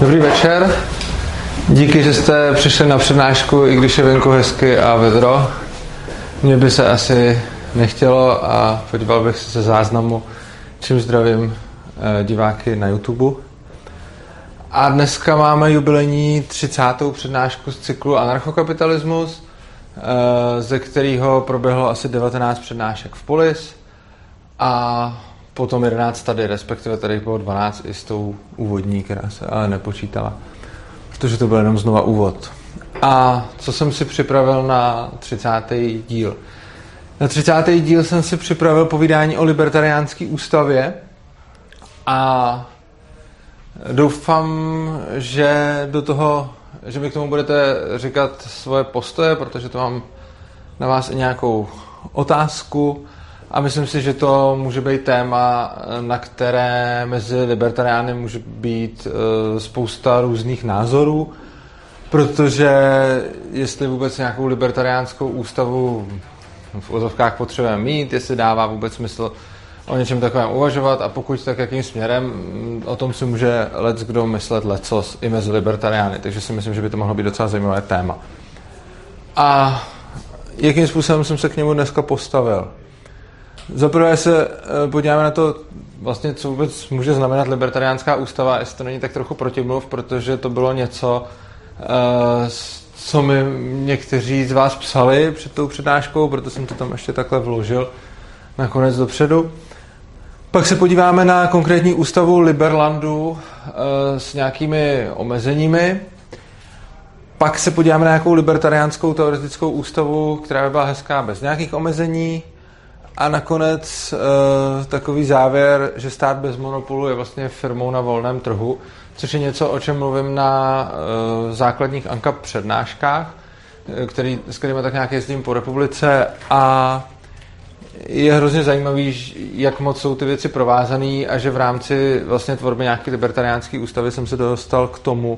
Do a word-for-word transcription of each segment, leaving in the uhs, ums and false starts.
Dobrý večer. Díky, že jste přišli na přednášku, i když je venku hezky a vedro. Mně by se asi nechtělo a podíval bych se ze záznamu, čím zdravím diváky na YouTube. A dneska máme jubilejní třicátou přednášku z cyklu Anarchokapitalismus, ze kterého proběhlo asi devatenáct přednášek v Polis a potom jedenáct tady, respektive tady bylo dvanáct i s tou úvodní, která se ale nepočítala, protože to byl jenom znova úvod. A co jsem si připravil na třicátý díl? Na třicátý díl jsem si připravil povídání o libertariánské ústavě a doufám, že do toho, že mi k tomu budete říkat svoje postoje, protože to mám na vás i nějakou otázku a myslím si, že to může být téma, na které mezi libertariány může být spousta různých názorů, protože jestli vůbec nějakou libertariánskou ústavu v ozovkách potřebujeme mít, jestli dává vůbec smysl o něčem takovém uvažovat a pokud tak, jakým směrem, o tom si může leckdo myslet lecos i mezi libertariány, takže si myslím, že by to mohlo být docela zajímavé téma. A jakým způsobem jsem se k němu dneska postavil? Zaprvé se podíváme na to, vlastně, co vůbec může znamenat libertariánská ústava, jestli to není tak trochu protimluv, protože to bylo něco, co mi někteří z vás psali před tou přednáškou, proto jsem to tam ještě takhle vložil nakonec dopředu. Pak se podíváme na konkrétní ústavu Liberlandu s nějakými omezeními. Pak se podíváme na nějakou libertariánskou teoretickou ústavu, která by byla hezká bez nějakých omezení. A nakonec e, takový závěr, že stát bez monopolu je vlastně firmou na volném trhu, což je něco, o čem mluvím na e, základních ANCAP přednáškách, který, s kterými tak nějak jezdím po republice a je hrozně zajímavý, jak moc jsou ty věci provázané a že v rámci vlastně tvorby nějaké libertariánské ústavy jsem se dostal k tomu,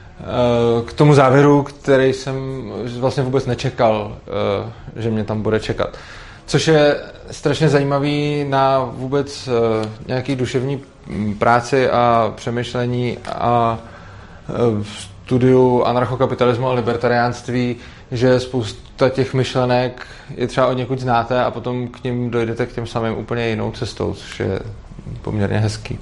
e, k tomu závěru, který jsem vlastně vůbec nečekal, e, že mě tam bude čekat. Což je strašně zajímavý na vůbec uh, nějaký duševní práci a přemýšlení a uh, studiu anarchokapitalismu a libertariánství, že spousta těch myšlenek je třeba od někud znáte a potom k nim dojdete k těm samým úplně jinou cestou, což je poměrně hezký.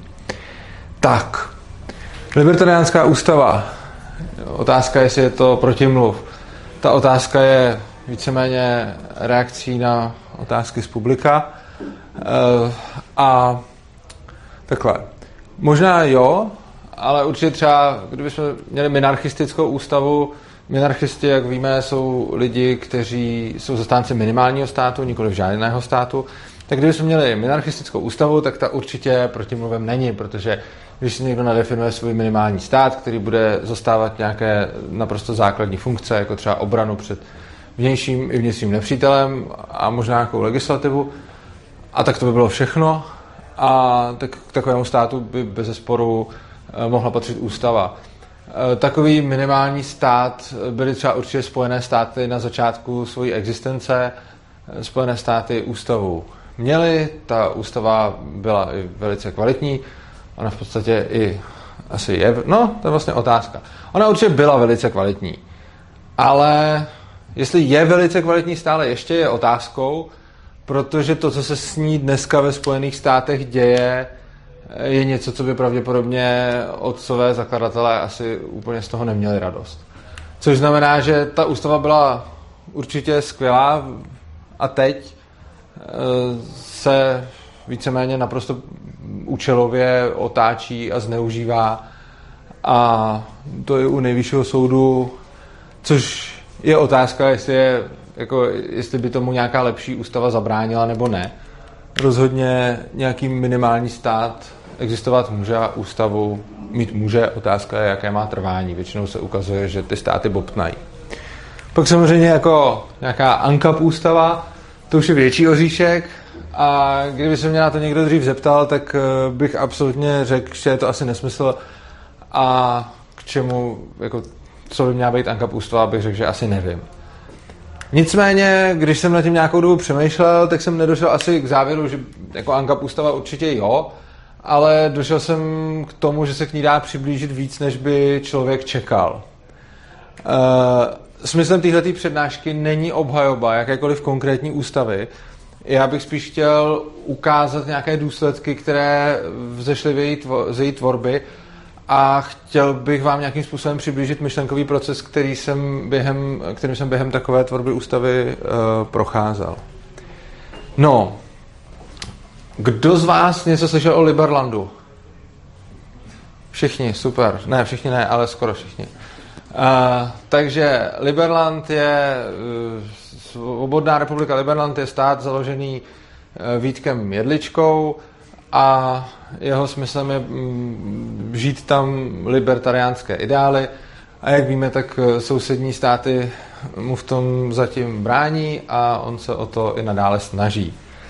Tak, libertariánská ústava. Otázka, jestli je to protimluv. Ta otázka je víceméně reakcí na otázky z publika. E, a takhle. Možná jo, ale určitě třeba, kdybychom měli minarchistickou ústavu, minarchisti, jak víme, jsou lidi, kteří jsou zastánci minimálního státu, nikoliv žádného státu. Tak kdybychom měli minarchistickou ústavu, tak ta určitě protimluvem není, protože když si někdo nadefinuje svůj minimální stát, který bude zastávat nějaké naprosto základní funkce, jako třeba obranu před vnějším i vnitřním nepřítelem a možná nějakou legislativu. A tak to by bylo všechno. A tak k takovému státu by bezesporu mohla patřit ústava. Takový minimální stát byly třeba určitě Spojené státy na začátku své existence. Spojené státy ústavu měly, ta ústava byla i velice kvalitní. Ona v podstatě i asi je, no, to je vlastně otázka. Ona určitě byla velice kvalitní. Ale jestli je velice kvalitní stále ještě je otázkou, protože to, co se s ní dneska ve Spojených státech děje, je něco, co by pravděpodobně otcové zakladatelé asi úplně z toho neměli radost. Což znamená, že ta ústava byla určitě skvělá a teď se víceméně naprosto účelově otáčí a zneužívá a to je u nejvyššího soudu, což je otázka, jestli, je, jako, jestli by tomu nějaká lepší ústava zabránila nebo ne. Rozhodně nějaký minimální stát existovat může a ústavu mít může. Otázka je, jaké má trvání. Většinou se ukazuje, že ty státy bobtnají. Pak samozřejmě jako nějaká ANCAP ústava, to už je větší oříšek a kdyby se mě na to někdo dřív zeptal, tak bych absolutně řekl, že je to asi nesmysl a k čemu, jako co by měla být ANCAP ústava, bych řekl, že asi nevím. Nicméně, když jsem na tím nějakou dobu přemýšlel, tak jsem nedošel asi k závěru, že jako ANCAP ústava určitě jo, ale došel jsem k tomu, že se k ní dá přiblížit víc, než by člověk čekal. Smyslem téhletý přednášky není obhajoba jakékoliv konkrétní ústavy. Já bych spíš chtěl ukázat nějaké důsledky, které vzešly z její tvorby, a chtěl bych vám nějakým způsobem přiblížit myšlenkový proces, který jsem během, kterým jsem během takové tvorby ústavy uh, procházel. No, kdo z vás něco slyšel o Liberlandu? Všichni, super. Ne, všichni ne, ale skoro všichni. Uh, takže Liberland je uh, svobodná republika Liberland, je stát založený uh, Vítkem Jedličkou a jeho smyslem je um, žít tam libertariánské ideály a jak víme, tak uh, sousední státy mu v tom zatím brání a on se o to i nadále snaží.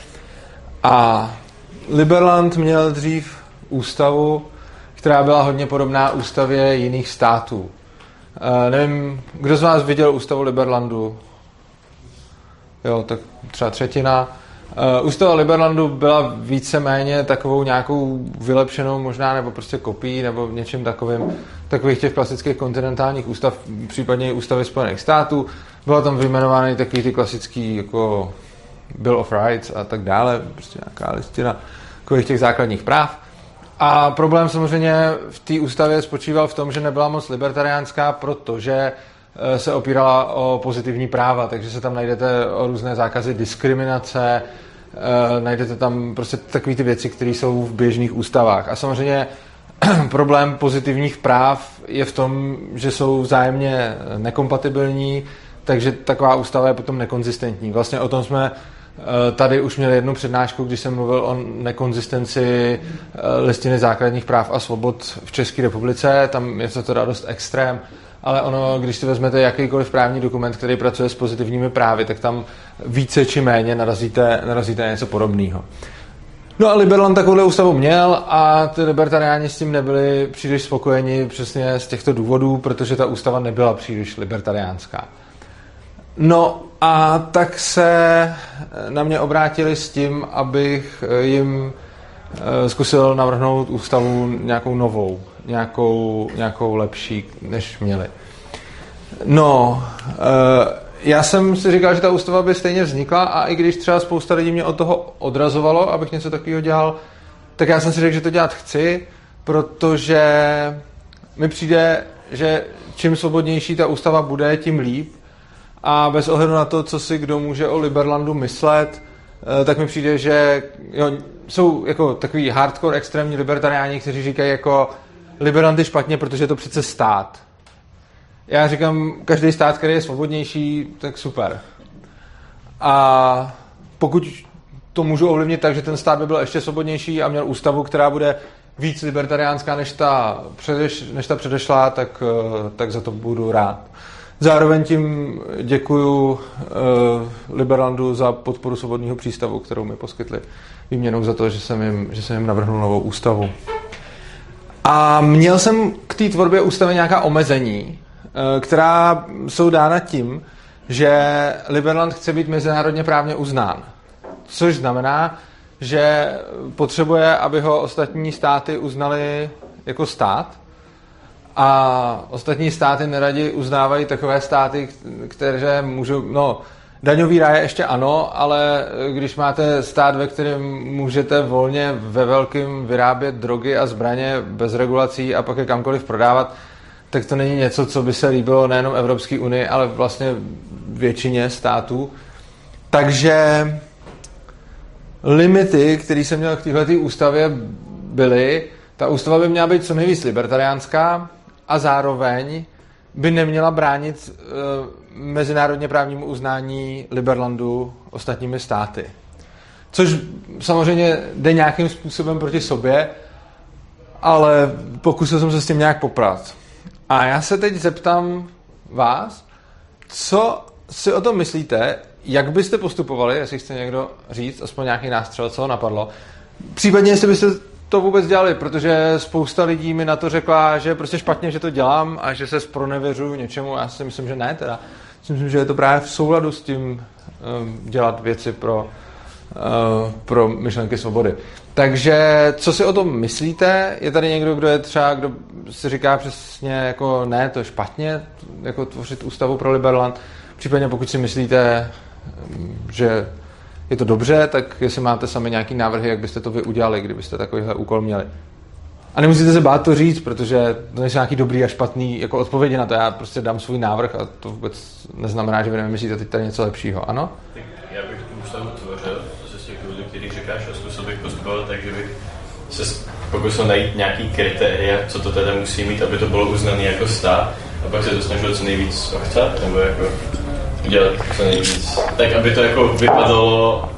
A Liberland měl dřív ústavu, která byla hodně podobná ústavě jiných států. Uh, nevím, kdo z vás viděl ústavu Liberlandu? Jo, tak třeba třetina. Uh, ústava Liberlandu byla víceméně takovou nějakou vylepšenou možná, nebo prostě kopií, nebo něčím takovým, takových těch klasických kontinentálních ústav, případně i ústavy Spojených států. Byla tam vyjmenovány takový ty klasický jako Bill of Rights a tak dále, prostě nějaká listina takových těch základních práv. A problém samozřejmě v té ústavě spočíval v tom, že nebyla moc libertariánská, protože se opírala o pozitivní práva, takže se tam najdete o různé zákazy diskriminace, najdete tam prostě takové ty věci, které jsou v běžných ústavách. A samozřejmě problém pozitivních práv je v tom, že jsou vzájemně nekompatibilní, takže taková ústava je potom nekonzistentní. Vlastně o tom jsme tady už měli jednu přednášku, když jsem mluvil o nekonzistenci listiny základních práv a svobod v České republice. Tam je to teda dost extrém, ale ono, když si vezmete jakýkoliv právní dokument, který pracuje s pozitivními právy, tak tam více či méně narazíte, narazíte na něco podobného. No a Liberland takovouhle ústavu měl a ty libertariáni s tím nebyli příliš spokojeni přesně z těchto důvodů, protože ta ústava nebyla příliš libertariánská. No a tak se na mě obrátili s tím, abych jim zkusil navrhnout ústavu nějakou novou, nějakou, nějakou lepší, než měli. No, já jsem si říkal, že ta ústava by stejně vznikla a i když třeba spousta lidí mě od toho odrazovalo, abych něco takového dělal, tak já jsem si řekl, že to dělat chci, protože mi přijde, že čím svobodnější ta ústava bude, tím líp. A bez ohledu na to, co si kdo může o Liberlandu myslet, tak mi přijde, že jo, jsou jako takový hardcore extrémní libertariáni, kteří říkají jako Liberland je špatně, protože je to přece stát. Já říkám, každý stát, který je svobodnější, tak super. A pokud to můžu ovlivnit tak, že ten stát by byl ještě svobodnější a měl ústavu, která bude víc libertariánská než ta, předeš, než ta předešlá, tak, tak za to budu rád. Zároveň tím děkuju uh, Liberlandu za podporu svobodného přístavu, kterou mi poskytli výměnou za to, že jsem jim, že jsem jim navrhnul novou ústavu. A měl jsem k té tvorbě ústavy nějaká omezení, uh, která jsou dána tím, že Liberland chce být mezinárodně právně uznán. Což znamená, že potřebuje, aby ho ostatní státy uznali jako stát. A ostatní státy neradi uznávají takové státy, které můžou, no, daňový ráje ještě ano, ale když máte stát, ve kterém můžete volně ve velkým vyrábět drogy a zbraně bez regulací a pak je kamkoliv prodávat, tak to není něco, co by se líbilo nejenom Evropské unii, ale vlastně většině států. Takže limity, které jsem měl k téhleté ústavě, byly, ta ústava by měla být co nejvíc libertariánská, a zároveň by neměla bránit e, mezinárodně právnímu uznání Liberlandu ostatními státy. Což samozřejmě jde nějakým způsobem proti sobě, ale pokusil jsem se s tím nějak poprat. A já se teď zeptám vás, co si o tom myslíte, jak byste postupovali, jestli chce někdo říct, aspoň nějaký nástřel, co ho napadlo. Případně, jestli byste to vůbec dělali, protože spousta lidí mi na to řekla, že je prostě špatně, že to dělám a že se zpronevěřuju něčemu. Já si myslím, že ne teda. Myslím, že je to právě v souladu s tím um, dělat věci pro, pro myšlenky svobody. Takže co si o tom myslíte? Je tady někdo, kdo je třeba, kdo si říká přesně jako ne, to je špatně, jako tvořit ústavu pro Liberland? Případně pokud si myslíte, že je to dobře, tak jestli máte sami nějaký návrhy, jak byste to vy udělali, kdybyste takovýhle úkol měli. A nemusíte se bát to říct, protože to nejsou nějaký dobrý a špatný jako odpovědi na to. Já prostě dám svůj návrh a to vůbec neznamená, že vy nevymyslíte teď tady něco lepšího, ano? Tak já bych tu ústavu tvořil, zase z těch důvodů, který říkáš, a zkusil bych postupovat, takže bych se pokusil najít nějaký kritéria, co to teda musí mít, aby to bylo uznané jako stát, a pak se to snažil co nejvíc ochcat, nebo jako udělat co nejvíc, tak aby to jako vypadalo.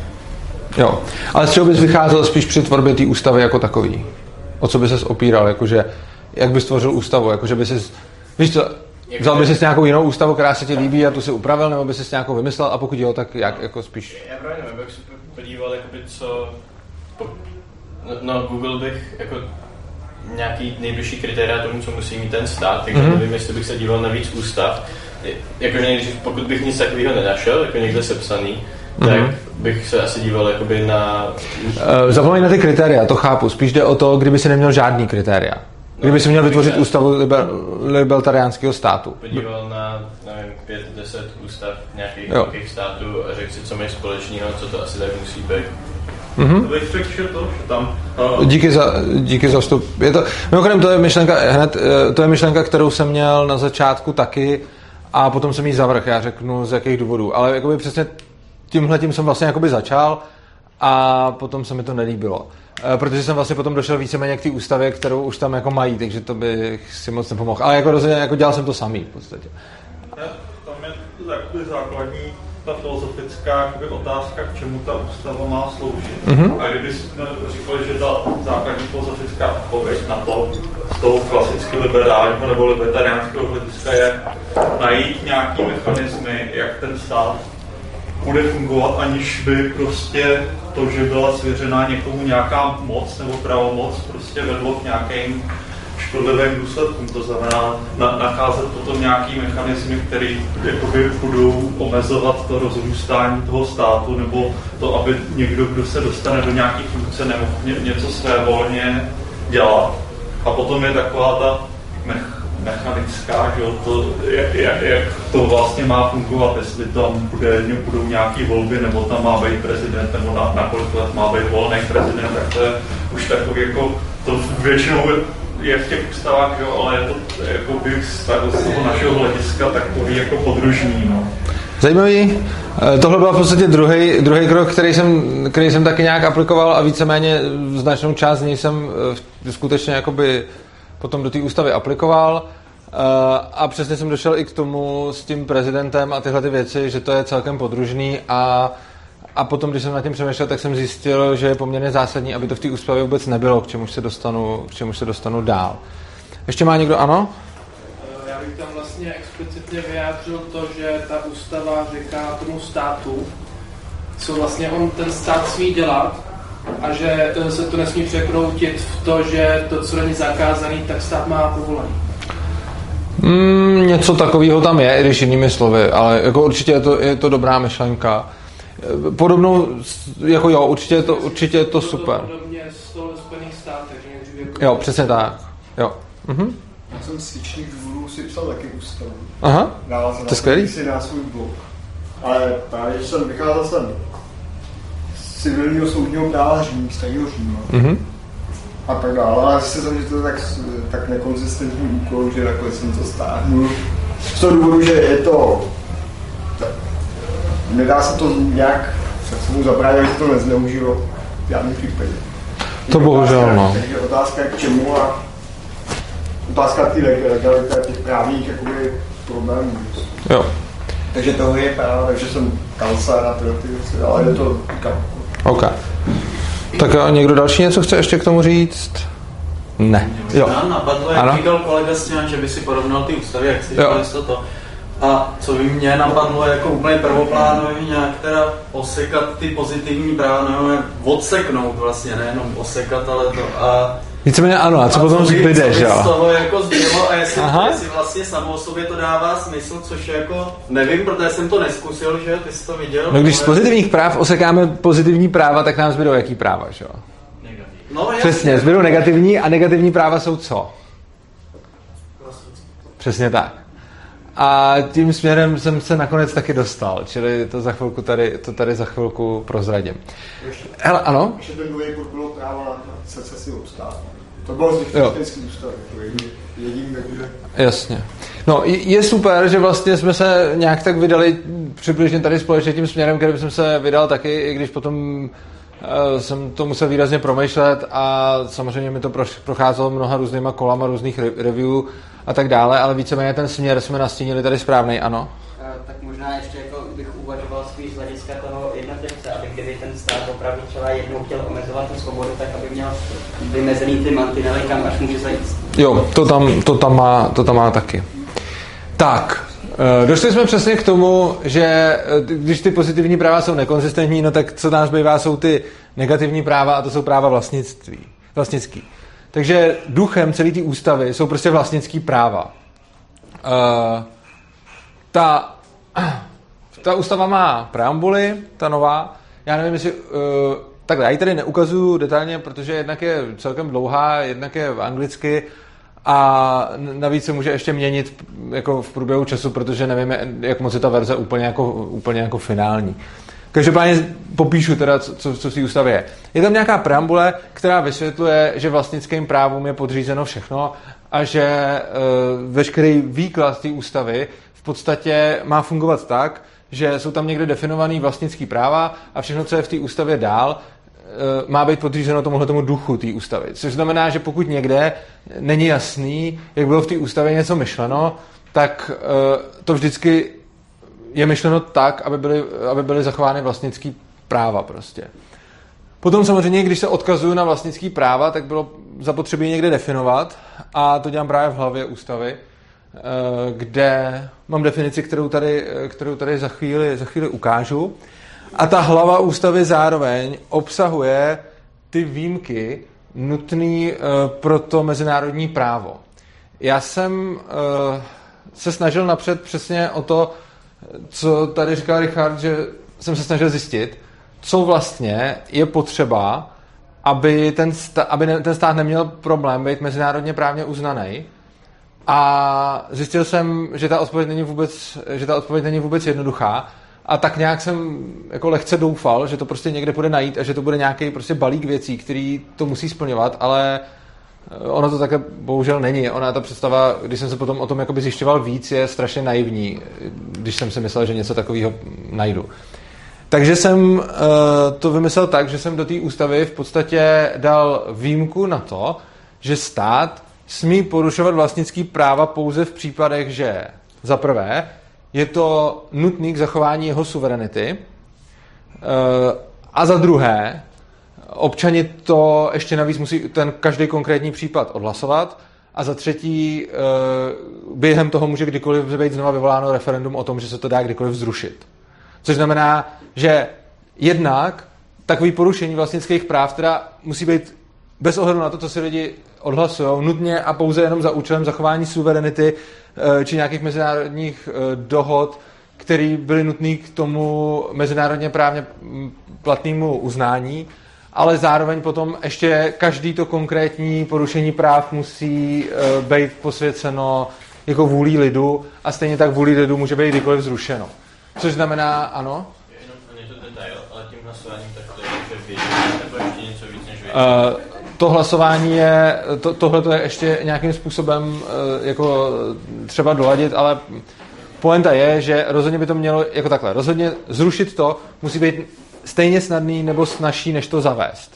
Jo, ale z čeho bys vycházel spíš při tvorbě té ústavy jako takový? O co by ses opíral, jakože, jak bys tvořil ústavu, jakože by ses, víš co, vzal bys si nějakou jinou ústavu, která se ti líbí a tu si upravil, nebo bys si nějakou vymyslel, a pokud jo, tak jak, jako spíš? Já právě nevím, bych se podíval, jakoby, co, po, no, no Google bych, jako, nějaký nejbližší kritéria tomu, co musí mít ten stát, takže mm-hmm. nevím, jestli bych se díval na víc ústav, jakože nejdřív, pokud bych nic takového nenašel, jako někde sepsaný, tak mm-hmm. bych se asi díval jakoby na... Uh, Zapomeň na ty kritéria, to chápu. Spíš jde o to, kdyby si neměl žádný kritéria. Kdyby si měl vytvořit ústavu liber, libertariánského státu. Podíval na, nevím, pět, deset ústav nějakých velkých států a řekl si, co mají společného, co to asi tak musí být. Mm-hmm. To bych řekl, že to, že tam... Uh... Díky za, díky za vstup. Je to, mimochodem, to je myšlenka, hned, to je myšlenka, kterou jsem měl na začátku taky a potom jsem jí zavrch, já řeknu z jakých důvodů. Ale jakoby přesně tímhletím jsem vlastně jakoby začal a potom se mi to nelíbilo. E, protože jsem vlastně potom došel víceméně k té ústavě, kterou už tam jako mají, takže to bych si moc nepomohl. Ale jako rozhodně jako dělal jsem to samý v podstatě. Tam je takový základní ta filozofická jakoby, otázka, k čemu ta ústava má sloužit. Mm-hmm. A kdyby jsme říkali, že ta základní filozofická odpověď na to z toho klasicky liberálního nebo libertariánského hlediska je najít nějaký mechanismy, jak ten stát bude fungovat, aniž by prostě to, že byla svěřená někomu nějaká moc nebo pravomoc, prostě vedlo k nějakým škodlivým důsledkům. To znamená na, nacházet potom nějaký mechanismy, které jakoby budou omezovat to rozrůstání toho státu, nebo to, aby někdo, kdo se dostane do nějaké funkce, nemohl ně, něco svévolně dělat. A potom je taková ta mech, mechanická, že to, jak, jak, jak to vlastně má fungovat, jestli tam bude, budou nějaké volby, nebo tam má být prezident, nebo na, na kolik let má být volný prezident, tak to je už takový jako, to většinou je v těch ústavách, jo, ale je to jako bych z toho našeho hlediska takový jako podružný. No. Zajímavý. Tohle byl v podstatě druhý, druhý krok, který jsem, který jsem taky nějak aplikoval a víceméně značnou část z něj jsem skutečně jakoby potom do té ústavy aplikoval a přesně jsem došel i k tomu s tím prezidentem a tyhle ty věci, že to je celkem podružný a A potom, když jsem nad tím přemýšlel, tak jsem zjistil, že je poměrně zásadní, aby to v té ústavě vůbec nebylo, k čemu se dostanu, k čemu se dostanu dál. Ještě má někdo ano? Já bych tam vlastně explicitně vyjádřil to, že ta ústava říká tomu státu, co vlastně on ten stát smí dělat a že se to nesmí překroutit v to, že to, co není zakázaný, tak stát má povolený. Mm, něco takového tam je, i když jinými slovy, ale jako určitě je to, je to dobrá myšlenka. Podobnou, jako jo, určitě je to, určitě je to super. Podobně z toho Spojených státech, že nejdřív jako... Jo, přesně tak, jo. Mhm. Já jsem z cvičných důvodů si psal taky ústavu. Aha, to je skvělý. Si na svůj blog. Ale právě, že jsem vycházel jsem z civilního soudního práva Řím, starého Říma. Mhm. A tak dále, ale zjistil jsem, že to je tak, tak nekonzistentní úkol, že nakonec jsem to stáhnul. Z toho důvodu, že je to... Tak, nedá se to nějak, tak se mu zabránit, že to nezneužilo v žádném případě. To bohužel, no. Takže otázka je k čemu a otázka té legality těch právních jakoby problémů. Jo. Takže toho je práva, takže jsem kalsár a tyhle ty věci, ale je to říkám. OK. Tak a někdo další něco chce ještě k tomu říct? Ne. Jo. Nám napadlo, jak říkal kolega s tím, že by si porovnal ty ústavy, jak si říkal to. A co by mě napadlo jako úplně prvoplánově nějak teda osekat ty pozitivní práva, nebo odseknout vlastně, nejenom osekat, ale to a Víceméně ano, a co a potom zbyde, že jo? Z toho jako zbylo a jestli, jestli vlastně samo o sobě to dává smysl, což jako nevím, protože jsem to neskusil, že ty jsi to viděl. No když z pozitivních práv osekáme pozitivní práva, tak nám zbydou jaký práva, že jo? Negativní. No, přesně, zbydou negativní a negativní práva jsou co? Přesně tak. A tím směrem jsem se nakonec taky dostal, čili to za chvilku tady, to tady za chvilku prozradím. Hele, ano? Ještě ten druhý bod bylo právo na secesi od státu. To bylo z lichtenštejnský ústav, jediný nebude. Jasně. No, je super, že vlastně jsme se nějak tak vydali přibližně tady společně tím směrem, kterým jsem se vydal taky, i když potom uh, jsem to musel výrazně promýšlet a samozřejmě mi to procházelo mnoha různýma kolama různých review a tak dále, ale víceméně ten směr jsme nastínili tady správnej, ano? Tak možná ještě jako bych uvažoval spíš z hlediska toho jednotlivce, aby kdyby ten stát opravdu třeba jednou chtěl omezovat tu svobodu, tak aby měl vymezený ty mantinely, kam až může zajít. Jo, to tam, to tam, má, to tam má taky. Tak, došli jsme přesně k tomu, že když ty pozitivní práva jsou nekonzistentní, no tak co nás bývá, jsou ty negativní práva a to jsou práva vlastnictví, vlastnický. Takže duchem celé té ústavy jsou prostě vlastnický práva. Uh, ta, ta ústava má preambuly, ta nová. Já nevím, jestli... Uh, takhle, já ji tady neukazuju detailně, protože jednak je celkem dlouhá, jednak je v anglicky a navíc se může ještě měnit jako v průběhu času, protože nevím, jak moc je ta verze úplně jako, úplně jako finální. Každopádně popíšu teda, co, co v té ústavě je. Je tam nějaká preambule, která vysvětluje, že vlastnickým právům je podřízeno všechno a že e, veškerý výklad té ústavy v podstatě má fungovat tak, že jsou tam někde definovaný vlastnický práva a všechno, co je v té ústavě dál, e, má být podřízeno tomuhle tomu duchu té ústavy. Což znamená, že pokud někde není jasný, jak bylo v té ústavě něco myšleno, tak e, to vždycky je myšleno tak, aby byly, aby byly zachovány vlastnický práva prostě. Potom samozřejmě, když se odkazuju na vlastnický práva, tak bylo zapotřebí někde definovat a to dělám právě v hlavě ústavy, kde mám definici, kterou tady, kterou tady za chvíli, za chvíli ukážu. A ta hlava ústavy zároveň obsahuje ty výjimky nutné pro to mezinárodní právo. Já jsem se snažil napřed přesně o to, co tady říkal Richard, že jsem se snažil zjistit, co vlastně je potřeba, aby ten, stát, aby ten stát neměl problém být mezinárodně právně uznaný. A zjistil jsem, že ta odpověď není vůbec, že ta odpověď není vůbec jednoduchá. A tak nějak jsem jako lehce doufal, že to prostě někde půjde najít a že to bude nějaký prostě balík věcí, který to musí splňovat, ale ono to také bohužel není. Ona ta představa, když jsem se potom o tom jakoby zjišťoval víc, je strašně naivní, když jsem si myslel, že něco takového najdu. Takže jsem uh, to vymyslel tak, že jsem do té ústavy v podstatě dal výjimku na to, že stát smí porušovat vlastnický práva pouze v případech, že za prvé je to nutný k zachování jeho suverenity uh, a za druhé občani to ještě navíc musí ten každý konkrétní případ odhlasovat a za třetí během toho může kdykoliv být znova vyvoláno referendum o tom, že se to dá kdykoliv zrušit. Což znamená, že jednak takový porušení vlastnických práv teda musí být bez ohledu na to, co si lidi odhlasují, nutně a pouze jenom za účelem zachování suverenity či nějakých mezinárodních dohod, které byly nutné k tomu mezinárodně právně platnému uznání, ale zároveň potom ještě každý to konkrétní porušení práv musí uh, být posvěceno jako vůlí lidu a stejně tak vůlí lidu může být kdykoliv zrušeno. Což znamená, ano? Jenom je to detail, ale tím hlasováním tak to je, že vědět, nebo ještě něco víc než vědět. Uh, to hlasování je, to, tohle je ještě nějakým způsobem uh, jako třeba doladit, ale pointa je, že rozhodně by to mělo jako takhle. Rozhodně zrušit to musí být stejně snadný nebo snazší, než to zavést.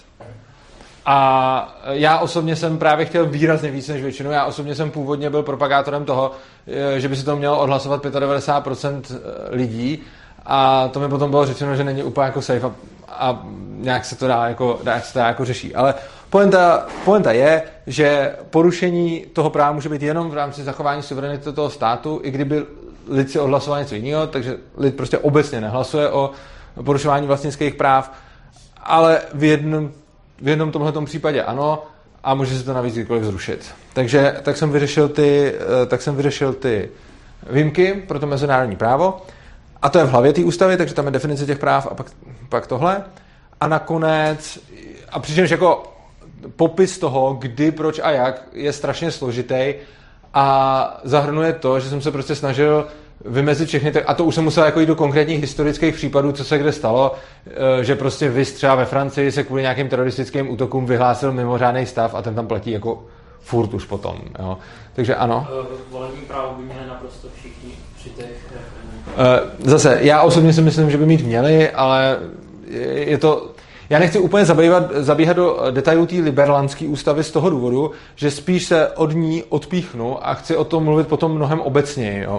A já osobně jsem právě chtěl výrazně víc než většinu. Já osobně jsem původně byl propagátorem toho, že by si to mělo odhlasovat devadesát pět procent lidí a to mi potom bylo řečeno, že není úplně jako safe a, a nějak se to dá jako, nějak se to dá jako řeší. Ale pointa, pointa je, že porušení toho práva může být jenom v rámci zachování suverenity toho státu, i kdyby lid si odhlasoval něco jiného, takže lid prostě obecně nehlasuje o porušování vlastnických práv, ale v jednom, v jednom tomhletom případě ano a může se to navíc kdykoliv zrušit. Takže tak jsem vyřešil ty, tak jsem vyřešil ty výjimky pro to mezinárodní právo a to je v hlavě té ústavy, takže tam je definice těch práv a pak, pak tohle. A nakonec, a přičemž jako popis toho, kdy, proč a jak je strašně složitý a zahrnuje to, že jsem se prostě snažil vymezit všechny, a to už jsem musel jako jít do konkrétních historických případů, co se kde stalo, že prostě vys třeba ve Francii se kvůli nějakým teroristickým útokům vyhlásil mimořádný stav a ten tam platí jako furt už potom. Jo. Takže ano. Volební právo by měli naprosto všichni při těch... Zase, já osobně si myslím, že by mít měli, ale je to... Já nechci úplně zabývat, zabíhat do detailů té liberlandské ústavy z toho důvodu, že spíš se od ní odpíchnu a chci o tom mluvit potom mnohem obecněji. Jo.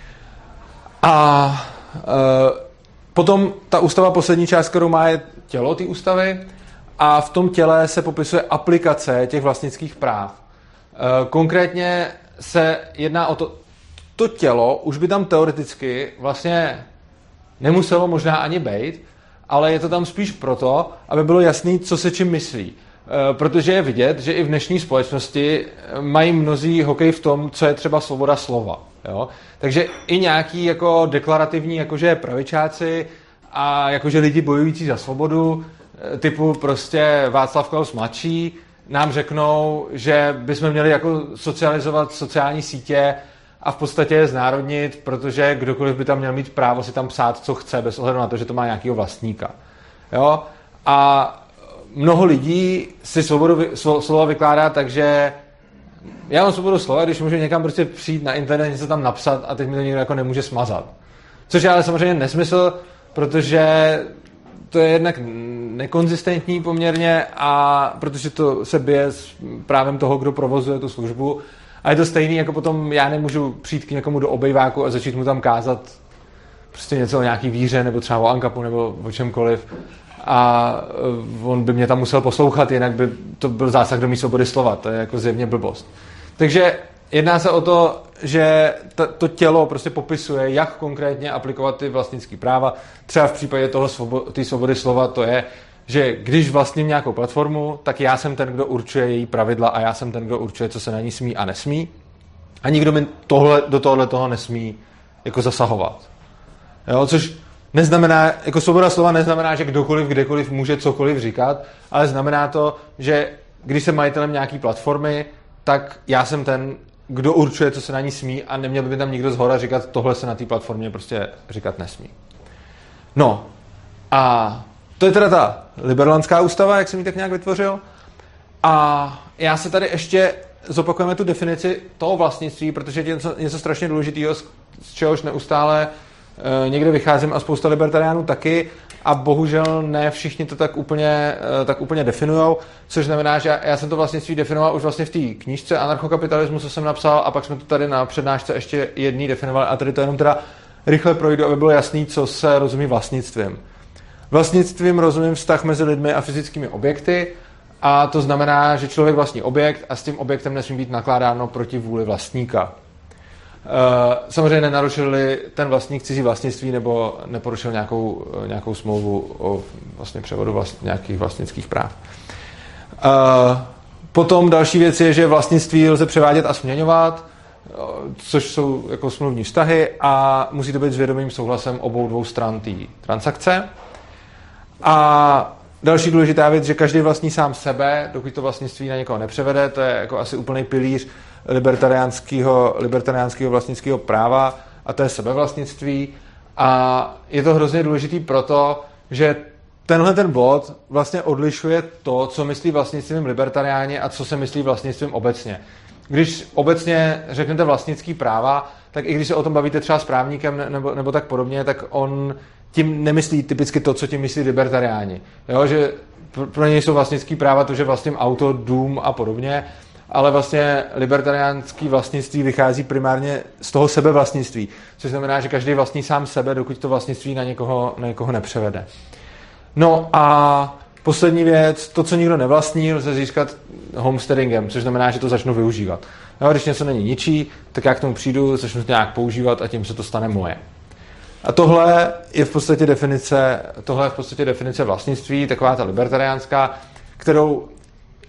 A e, potom ta ústava, poslední část, kterou má, je tělo té ústavy a v tom těle se popisuje aplikace těch vlastnických práv. E, konkrétně se jedná o to, to tělo už by tam teoreticky vlastně nemuselo možná ani bejt, ale je to tam spíš proto, aby bylo jasný, co se čím myslí. E, protože je vidět, že i v dnešní společnosti mají mnozí hokej v tom, co je třeba svoboda slova. Jo? Takže i nějaký jako deklarativní jakože pravičáci a jakože lidi bojující za svobodu, typu prostě Václav Klaus mladší, nám řeknou, že bychom měli jako socializovat sociální sítě a v podstatě je znárodnit, protože kdokoliv by tam měl mít právo si tam psát, co chce, bez ohledu na to, že to má nějakého vlastníka. Jo? A mnoho lidí si svobodu slova vykládá tak, že já mám svobodu slova, když můžu někam prostě přijít na internet, něco tam napsat a teď mi to někdo jako nemůže smazat. Což je ale samozřejmě nesmysl, protože to je jednak nekonzistentní poměrně a protože to se bije s právem toho, kdo provozuje tu službu. A je to stejný, jako potom já nemůžu přijít k někomu do obejváku a začít mu tam kázat prostě něco o nějaký víře, nebo třeba o Ankapu, nebo o čemkoliv. A on by mě tam musel poslouchat, jinak by to byl zásah do mý svobody slova. To je jako zjevně blbost. Takže jedná se o to, že to, to tělo prostě popisuje, jak konkrétně aplikovat ty vlastnické práva. Třeba v případě toho svobo, ty svobody slova to je, že když vlastním nějakou platformu, tak já jsem ten, kdo určuje její pravidla a já jsem ten, kdo určuje, co se na ní smí a nesmí. A nikdo mi tohle, do tohle toho nesmí jako zasahovat. Jo, což neznamená, jako svoboda slova neznamená, že kdokoliv, kdekoliv může cokoliv říkat, ale znamená to, že když jsem majitelem nějaký platformy, tak já jsem ten, kdo určuje, co se na ní smí a neměl by tam nikdo zhora říkat, tohle se na té platformě prostě říkat nesmí. No a to je teda ta liberlandská ústava, jak jsem ji tak nějak vytvořil. A já se tady ještě zopakujeme tu definici toho vlastnictví, protože je něco, něco strašně důležitého, z, z čehož neustále e, někde vycházím a spousta libertariánů taky a bohužel ne všichni to tak úplně, e, tak úplně definujou, což znamená, že já, já jsem to vlastnictví definoval už vlastně v té knížce Anarchokapitalismus, co jsem napsal, a pak jsme to tady na přednášce ještě jedný definovali a tady to jenom teda rychle projdu, aby bylo jasný, co se rozumí vlastnictvím. Vlastnictvím rozumím vztah mezi lidmi a fyzickými objekty a to znamená, že člověk vlastní objekt a s tím objektem nesmí být nakládáno proti vůli vlastníka. Samozřejmě nenarušil-li ten vlastník cizí vlastnictví nebo neporušil nějakou, nějakou smlouvu o vlastně převodu vlast, nějakých vlastnických práv. Potom další věc je, že vlastnictví lze převádět a směňovat, což jsou jako smluvní vztahy a musí to být s vědomým souhlasem obou dvou stran té transakce. A další důležitá věc, že každý vlastní sám sebe, dokud to vlastnictví na někoho nepřevede, to je jako asi úplný pilíř libertariánského, libertariánského vlastnického práva a to je sebevlastnictví. A je to hrozně důležitý proto, že tenhle ten bod vlastně odlišuje to, co myslí vlastnictvím libertariáni a co se myslí vlastnictvím obecně. Když obecně řeknete vlastnický práva, tak i když se o tom bavíte třeba s právníkem nebo, nebo tak podobně, tak on tím nemyslí typicky to, co tím myslí libertariáni. Jo, že pro něj jsou vlastnický práva to, že vlastním auto, dům a podobně, ale vlastně libertariánský vlastnictví vychází primárně z toho sebevlastnictví, což znamená, že každý vlastní sám sebe, dokud to vlastnictví na někoho, na někoho nepřevede. No a poslední věc, to, co nikdo nevlastní, lze získat homesteadingem, což znamená, že to začnu využívat. Jo, když něco není ničí, tak já k tomu přijdu, začnu to nějak používat a tím se to stane moje. A tohle je v podstatě definice, tohle je v podstatě definice vlastnictví, taková ta libertariánská, kterou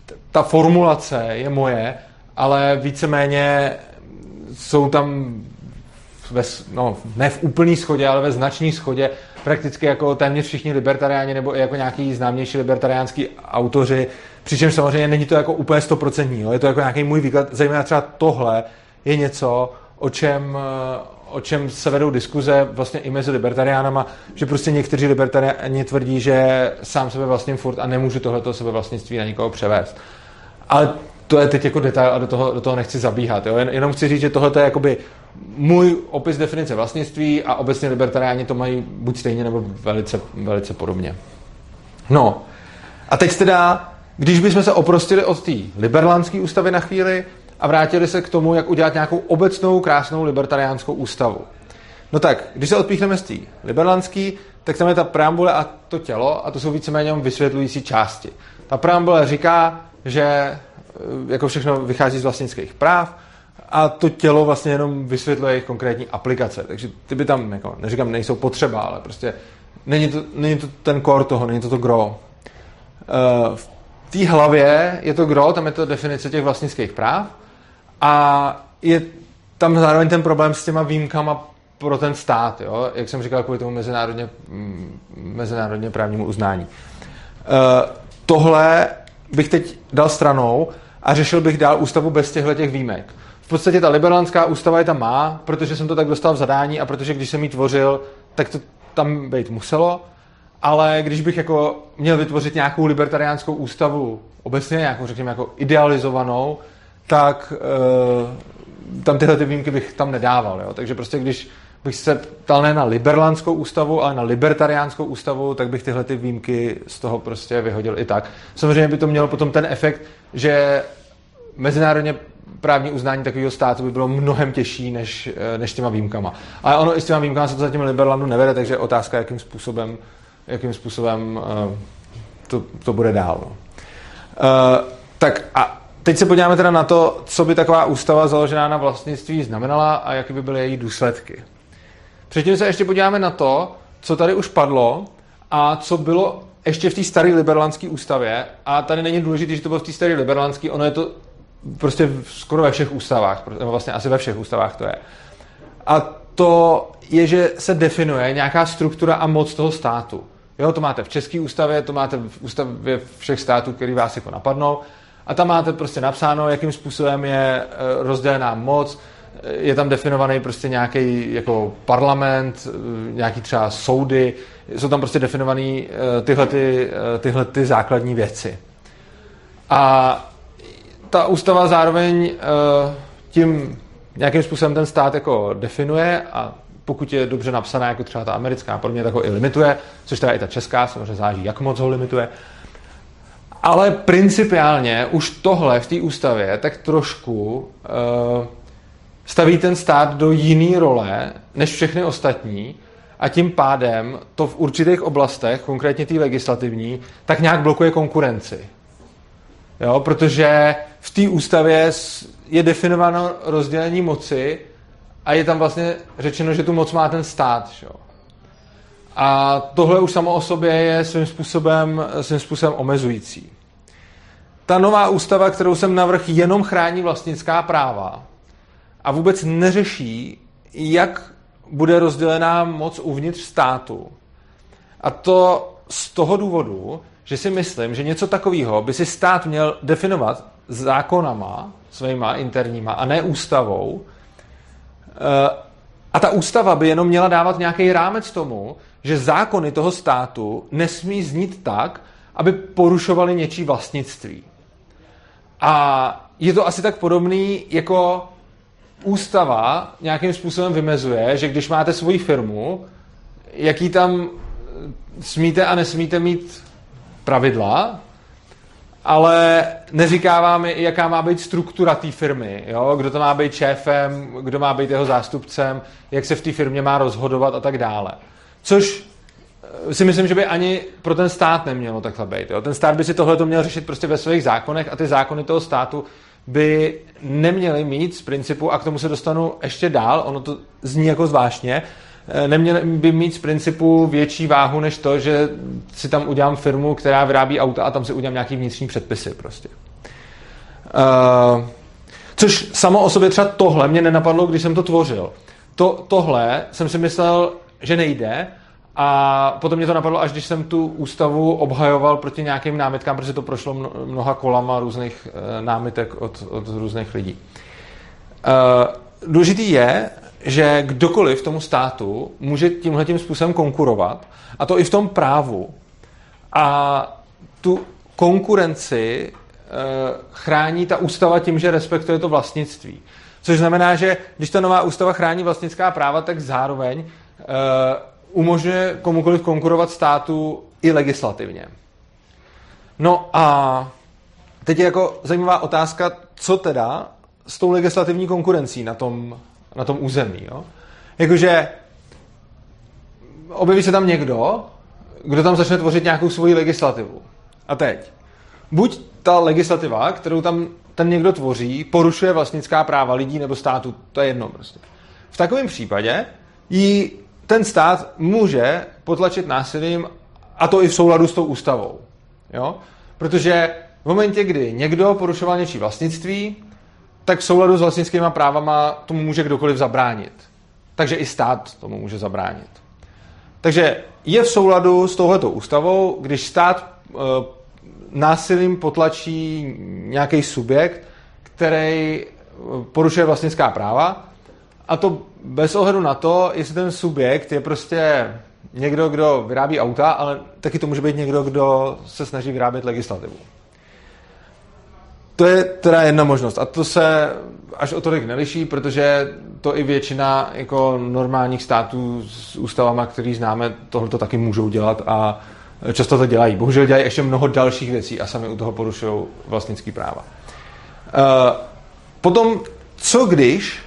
ta formulace je moje, ale víceméně jsou tam ve, no, ne v úplný shodě, ale ve značný shodě prakticky jako téměř všichni libertariáni nebo i jako nějaký známější libertariánský autoři, přičemž samozřejmě není to jako úplně stoprocentní, je to jako nějaký můj výklad, zejména třeba tohle je něco, o čem, o čem se vedou diskuze vlastně i mezi libertariánama, že prostě někteří libertariáni tvrdí, že sám sebe vlastním furt a nemůžu tohleto sebevlastnictví na nikoho převést. Ale to je teď jako detail a do toho, do toho nechci zabíhat. Jo? Jen, jenom chci říct, že tohle je jakoby můj opis definice vlastnictví a obecně libertariáni to mají buď stejně nebo velice, velice podobně. No a teď teda, když bychom se oprostili od té liberlánské ústavy na chvíli a vrátili se k tomu, jak udělat nějakou obecnou, krásnou libertariánskou ústavu. No tak, když se odpíchneme z té liberlánské, tak tam je ta preambule a to tělo a to jsou víceméně vysvětlující části. Ta preambule říká, že jako všechno vychází z vlastnických práv a to tělo vlastně jenom vysvětluje jejich konkrétní aplikace. Takže ty by tam, jako, neříkám, nejsou potřeba, ale prostě není to, není to ten core toho, není to to gro. V té hlavě je to gro, tam je to definice těch vlastnických práv a je tam zároveň ten problém s těma výjimkama pro ten stát, jo? Jak jsem říkal, kvůli tomu mezinárodně, mezinárodně právnímu uznání. Tohle bych teď dal stranou a řešil bych dál ústavu bez těchto těch výjimek. V podstatě ta liberánská ústava je tam má, protože jsem to tak dostal v zadání a protože když jsem ji tvořil, tak to tam být muselo, ale když bych jako měl vytvořit nějakou libertariánskou ústavu obecně, nějakou řekněme jako idealizovanou, tak e, tam tyhle ty výjimky bych tam nedával. Jo? Takže prostě když bych se ptal ne na liberánskou ústavu, ale na libertariánskou ústavu, tak bych tyhle ty výjimky z toho prostě vyhodil i tak. Samozřejmě by to mělo potom ten efekt, že mezinárodně právní uznání takového státu by bylo mnohem těžší než, než těma výjimkama. Ale ono i s těma výjimkama se to zatím Liberlandu nevede, takže je otázka, jakým způsobem, jakým způsobem uh, to, to bude dál. No. Uh, tak a teď se podíváme teda na to, co by taková ústava založená na vlastnictví znamenala a jaké by byly její důsledky. Předtím se ještě podíváme na to, co tady už padlo a co bylo ještě v té staré liberálské ústavě. A tady není důležité, že to bylo v té staré liberálské, ono je to prostě skoro ve všech ústavách, nebo vlastně asi ve všech ústavách to je. A to je, že se definuje nějaká struktura a moc toho státu. Jo, to máte v české ústavě, to máte v ústavě všech států, který vás jako napadnou. A tam máte prostě napsáno, jakým způsobem je rozdělená moc, je tam definovaný prostě nějaký jako parlament, nějaký třeba soudy, jsou tam prostě definovaný tyhle, ty, tyhle ty základní věci. A ta ústava zároveň tím nějakým způsobem ten stát jako definuje a pokud je dobře napsaná, jako třeba ta americká, pro mě tak ho i limituje, což teda i ta česká, samozřejmě záleží, jak moc ho limituje. Ale principiálně už tohle v té ústavě tak trošku uh, staví ten stát do jiný role než všechny ostatní a tím pádem to v určitých oblastech, konkrétně té legislativní, tak nějak blokuje konkurenci. Jo, protože v té ústavě je definováno rozdělení moci a je tam vlastně řečeno, že tu moc má ten stát. Jo. A tohle už samo o sobě je svým způsobem, svým způsobem omezující. Ta nová ústava, kterou jsem navrhl, jenom chrání vlastnická práva a vůbec neřeší, jak bude rozdělená moc uvnitř státu. A to z toho důvodu, že si myslím, že něco takového by si stát měl definovat zákonama svýma interníma a ne ústavou. A ta ústava by jenom měla dávat nějaký rámec tomu, že zákony toho státu nesmí znít tak, aby porušovaly něčí vlastnictví. A je to asi tak podobný, jako ústava nějakým způsobem vymezuje, že když máte svoji firmu, jaký tam smíte a nesmíte mít pravidla, ale neříká vám, jaká má být struktura té firmy, jo? Kdo to má být šéfem, kdo má být jeho zástupcem, jak se v té firmě má rozhodovat a tak dále. Což si myslím, že by ani pro ten stát nemělo takhle být. Jo? Ten stát by si tohle měl řešit prostě ve svých zákonech a ty zákony toho státu by neměly mít z principu, a k tomu se dostanu ještě dál, ono to zní jako zvláštně, neměly by mít z principu větší váhu než to, že si tam udělám firmu, která vyrábí auta a tam si udělám nějaký vnitřní předpisy prostě. Uh, což samo o sobě třeba tohle mě nenapadlo, když jsem to tvořil. To, tohle jsem si myslel, že nejde, a potom mě to napadlo, až když jsem tu ústavu obhajoval proti nějakým námitkám, protože to prošlo mnoha kolama různých uh, námitek od, od různých lidí. Uh, důležitý je, že kdokoliv tomu státu může tímhletím způsobem konkurovat, a to i v tom právu. A tu konkurenci uh, chrání ta ústava tím, že respektuje to vlastnictví. Což znamená, že když ta nová ústava chrání vlastnická práva, tak zároveň uh, umožňuje komukoliv konkurovat státu i legislativně. No a teď je jako zajímavá otázka, co teda s tou legislativní konkurencí na tom, na tom území. Jo? Jakože objeví se tam někdo, kdo tam začne tvořit nějakou svoji legislativu. A teď, buď ta legislativa, kterou tam ten někdo tvoří, porušuje vlastnická práva lidí nebo státu, to je jedno prostě. V takovém případě jí ten stát může potlačit násilím, a to i v souladu s tou ústavou. Jo? Protože v momentě, kdy někdo porušoval něčí vlastnictví, tak v souladu s vlastnickýma právama tomu může kdokoliv zabránit. Takže i stát tomu může zabránit. Takže je v souladu s touhletou ústavou, když stát e, násilím potlačí nějaký subjekt, který porušuje vlastnická práva, a to bez ohledu na to, jestli ten subjekt je prostě někdo, kdo vyrábí auta, ale taky to může být někdo, kdo se snaží vyrábět legislativu. To je teda jedna možnost. A to se až o tolik neliší, protože to i většina jako normálních států s ústavama, který známe, tohle to taky můžou dělat a často to dělají. Bohužel dělají ještě mnoho dalších věcí a sami u toho porušují vlastnický práva. Potom, co když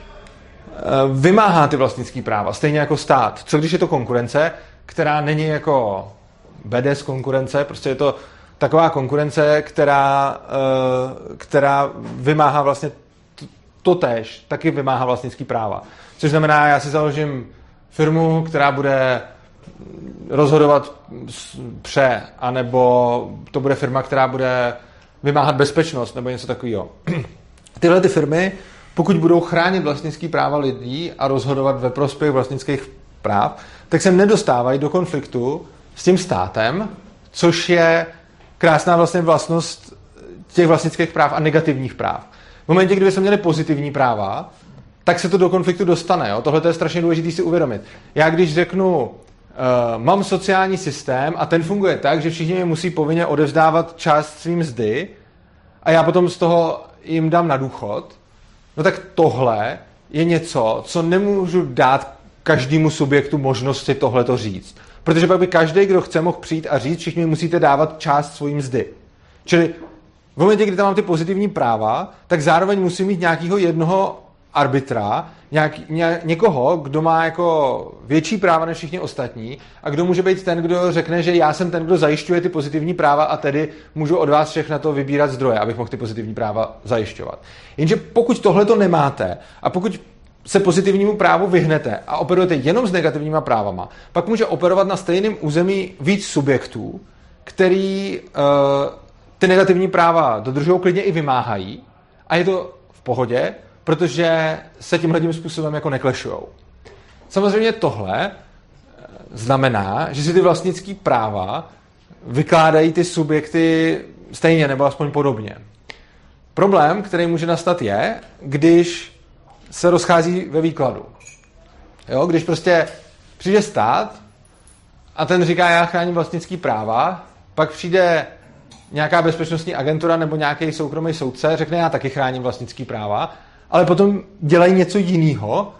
vymáhá ty vlastnický práva, stejně jako stát? Co když je to konkurence, která není jako bé dé es konkurence, prostě je to taková konkurence, která, která vymáhá vlastně to též, taky vymáhá vlastnický práva. Což znamená, já si založím firmu, která bude rozhodovat pře, anebo to bude firma, která bude vymáhat bezpečnost, nebo něco takového. Tyhle ty firmy, pokud budou chránit vlastnický práva lidí a rozhodovat ve prospěch vlastnických práv, tak se nedostávají do konfliktu s tím státem, což je krásná vlastně vlastnost těch vlastnických práv a negativních práv. V momentě, kdy jsme měli pozitivní práva, tak se to do konfliktu dostane. Jo? Tohle je strašně důležité si uvědomit. Já když řeknu, uh, mám sociální systém a ten funguje tak, že všichni mi musí povinně odevzdávat část svým mzdy a já potom z toho jim dám na důchod, no tak tohle je něco, co nemůžu dát každému subjektu možnost si tohleto říct. Protože pak by každý, kdo chce, mohl přijít a říct, všichni musíte dávat část svojí mzdy. Čili v momentě, kdy tam mám ty pozitivní práva, tak zároveň musím mít nějakého jednoho arbitra, nějak, ně, někoho, kdo má jako větší práva než všichni ostatní a kdo může být ten, kdo řekne, že já jsem ten, kdo zajišťuje ty pozitivní práva a tedy můžu od vás všech na to vybírat zdroje, abych mohl ty pozitivní práva zajišťovat. Jenže pokud tohle to nemáte a pokud se pozitivnímu právu vyhnete a operujete jenom s negativníma právama, pak může operovat na stejném území víc subjektů, který uh, ty negativní práva dodržují, klidně i vymáhají a je to v pohodě, protože se tímhletím způsobem jako neklešujou. Samozřejmě tohle znamená, že si ty vlastnický práva vykládají ty subjekty stejně nebo aspoň podobně. Problém, který může nastat, je, když se rozchází ve výkladu. Jo? Když prostě přijde stát a ten říká, já chráním vlastnický práva, pak přijde nějaká bezpečnostní agentura nebo nějaký soukromý soudce, řekne, já taky chráním vlastnický práva, ale potom dělají něco jiného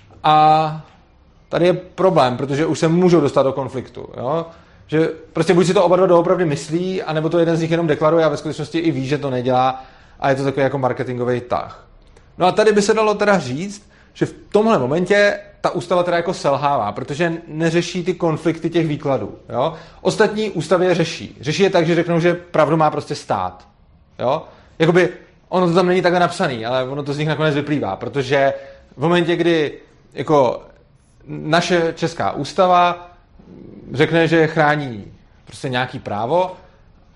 a tady je problém, protože už se můžou dostat do konfliktu. Jo? Že prostě buď si to oba dva doopravdy myslí, anebo to jeden z nich jenom deklaruje a ve skutečnosti i ví, že to nedělá a je to takový jako marketingový tah. No a tady by se dalo teda říct, že v tomhle momentě ta ústava teda jako selhává, protože neřeší ty konflikty těch výkladů. Jo? Ostatní ústavy je řeší. Řeší je tak, že řeknou, že pravdu má prostě stát. Jo? Jakoby ono to tam není takhle napsaný, ale ono to z nich nakonec vyplývá, protože v momentě, kdy jako naše česká ústava řekne, že chrání prostě nějaký právo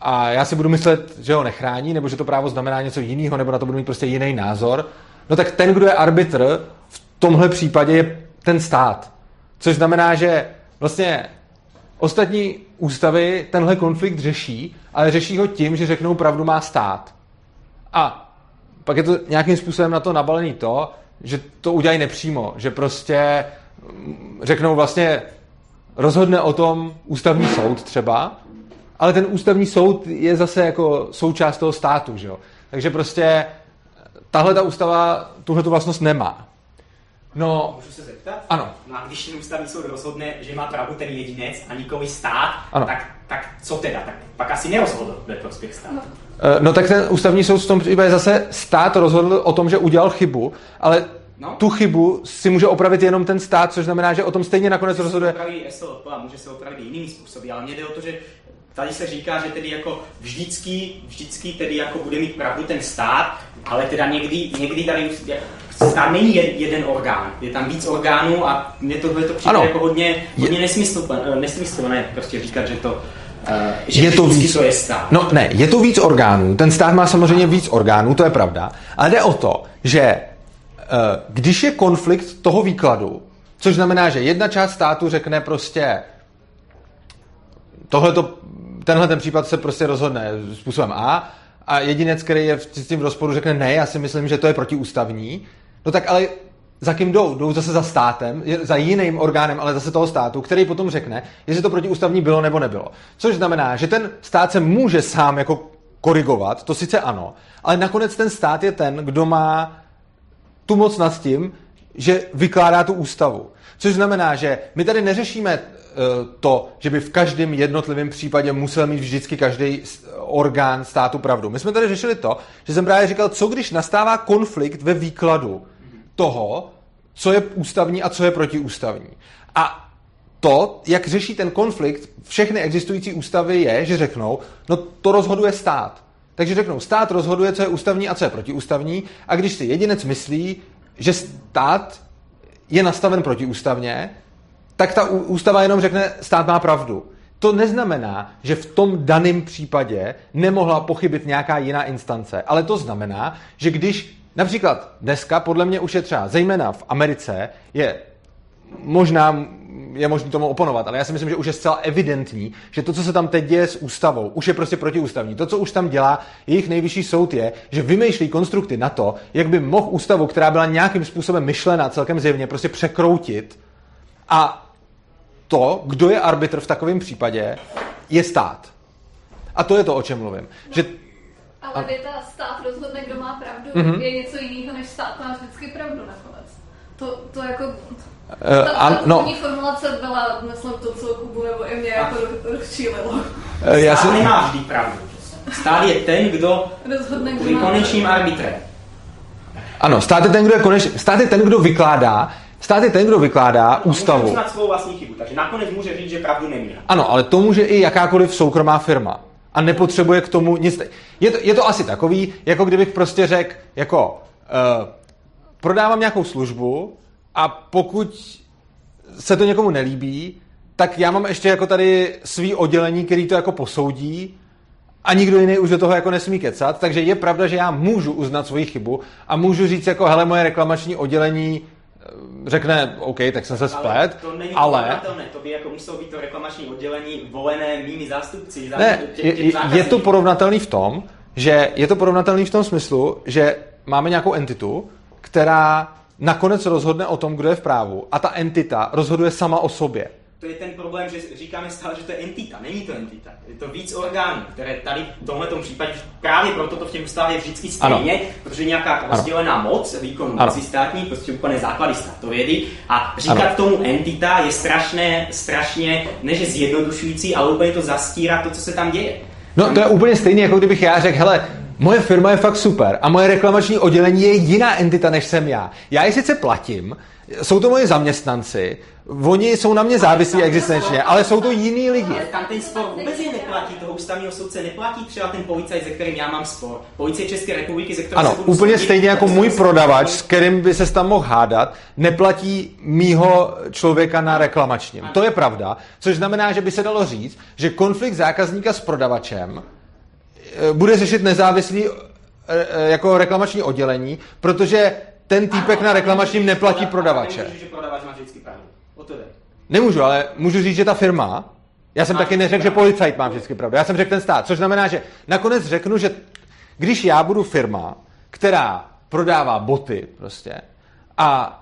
a já si budu myslet, že ho nechrání, nebo že to právo znamená něco jiného, nebo na to budu mít prostě jiný názor, no tak ten, kdo je arbitr, v tomhle případě je ten stát. Což znamená, že vlastně ostatní ústavy tenhle konflikt řeší, ale řeší ho tím, že řeknou, pravdu má stát. A pak je to nějakým způsobem na to nabalený to, že to udělají nepřímo, že prostě řeknou vlastně rozhodne o tom ústavní soud třeba, ale ten ústavní soud je zase jako součást toho státu, že jo. Takže prostě tahle ta ústava tuhletu vlastnost nemá. No, můžu se zeptat? Ano. No a když ten ústavní soud rozhodne, že má pravdu ten jedinec a nikoli stát, ano. tak, tak co teda? Tak pak asi nerozhodl ve prospěch státu. No tak ten ústavní soud v tom případě zase stát rozhodl o tom, že udělal chybu, ale no? tu chybu si může opravit jenom ten stát, což znamená, že o tom stejně nakonec rozhoduje. Může se opravit S L P a může se opravit jinými způsoby, ale mně jde o to, že tady se říká, že tedy jako vždycky, vždycky tedy jako bude mít pravdu ten stát, ale teda někdy, někdy tady stát není jeden orgán, je tam víc orgánů a mně tohle to přijde jako hodně, hodně nesmyslné prostě říkat, že to že je to víc, to je stát. No ne, je to víc orgánů, ten stát má samozřejmě víc orgánů, to je pravda, ale jde o to, že když je konflikt toho výkladu, což znamená, že jedna část státu řekne prostě tohleto, tenhle ten případ se prostě rozhodne způsobem A a jedinec, který je s tím v rozporu, řekne ne, já si myslím, že to je protiústavní, no tak ale za kým jdou? Jdou zase za státem, za jiným orgánem, ale zase toho státu, který potom řekne, jestli to protiústavní bylo nebo nebylo. Což znamená, že ten stát se může sám jako korigovat, to sice ano, ale nakonec ten stát je ten, kdo má tu moc nad tím, že vykládá tu ústavu. Což znamená, že my tady neřešíme to, že by v každém jednotlivém případě musel mít vždycky každý orgán státu pravdu. My jsme tady řešili to, že jsem právě říkal, co když nastává konflikt ve výkladu toho, co je ústavní a co je protiústavní. A to, jak řeší ten konflikt, všechny existující ústavy je, že řeknou, no to rozhoduje stát. Takže řeknou, stát rozhoduje, co je ústavní a co je protiústavní, a když si jedinec myslí, že stát je nastaven protiústavně, tak ta ústava jenom řekne, stát má pravdu. To neznamená, že v tom daném případě nemohla pochybit nějaká jiná instance, ale to znamená, že když například dneska, podle mě už je třeba, zejména v Americe, je možná, je možné tomu oponovat, ale já si myslím, že už je zcela evidentní, že to, co se tam teď děje s ústavou, už je prostě protiústavní. To, co už tam dělá jejich nejvyšší soud, je, že vymýšlí konstrukty na to, jak by mohl ústavu, která byla nějakým způsobem myšlena celkem zjevně, prostě překroutit. A to, kdo je arbitr v takovém případě, je stát. A to je to, o čem mluvím. No, že... Ale věta stát rozhodne, kdo má pravdu, mm-hmm. je něco jiného, než stát má vždycky pravdu nakonec. To, to jako... Ta, ta uh, no. formulace byla, myslím, to, co Kubu nebo i mě jako rozčílilo. Uh, já stát si... nemá vždy pravdu. Stát je ten, kdo rozhodne, kdo je konečným arbitrem. Ano, stát je ten, kdo je koneč... stát je ten, kdo vykládá Stát je ten, kdo vykládá no, ústavu. Může uznat svou vlastní chybu, takže nakonec může říct, že pravdu neměl. Ano, ale to může i jakákoliv soukromá firma. A nepotřebuje k tomu nic. Je to, je to asi takový, jako kdybych prostě řekl, jako uh, prodávám nějakou službu a pokud se to někomu nelíbí, tak já mám ještě jako tady svý oddělení, který to jako posoudí a nikdo jiný už do toho jako nesmí kecat, takže je pravda, že já můžu uznat svoji chybu a můžu říct jako hele, moje reklamační oddělení řekne, OK, tak jsem se splet, ale... To není ale... to by jako muselo být to reklamační oddělení volené mými zástupci. Ne, tě, tě, je, je to porovnatelný v tom, že je to porovnatelný v tom smyslu, že máme nějakou entitu, která nakonec rozhodne o tom, kdo je v právu a ta entita rozhoduje sama o sobě. To je ten problém, že říkáme stále, že to je entita. Není to entita. Je to víc orgánů, které tady v tomhletom případě právě proto to v těch ústavách je vždycky stejně, ano. Protože nějaká rozdělená moc výkonu mezi státní, prostě úplně základy státovědy a říkat ano. tomu entita je strašné, strašně, než zjednodušující, ale úplně to zastírá to, co se tam děje. No to je úplně stejné, jako kdybych já řekl, hele, moje firma je fakt super a moje reklamační oddělení je jiná entita, než jsem já. Já je sice platím, jsou to moji zaměstnanci, oni jsou na mě závislí existenčně, ale jsou to jiní lidi. Ale tam ten spor vůbec je neplatí, toho ústavního soudce neplatí třeba ten policajt, se kterým já mám spor. Policie České republiky, ze kterou ano, se budu úplně soudit, stejně jako můj prodavač, s kterým by ses tam mohl hádat, neplatí mýho člověka na reklamačním. To je pravda, což znamená, že by se dalo říct, že konflikt zákazníka s prodavačem bude řešit nezávislý jako reklamační oddělení, protože ten týpek na reklamačním neplatí prodavače. Nemůžu, že prodavač má vždycky pravdu. O to jde. Nemůžu, ale můžu říct, že ta firma, já jsem taky neřekl, že policajt má vždycky pravdu, já jsem řekl ten stát, což znamená, že nakonec řeknu, že když já budu firma, která prodává boty prostě a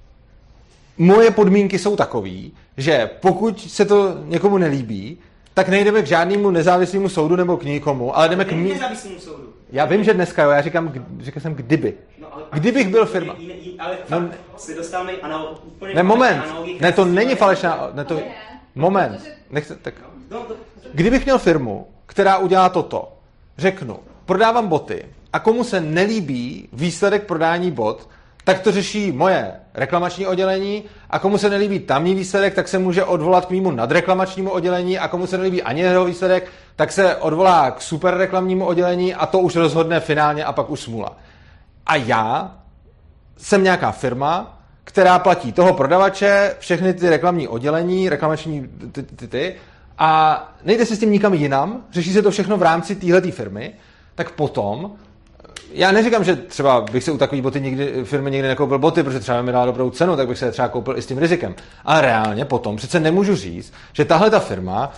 moje podmínky jsou takový, že pokud se to někomu nelíbí, tak nejdeme k žádnému nezávislému soudu nebo k nikomu, ale jdeme k mý... nezávislému soudu. Já vím, že dneska, jo, já říkám, říkal jsem kdyby. No, ale Kdybych byl firma. Jiný, jiný, ale no, fakt si dostáváme anal, úplně ne, moment. analogii, Ne, to není falešná... Ne, to, moment. Nechce, tak. Kdybych měl firmu, která udělá toto, řeknu, prodávám boty a komu se nelíbí výsledek prodání bot, tak to řeší moje reklamační oddělení a komu se nelíbí tamní výsledek, tak se může odvolat k mému nadreklamačnímu oddělení a komu se nelíbí ani jeho výsledek, tak se odvolá k superreklamnímu oddělení a to už rozhodne finálně a pak už smůla. A já jsem nějaká firma, která platí toho prodavače, všechny ty reklamní oddělení, reklamační ty, ty, ty a nejde se s tím nikam jinam, řeší se to všechno v rámci téhletý firmy, tak potom já neříkám, že třeba bych se u takový boty nikdy, firmy nikdy nekoupil boty, protože třeba mi dala dobrou cenu, tak bych se třeba koupil i s tím rizikem. Ale reálně potom přece nemůžu říct, že tahle ta firma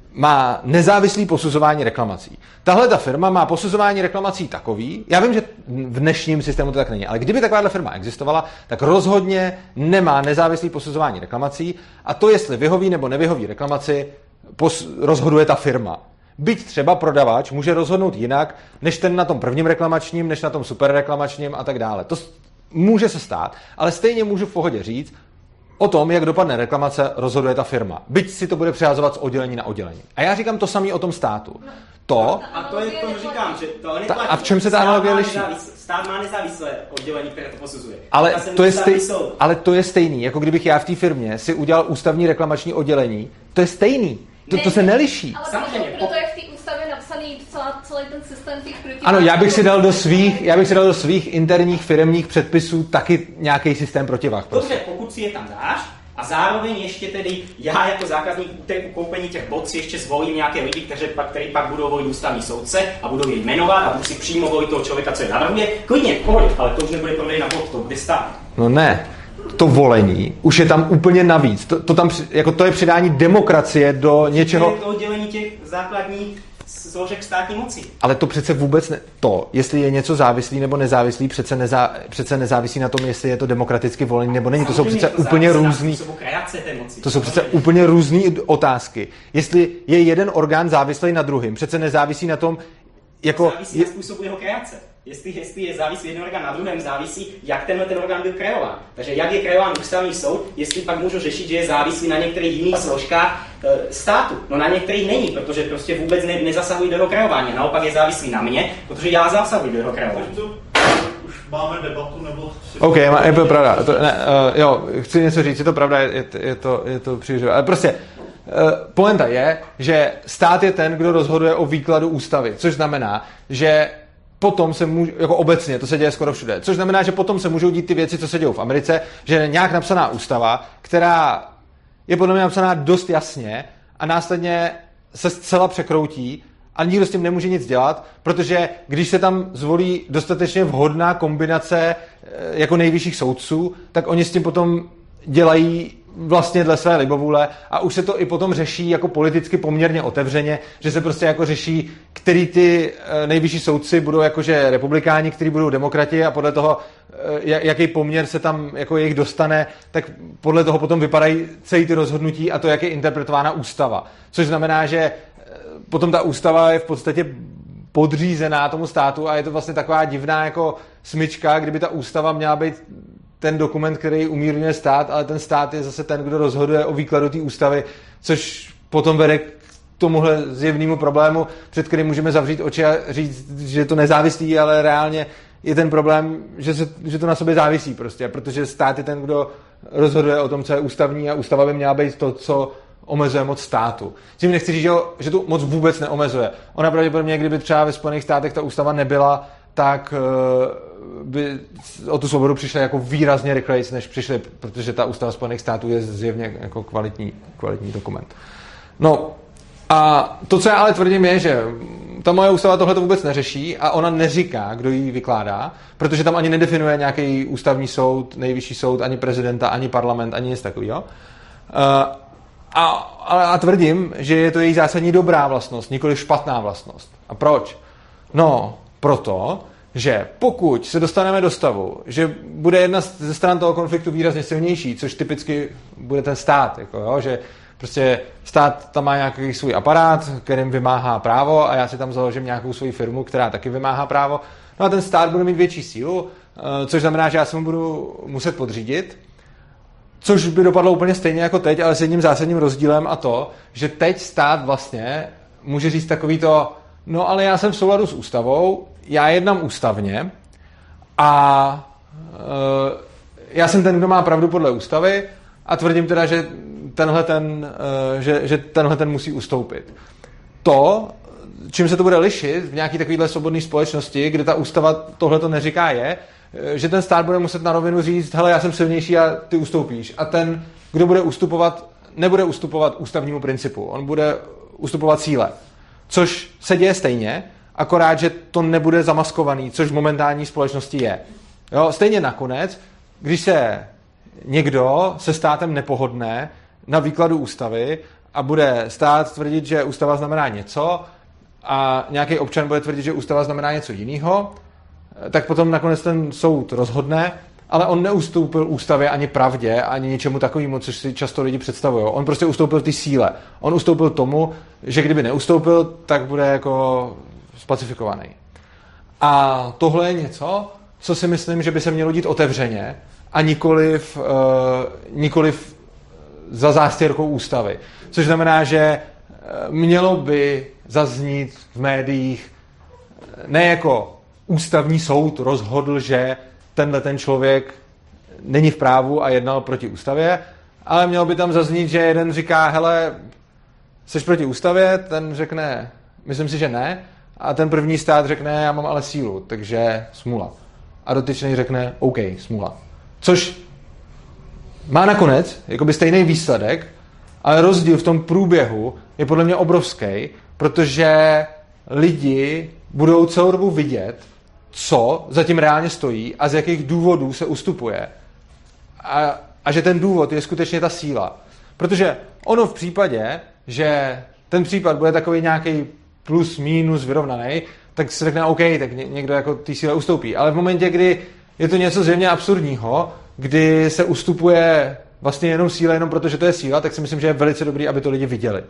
má nezávislý posuzování reklamací. Tahle ta firma má posuzování reklamací takový, já vím, že v dnešním systému to tak není, ale kdyby takováhle firma existovala, tak rozhodně nemá nezávislý posuzování reklamací a to, jestli vyhoví nebo nevyhoví reklamaci, pos- rozhoduje ta firma. Byť třeba prodavač může rozhodnout jinak, než ten na tom prvním reklamačním, než na tom superreklamačním a tak dále. To může se stát, ale stejně můžu v pohodě říct, o tom, jak dopadne reklamace, rozhoduje ta firma. Byť si to bude přehazovat z oddělení na oddělení. A já říkám to samé o tom státu. To... A to je to, říkám, že to neplatí. Ta, a v čem se ta analogie liší? Stát má nezávislé oddělení, které to posuzuje. Ale to, je stej, ale to je stejný, jako kdybych já v té firmě si udělal ústavní reklamační oddělení. To je stejný. To, to se neliší. Ale samozřejmě, proto je v té ústavě napsaný celá, celý ten systém těch protiváží. Ano, já bych si dal do svých, já bych si dal do svých interních firemních předpisů taky nějaký systém protiváh. Dobře, pokud si je tam dáš, a zároveň ještě tedy já jako zákazník u koupení těch bot si ještě zvolím nějaké lidi, kteří pak, který pak budou volit ústavní soudce a budou je jmenovat a budu si přímo volit toho člověka, co je navrhuje. Klidně, pohodě, ale to už nebude prodej na bot, to bude stát. No ne, to volení už je tam úplně navíc. To, to, tam, jako to je přidání demokracie do něčeho... To oddělení těch základních složek státní moci. Ale to přece vůbec ne... To, jestli je něco závislý nebo nezávislý, přece, nezá... přece nezávisí na tom, jestli je to demokraticky volený nebo není. To jsou přece to úplně různý... To jsou přece úplně různý otázky. Jestli je jeden orgán závislý na druhým, přece nezávisí na tom, jako... Závisí na způsobu jeho kreace. Jestli, jestli je závislý jeden orgán na druhém, závisí, jak tenhle ten orgán byl kreován. Takže jak je kreován ústavní soud, jestli pak můžu řešit, že je závislý na některých jiných složkách e, státu. No na některých není, protože prostě vůbec ne, nezasahují do jeho kreování. Naopak je závislý na mě, protože já zasahuji do jeho kreování. Už máme debatu, nebo... OK, má, je to pravda. To, ne, uh, jo, chci něco říct, je to pravda, je, je to, je to příliš... Ale prostě... Uh, pointa je, že stát je ten, kdo rozhoduje o výkladu ústavy, což znamená, že potom se může, jako obecně, to se děje skoro všude, což znamená, že potom se můžou dít ty věci, co se dějou v Americe, že je nějak napsaná ústava, která je podle mě napsaná dost jasně a následně se zcela překroutí a nikdo s tím nemůže nic dělat, protože když se tam zvolí dostatečně vhodná kombinace jako nejvyšších soudců, tak oni s tím potom dělají vlastně dle své libovůle a už se to i potom řeší jako politicky poměrně otevřeně, že se prostě jako řeší, který ty nejvyšší soudci budou jakože republikáni, který budou demokrati a podle toho, jaký poměr se tam jako jejich dostane, tak podle toho potom vypadají celý ty rozhodnutí a to, jak je interpretována ústava. Což znamená, že potom ta ústava je v podstatě podřízená tomu státu a je to vlastně taková divná jako smyčka, kdyby ta ústava měla být ten dokument, který umírňuje stát, ale ten stát je zase ten, kdo rozhoduje o výkladu té ústavy, což potom vede k tomuhle zjevnému problému, před kterým můžeme zavřít oči a říct, že je to nezávislý, ale reálně je ten problém, že, se, že to na sobě závisí prostě, protože stát je ten, kdo rozhoduje o tom, co je ústavní a ústava by měla být to, co omezuje moc státu. Tím nechci říct, že tu moc vůbec neomezuje. Ona pravděpodobně, kdyby třeba ve Spojených státech ta ústava nebyla, tak by o tu svobodu přišli jako výrazně rychleji, než přišli, protože ta ústava Spojených států je zjevně jako kvalitní, kvalitní dokument. No a to, co já ale tvrdím, je, že ta moje ústava tohle to vůbec neřeší a ona neříká, kdo ji vykládá, protože tam ani nedefinuje nějaký ústavní soud, nejvyšší soud, ani prezidenta, ani parlament, ani nic takového. A, a, a tvrdím, že je to její zásadní dobrá vlastnost, nikoli špatná vlastnost. A proč? No, proto, že pokud se dostaneme do stavu, že bude jedna ze stran toho konfliktu výrazně silnější, což typicky bude ten stát, jako jo, že prostě stát tam má nějaký svůj aparát, kterým vymáhá právo a já si tam založím nějakou svoji firmu, která taky vymáhá právo. No a ten stát bude mít větší sílu, což znamená, že já se mu budu muset podřídit, což by dopadlo úplně stejně jako teď, ale s jedním zásadním rozdílem a to, že teď stát vlastně může říct takový to, no ale já jsem v souladu s ústavou, já jednám ústavně a e, já jsem ten, kdo má pravdu podle ústavy a tvrdím teda, že tenhle ten, e, že, že tenhle ten musí ustoupit. To, čím se to bude lišit v nějaký takovýhle svobodné společnosti, kde ta ústava tohle to neříká, je, že ten stát bude muset na rovinu říct, hele, já jsem silnější a ty ustoupíš. A ten, kdo bude ustupovat, nebude ustupovat ústavnímu principu. On bude ustupovat síle. Což se děje stejně, akorát, že to nebude zamaskovaný, což v momentální společnosti je. Jo, stejně nakonec, když se někdo se státem nepohodne na výkladu ústavy a bude stát tvrdit, že ústava znamená něco a nějaký občan bude tvrdit, že ústava znamená něco jiného, tak potom nakonec ten soud rozhodne, ale on neustoupil ústavě ani pravdě, ani něčemu takovému, což si často lidi představují. On prostě ustoupil té síle. On ustoupil tomu, že kdyby neustoupil, tak bude jako spacifikovaný. A tohle je něco, co si myslím, že by se mělo dít otevřeně a nikoliv, uh, nikoliv za zástěrkou ústavy. Což znamená, že mělo by zaznít v médiích ne jako ústavní soud rozhodl, že tenhle ten člověk není v právu a jednal proti ústavě, ale mělo by tam zaznít, že jeden říká, hele, jsi proti ústavě, ten řekne, myslím si, že ne, a ten první stát řekne, já mám ale sílu, takže smůla. A dotyčný řekne, OK, smůla. Což má nakonec jakoby stejný výsledek, ale rozdíl v tom průběhu je podle mě obrovský, protože lidi budou celou dobu vidět, co zatím reálně stojí a z jakých důvodů se ustupuje. A, a že ten důvod je skutečně ta síla. Protože ono v případě, že ten případ bude takový nějaký plus, minus vyrovnaný, tak se řekne OK, tak někdo jako té síle ustoupí. Ale v momentě, kdy je to něco zjevně absurdního, kdy se ustupuje vlastně jenom síle, jenom protože to je síla, tak si myslím, že je velice dobrý, aby to lidi viděli.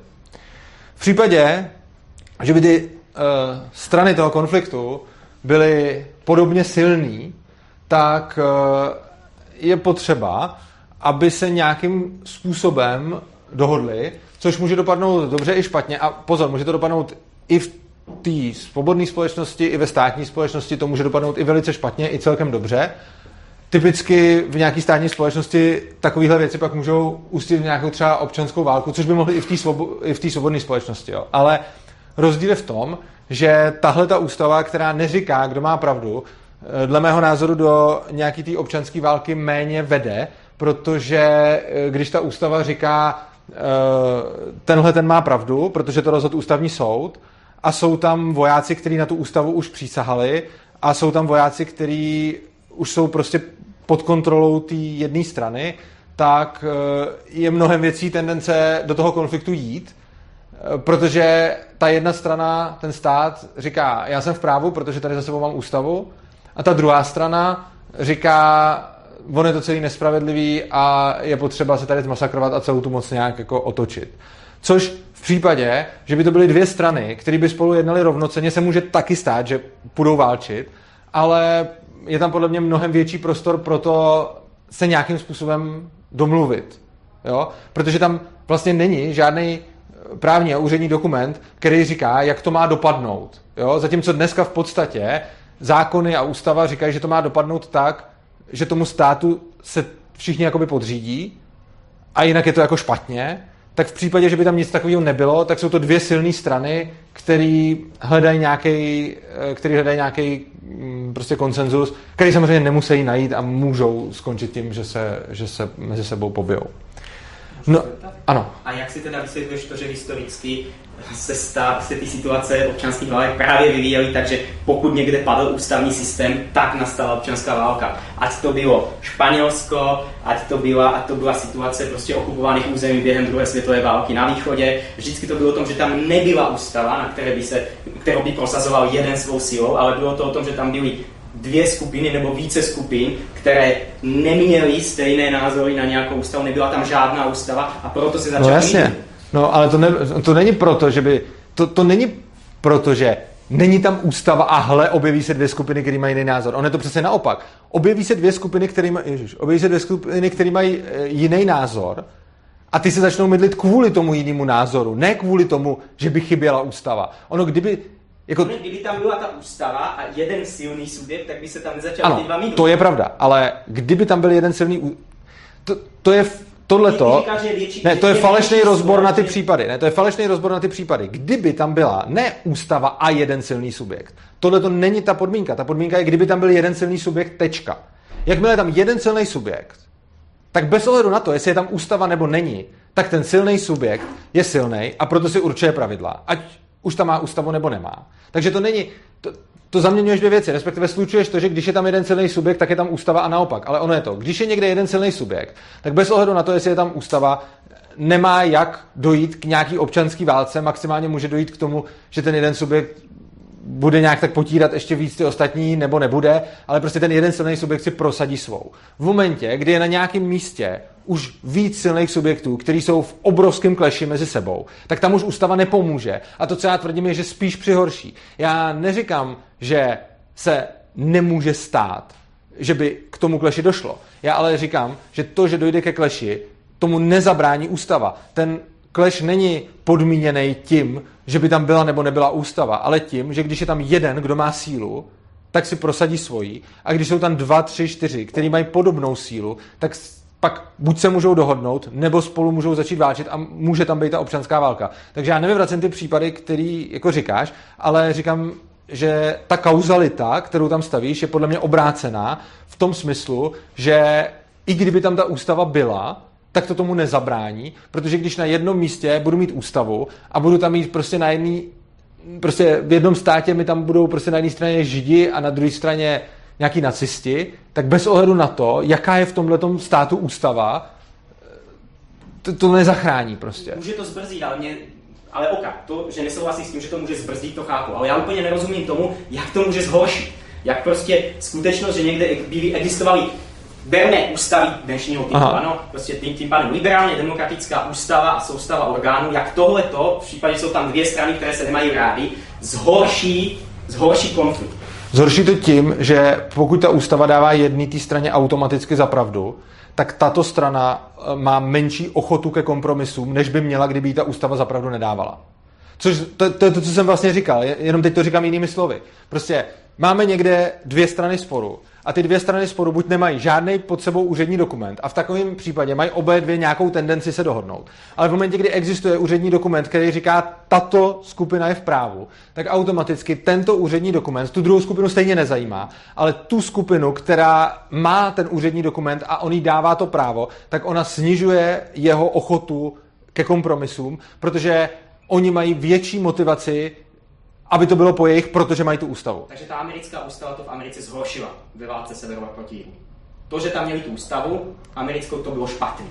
V případě, že by ty uh, strany toho konfliktu byly podobně silný, tak uh, je potřeba, aby se nějakým způsobem dohodli, což může dopadnout dobře i špatně. A pozor, může to dopadnout i v té svobodné společnosti, i ve státní společnosti, to může dopadnout i velice špatně, i celkem dobře. Typicky v nějaké státní společnosti takovéhle věci pak můžou ústit v nějakou třeba občanskou válku, což by mohly i v té svobo- i v té svobodné společnosti. Jo. Ale rozdíl je v tom, že tahle ta ústava, která neříká, kdo má pravdu, dle mého názoru do nějaký té občanské války méně vede, protože když ta ústava říká, tenhle ten má pravdu, protože to rozhodl ústavní soud, a jsou tam vojáci, kteří na tu ústavu už přísahali, a jsou tam vojáci, kteří už jsou prostě pod kontrolou té jedné strany, tak je mnohem věcí tendence do toho konfliktu jít, protože ta jedna strana, ten stát, říká, já jsem v právu, protože tady za sebou mám ústavu, a ta druhá strana říká, on je to celý nespravedlivý a je potřeba se tady zmasakrovat a celou tu moc nějak jako otočit. Což v případě, že by to byly dvě strany, které by spolu jednaly rovnocenně, se může taky stát, že půjdou válčit, ale je tam podle mě mnohem větší prostor pro to se nějakým způsobem domluvit. Jo? Protože tam vlastně není žádný právní a úřední dokument, který říká, jak to má dopadnout. Jo? Zatímco dneska v podstatě zákony a ústava říkají, že to má dopadnout tak, že tomu státu se všichni jakoby podřídí a jinak je to jako špatně, tak v případě, že by tam nic takového nebylo, tak jsou to dvě silné strany, které hledají nějaký, který hledají nějaký prostě konsenzus, který samozřejmě nemusí najít a můžou skončit tím, že se, že se mezi sebou pobijou. No, ano. A jak si teda vysvětluješ to, že historicky se, stá, se ty situace občanských válek právě vyvíjely, takže pokud někde padl ústavní systém, tak nastala občanská válka. Ať to bylo Španělsko, ať to byla, ať to byla situace prostě okupovaných území během druhé světové války na východě. Vždycky to bylo o tom, že tam nebyla ústava, na které by se, kterou by prosazoval jeden svou silou, ale bylo to o tom, že tam byly dvě skupiny nebo více skupin, které neměly stejné názory na nějakou ústavu, nebyla tam žádná ústava a proto se začaly... No jasně, no ale to, ne, to není proto, že by... To, to není proto, že není tam ústava a hle, objeví se dvě skupiny, které mají jiný názor. On je to přesně naopak. Objeví se dvě skupiny, které mají, ježiš, objeví se dvě skupiny, které mají jiný názor a ty se začnou mydlit kvůli tomu jinému názoru, ne kvůli tomu, že by chyběla ústava. Ono, kdyby... Jako... Kdyby tam byla ta ústava a jeden silný subjekt, tak by se tam nezačaly ty dva mít. To je pravda, ale kdyby tam byl jeden silný... To, to je tohleto... Ne, to je falešný rozbor na ty případy. Ne, to je falešný rozbor na ty případy. Kdyby tam byla ne ústava a jeden silný subjekt. Tohle to není ta podmínka. Ta podmínka je, kdyby tam byl jeden silný subjekt, tečka. Jakmile je tam jeden silný subjekt, tak bez ohledu na to, jestli je tam ústava nebo není, tak ten silný subjekt je silný a proto si určuje pravidla. Ať už tam má ústavu nebo nemá. Takže to není... To, to zaměňuješ dvě věci, respektive slučuješ to, že když je tam jeden silný subjekt, tak je tam ústava a naopak. Ale ono je to, když je někde jeden silný subjekt, tak bez ohledu na to, jestli je tam ústava, nemá jak dojít k nějaký občanský válce, maximálně může dojít k tomu, že ten jeden subjekt bude nějak tak potírat ještě víc ty ostatní, nebo nebude, ale prostě ten jeden silný subjekt si prosadí svou. V momentě, kdy je na nějakém místě už víc silných subjektů, kteří jsou v obrovském kleši mezi sebou, tak tam už ústava nepomůže. A to, co já tvrdím, je, že spíš přihorší. Já neříkám, že se nemůže stát, že by k tomu kleši došlo. Já ale říkám, že to, že dojde ke kleši, tomu nezabrání ústava. Ten kleš není podmíněný tím, že by tam byla nebo nebyla ústava, ale tím, že když je tam jeden, kdo má sílu, tak si prosadí svoji, a když jsou tam dva, tři, čtyři, který mají podobnou sílu, tak pak buď se můžou dohodnout, nebo spolu můžou začít válčit a může tam být ta občanská válka. Takže já nevyvracím ty případy, který jako říkáš, ale říkám, že ta kauzalita, kterou tam stavíš, je podle mě obrácená v tom smyslu, že i kdyby tam ta ústava byla, tak to tomu nezabrání, protože když na jednom místě budu mít ústavu a budu tam mít prostě na jedný, prostě v jednom státě mi tam budou prostě na jedné straně Židi a na druhé straně nějaký nacisti, tak bez ohledu na to, jaká je v tomhletom státu ústava, to, to nezachrání prostě. Může to zbrzdit, ale mě, ale oka, to, že nesouhlasím s tím, že to může zbrzdit, to chápu, ale já úplně nerozumím tomu, jak to může zhoršit. Jak prostě skutečnost, že někde byly, existovaly berné ústavy dnešního typu, ano, prostě tím, tím pádem liberálně demokratická ústava a soustava orgánů, jak tohleto, v případě, že jsou tam dvě strany, které se nemají rády, zhorší, zhorší konflikt. Zhorší to tím, že pokud ta ústava dává jedné té straně automaticky za pravdu, tak tato strana má menší ochotu ke kompromisům, než by měla, kdyby jí ta ústava za pravdu nedávala. Což to, to je to, co jsem vlastně říkal, jenom teď to říkám jinými slovy. Prostě máme někde dvě strany sporu a ty dvě strany sporu buď nemají žádný pod sebou úřední dokument a v takovém případě mají obě dvě nějakou tendenci se dohodnout. Ale v momentě, kdy existuje úřední dokument, který říká, tato skupina je v právu, tak automaticky tento úřední dokument tu druhou skupinu stejně nezajímá, ale tu skupinu, která má ten úřední dokument a on jí dává to právo, tak ona snižuje jeho ochotu ke kompromisům, protože oni mají větší motivaci, aby to bylo po jejich, protože mají tu ústavu. Takže ta americká ústava to v Americe zhoršila ve válce severu a proti jihu. To, že tam měli tu ústavu, americkou, to bylo špatný.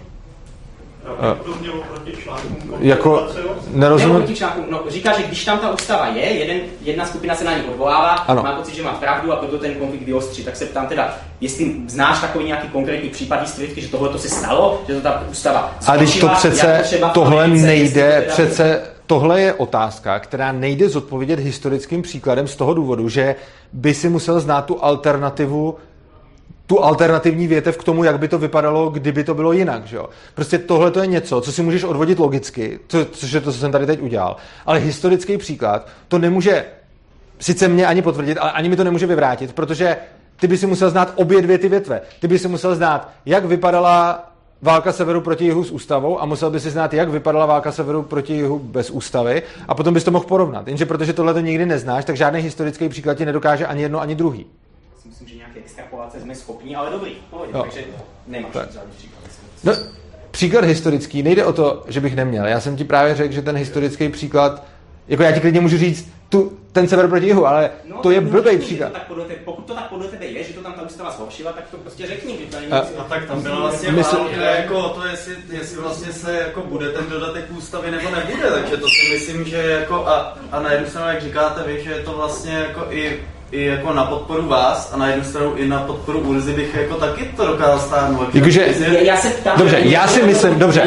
To mělo proti článkům. Jako, nerozumím. Proti článkům, no, říká, že když tam ta ústava je, jeden, jedna skupina se na ní odvolává, ano. Má pocit, že má pravdu a proto ten konflikt vyostří. Tak se ptám teda, jestli znáš takový nějaký konkrétní případ historicky, že tohle to se stalo, že to ta ústava zhoršila. A když to přece, to tohle Americe, nejde, to přece... Tohle je otázka, která nejde zodpovědět historickým příkladem z toho důvodu, že by si musel znát tu alternativu, tu alternativní větev k tomu, jak by to vypadalo, kdyby to bylo jinak. Že jo? Prostě tohle to je něco, co si můžeš odvodit logicky, co, což je to, co jsem tady teď udělal, ale historický příklad to nemůže sice mě ani potvrdit, ale ani mi to nemůže vyvrátit, protože ty by si musel znát obě dvě ty větve. Ty by si musel znát, jak vypadala válka severu proti jihu s ústavou a musel by si znát, jak vypadala válka severu proti jihu bez ústavy a potom bys to mohl porovnat. Jenže protože tohle to nikdy neznáš, tak žádný historický příklad ti nedokáže ani jedno, ani druhý. Myslím, že nějaké extrapolace jsme schopni, ale dobrý, pohodě, takže nemáš tak. žádný příklad. No, příklad historický, nejde o to, že bych neměl. Já jsem ti právě řekl, že ten historický příklad, jako já ti klidně můžu říct, tu, ten sever proti jihu, ale no, to je blbý příklad. To tebe, pokud to tak podle tebe je, že to tam ta ústava zhoršila, tak to prostě řekni. Že to není a, a tak tam bylo vlastně mysl... málo jako o to, jestli, jestli vlastně se jako bude ten dodatek ústavy nebo nebude, takže to si myslím, že jako a, a na jednu stranu, jak říkáte vy, že je to vlastně jako i i jako na podporu vás a na jednu stranu i na podporu Urzy bych jako taky to dokázal stáhnout. Jakože, já se ptám, dobře, já si myslím, dobře.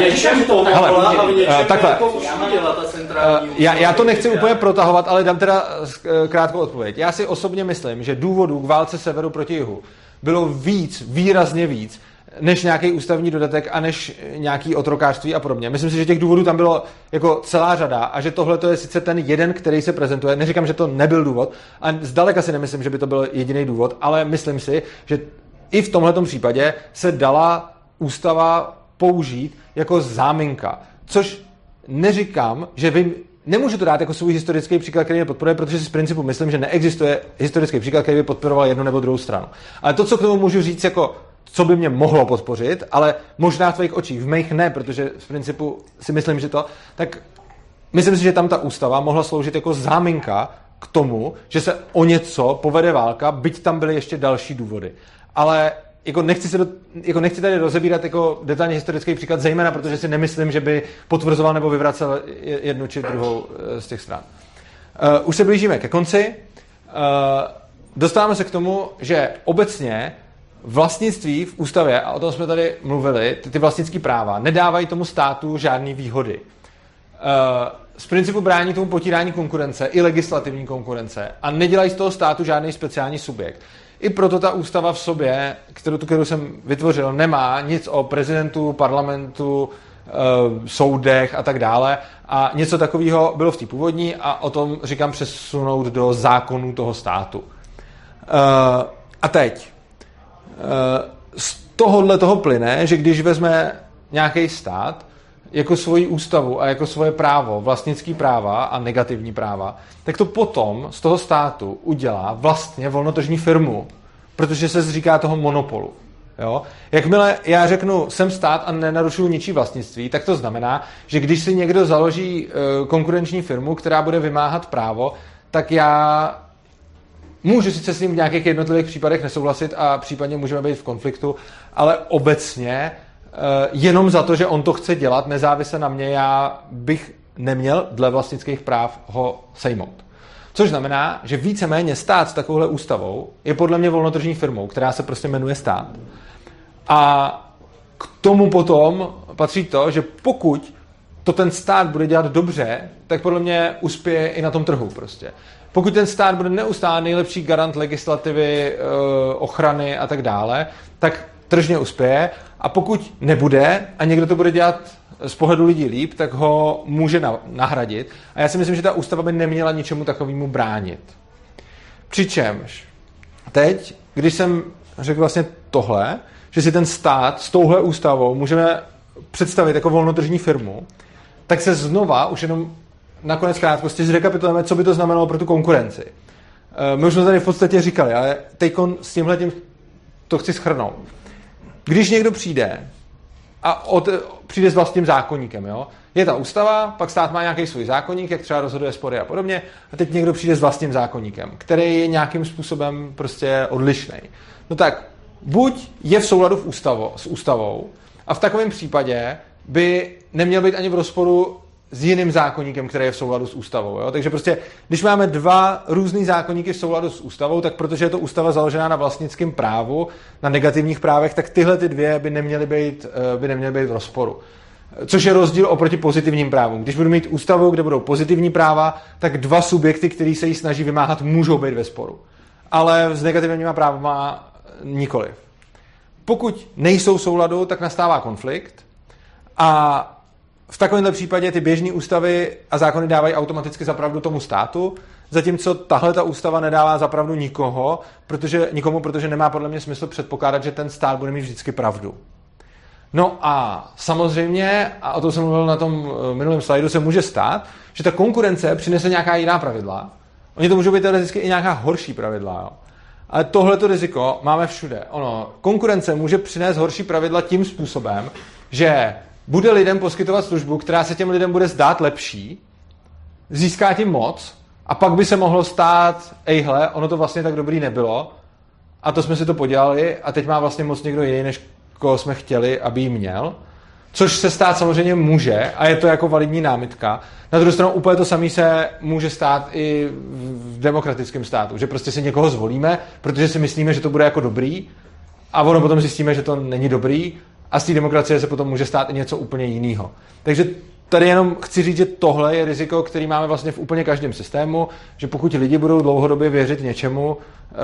Ale, takhle. Jako já, já to nechci úplně protahovat, ale dám teda krátkou odpověď. Já si osobně myslím, že důvodů k válce severu proti jihu bylo víc, výrazně víc, než nějaký ústavní dodatek a než nějaký otrokářství a podobně. Myslím si, že těch důvodů tam bylo jako celá řada a že tohle to je sice ten jeden, který se prezentuje. Neříkám, že to nebyl důvod a zdaleka si nemyslím, že by to byl jediný důvod, ale myslím si, že i v tomhletom případě se dala ústava použít jako záminka. Což neříkám, že vy nemůžu to dát jako svůj historický příklad, který mě podporuje, protože si z principu myslím, že neexistuje historický příklad, který by podporoval jednu nebo druhou stranu. Ale to, co k tomu můžu říct jako co by mě mohlo podpořit, ale možná v tvých očích, v mých ne, protože v principu si myslím, že to, tak myslím si, že tam ta ústava mohla sloužit jako záminka k tomu, že se o něco povede válka, byť tam byly ještě další důvody. Ale jako nechci, se do, jako nechci tady rozebírat jako detailně historický příklad, zejména protože si nemyslím, že by potvrzoval nebo vyvracel jednu či druhou z těch stran. Uh, už se blížíme ke konci. Uh, dostáváme se k tomu, že obecně vlastnictví v ústavě, a o tom jsme tady mluvili, ty, ty vlastnické práva, nedávají tomu státu žádné výhody. Z principu brání tomu potírání konkurence, i legislativní konkurence, a nedělají z toho státu žádný speciální subjekt. I proto ta ústava v sobě, kterou, tu, kterou jsem vytvořil, nemá nic o prezidentu, parlamentu, soudech a tak dále. A něco takového bylo v té původní a o tom říkám přesunout do zákonů toho státu. A teď z tohohle toho plyne, že když vezme nějaký stát jako svoji ústavu a jako svoje právo, vlastnický práva a negativní práva, tak to potom z toho státu udělá vlastně volnotržní firmu, protože se zříká toho monopolu. Jo? Jakmile já řeknu, jsem stát a nenarušuju ničí vlastnictví, tak to znamená, že když si někdo založí konkurenční firmu, která bude vymáhat právo, tak já můžu sice s ním v nějakých jednotlivých případech nesouhlasit a případně můžeme být v konfliktu, ale obecně jenom za to, že on to chce dělat, nezávisle na mě, já bych neměl dle vlastnických práv ho sejmout. Což znamená, že víceméně stát s takovouhle ústavou je podle mě volnotržní firmou, která se prostě jmenuje stát. A k tomu potom patří to, že pokud to ten stát bude dělat dobře, tak podle mě uspěje i na tom trhu prostě. Pokud ten stát bude neustále nejlepší garant legislativy, ochrany a tak dále, tak tržně uspěje, a pokud nebude a někdo to bude dělat z pohledu lidí líp, tak ho může nahradit. A já si myslím, že ta ústava by neměla ničemu takovému bránit. Přičemž teď, když jsem řekl vlastně tohle, že si ten stát s touhle ústavou můžeme představit jako volnotržní firmu, tak se znova už jenom nakonec krátkosti zrekapitulujeme, co by to znamenalo pro tu konkurenci. My už jsme tady v podstatě říkali, ale teďkon s tímhletím to chci shrnout. Když někdo přijde a od, přijde s vlastním zákoníkem, jo? Je ta ústava, pak stát má nějaký svůj zákoník, jak třeba rozhoduje spory a podobně, a teď někdo přijde s vlastním zákoníkem, který je nějakým způsobem prostě odlišný. No tak buď je v souladu v ústavo, s ústavou, a v takovém případě by neměl být ani v rozporu s jiným zákoníkem, který je v souladu s ústavou. Jo? Takže prostě, když máme dva různý zákoníky v souladu s ústavou, tak protože je to ústava založená na vlastnickém právu, na negativních právech, tak tyhle ty dvě by neměly být, by neměly být v rozporu. Což je rozdíl oproti pozitivním právům. Když budu mít ústavu, kde budou pozitivní práva, tak dva subjekty, který se jí snaží vymáhat, můžou být ve sporu. Ale s negativníma právama nikoliv. Pokud nejsou v souladu, tak nastává konflikt a v takovémhle případě ty běžné ústavy a zákony dávají automaticky zapravdu tomu státu, zatímco tahle ta ústava nedává zapravdu nikoho, protože, nikomu, protože nemá podle mě smysl předpokládat, že ten stát bude mít vždycky pravdu. No a samozřejmě, a o tom jsem mluvil na tom minulém slajdu, se může stát, že ta konkurence přinese nějaká jiná pravidla. Oni to můžou být teoreticky i nějaká horší pravidla. Jo. Ale tohleto riziko máme všude. Ono, konkurence může přinést horší pravidla tím způsobem, že bude lidem poskytovat službu, která se těm lidem bude zdát lepší, získá tím moc a pak by se mohlo stát, ejhle, ono to vlastně tak dobrý nebylo a to jsme si to podělali a teď má vlastně moc někdo jiný, než koho jsme chtěli, aby jí měl. Což se stát samozřejmě může a je to jako validní námitka. Na druhou stranu úplně to samé se může stát i v demokratickém státu, že prostě si někoho zvolíme, protože si myslíme, že to bude jako dobrý a ono potom zjistíme, že to není dobrý a z té demokracie se potom může stát i něco úplně jiného. Takže tady jenom chci říct, že tohle je riziko, který máme vlastně v úplně každém systému, že pokud lidi budou dlouhodobě věřit něčemu,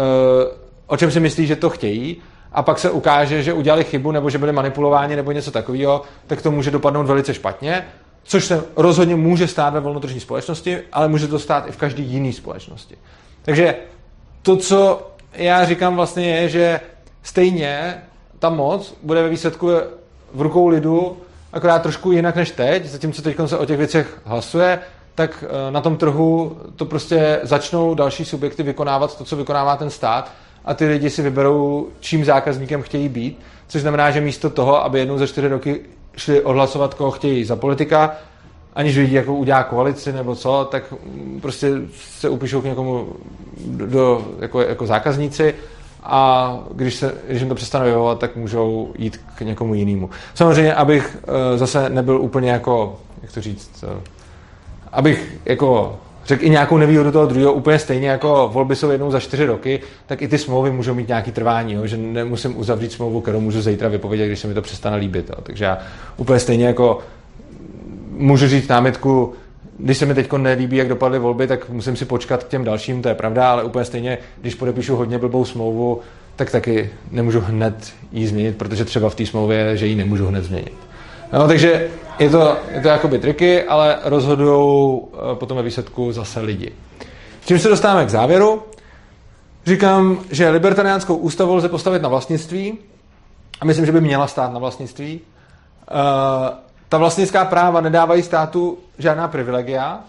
o čem si myslí, že to chtějí, a pak se ukáže, že udělali chybu, nebo že byli manipulováni, nebo něco takového, tak to může dopadnout velice špatně, což se rozhodně může stát ve volnotržní společnosti, ale může to stát i v každé jiné společnosti. Takže to, co já říkám vlastně je, že stejně ta moc bude ve výsledku v rukou lidu, akorát trošku jinak než teď, zatímco teď se o těch věcech hlasuje, tak na tom trhu to prostě začnou další subjekty vykonávat to, co vykonává ten stát, a ty lidi si vyberou, čím zákazníkem chtějí být, což znamená, že místo toho, aby jednou za čtyři roky šli odhlasovat, koho chtějí za politika, aniž vidí, jako udělá koalici nebo co, tak prostě se upíšou k někomu do, jako, jako zákazníci a když, se, když jim to přestane vyhovovat, tak můžou jít k někomu jinému. Samozřejmě, abych zase nebyl úplně jako, jak to říct, abych jako řekl i nějakou nevýhodu toho druhého, úplně stejně jako volby jsou jednou za čtyři roky, tak i ty smlouvy můžou mít nějaký trvání, jo? Že nemusím uzavřít smlouvu, kterou můžu zítra vypovědět, když se mi to přestane líbit. Jo? Takže já úplně stejně jako můžu říct námitku, když se mi teď nelíbí, jak dopadly volby, tak musím si počkat k těm dalším, to je pravda, ale úplně stejně, když podepíšu hodně blbou smlouvu, tak taky nemůžu hned jí změnit, protože třeba v té smlouvě, že ji nemůžu hned změnit. No, takže je to, je to jakoby triky, ale rozhodují potom ve výsledku zase lidi. Čím se dostáváme k závěru, říkám, že libertariánskou ústavu lze postavit na vlastnictví a myslím, že by měla stát na vlastnictví. Uh, ta vlastnická práva nedávají státu žádná privilegia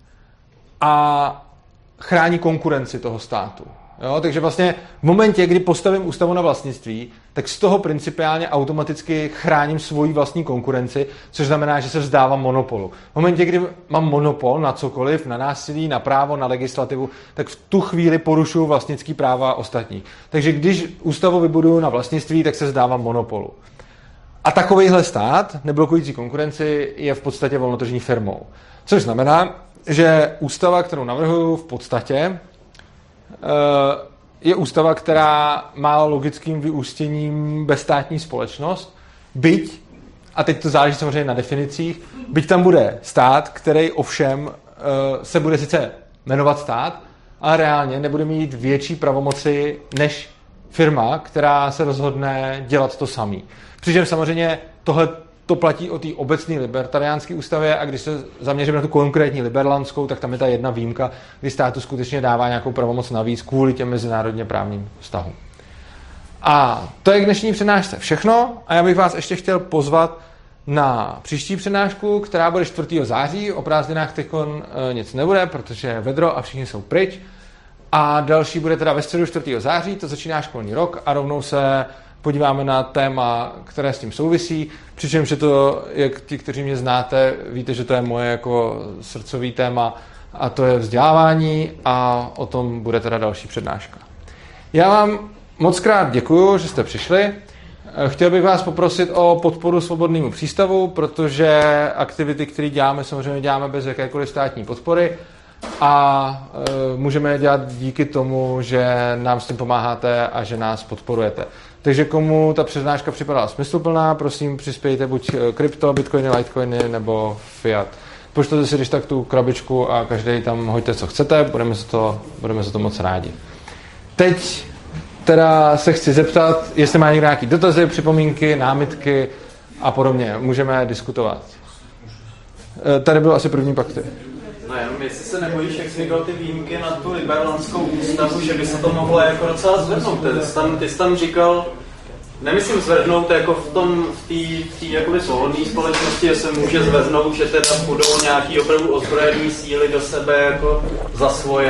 a chrání konkurenci toho státu. Jo, takže vlastně v momentě, kdy postavím ústavu na vlastnictví, tak z toho principiálně automaticky chráním svoji vlastní konkurenci, což znamená, že se vzdávám monopolu. V momentě, kdy mám monopol na cokoliv, na násilí, na právo, na legislativu, tak v tu chvíli porušuju vlastnický práva ostatních. Takže když ústavu vybuduju na vlastnictví, tak se vzdávám monopolu. A takovejhle stát, neblokující konkurenci, je v podstatě volnotržní firmou. Což znamená, že ústava, kterou navrhuju, v podstatě je ústava, která má logickým vyústěním bezstátní společnost, byť, a teď to záleží samozřejmě na definicích, byť tam bude stát, který ovšem se bude sice jmenovat stát, ale reálně nebude mít větší pravomoci než firma, která se rozhodne dělat to samý. Přičemž samozřejmě tohle to platí o té obecné libertariánské ústavě a když se zaměříme na tu konkrétní liberlandskou, tak tam je ta jedna výjimka, kdy státu skutečně dává nějakou pravomoc navíc kvůli těm mezinárodně právním vztahům. A to je k dnešní přednášce všechno a já bych vás ještě chtěl pozvat na příští přednášku, která bude čtvrtého září. O prázdninách teďkon nic nebude, protože je vedro a všichni jsou pryč. A další bude teda ve středu čtvrtého září, to začíná školní rok a rovnou se podíváme na téma, které s tím souvisí, přičemž je to, jak ti, kteří mě znáte, víte, že to je moje jako srdcový téma a to je vzdělávání a o tom bude teda další přednáška. Já vám moc krát děkuju, že jste přišli. Chtěl bych vás poprosit o podporu Svobodnému přístavu, protože aktivity, které děláme, samozřejmě děláme bez jakékoliv státní podpory a e, můžeme je dělat díky tomu, že nám s tím pomáháte a že nás podporujete. Takže komu ta přednáška připadala smysluplná, prosím přispějte buď krypto, bitcoiny, litecoiny nebo fiat. Pošlete si když tak tu krabičku a každý tam hoďte, co chcete, budeme se to, budeme se to moc rádi. Teď teda se chci zeptat, jestli má někdo nějaký dotazy, připomínky, námitky a podobně. Můžeme diskutovat. Tady byl asi první pak ty. No jenom jestli se nebojíš, jak jsi říkal ty výjimky na tu liberlandskou ústavu, že by se to mohlo jako docela zvednout. Ty jsi tam, ty jsi tam říkal, nemyslím zvednout jako v tom, v té jakoby svobodné společnosti, že se může zvednout, že teda budou nějaký opravdu ozbrojený síly do sebe jako za svoje,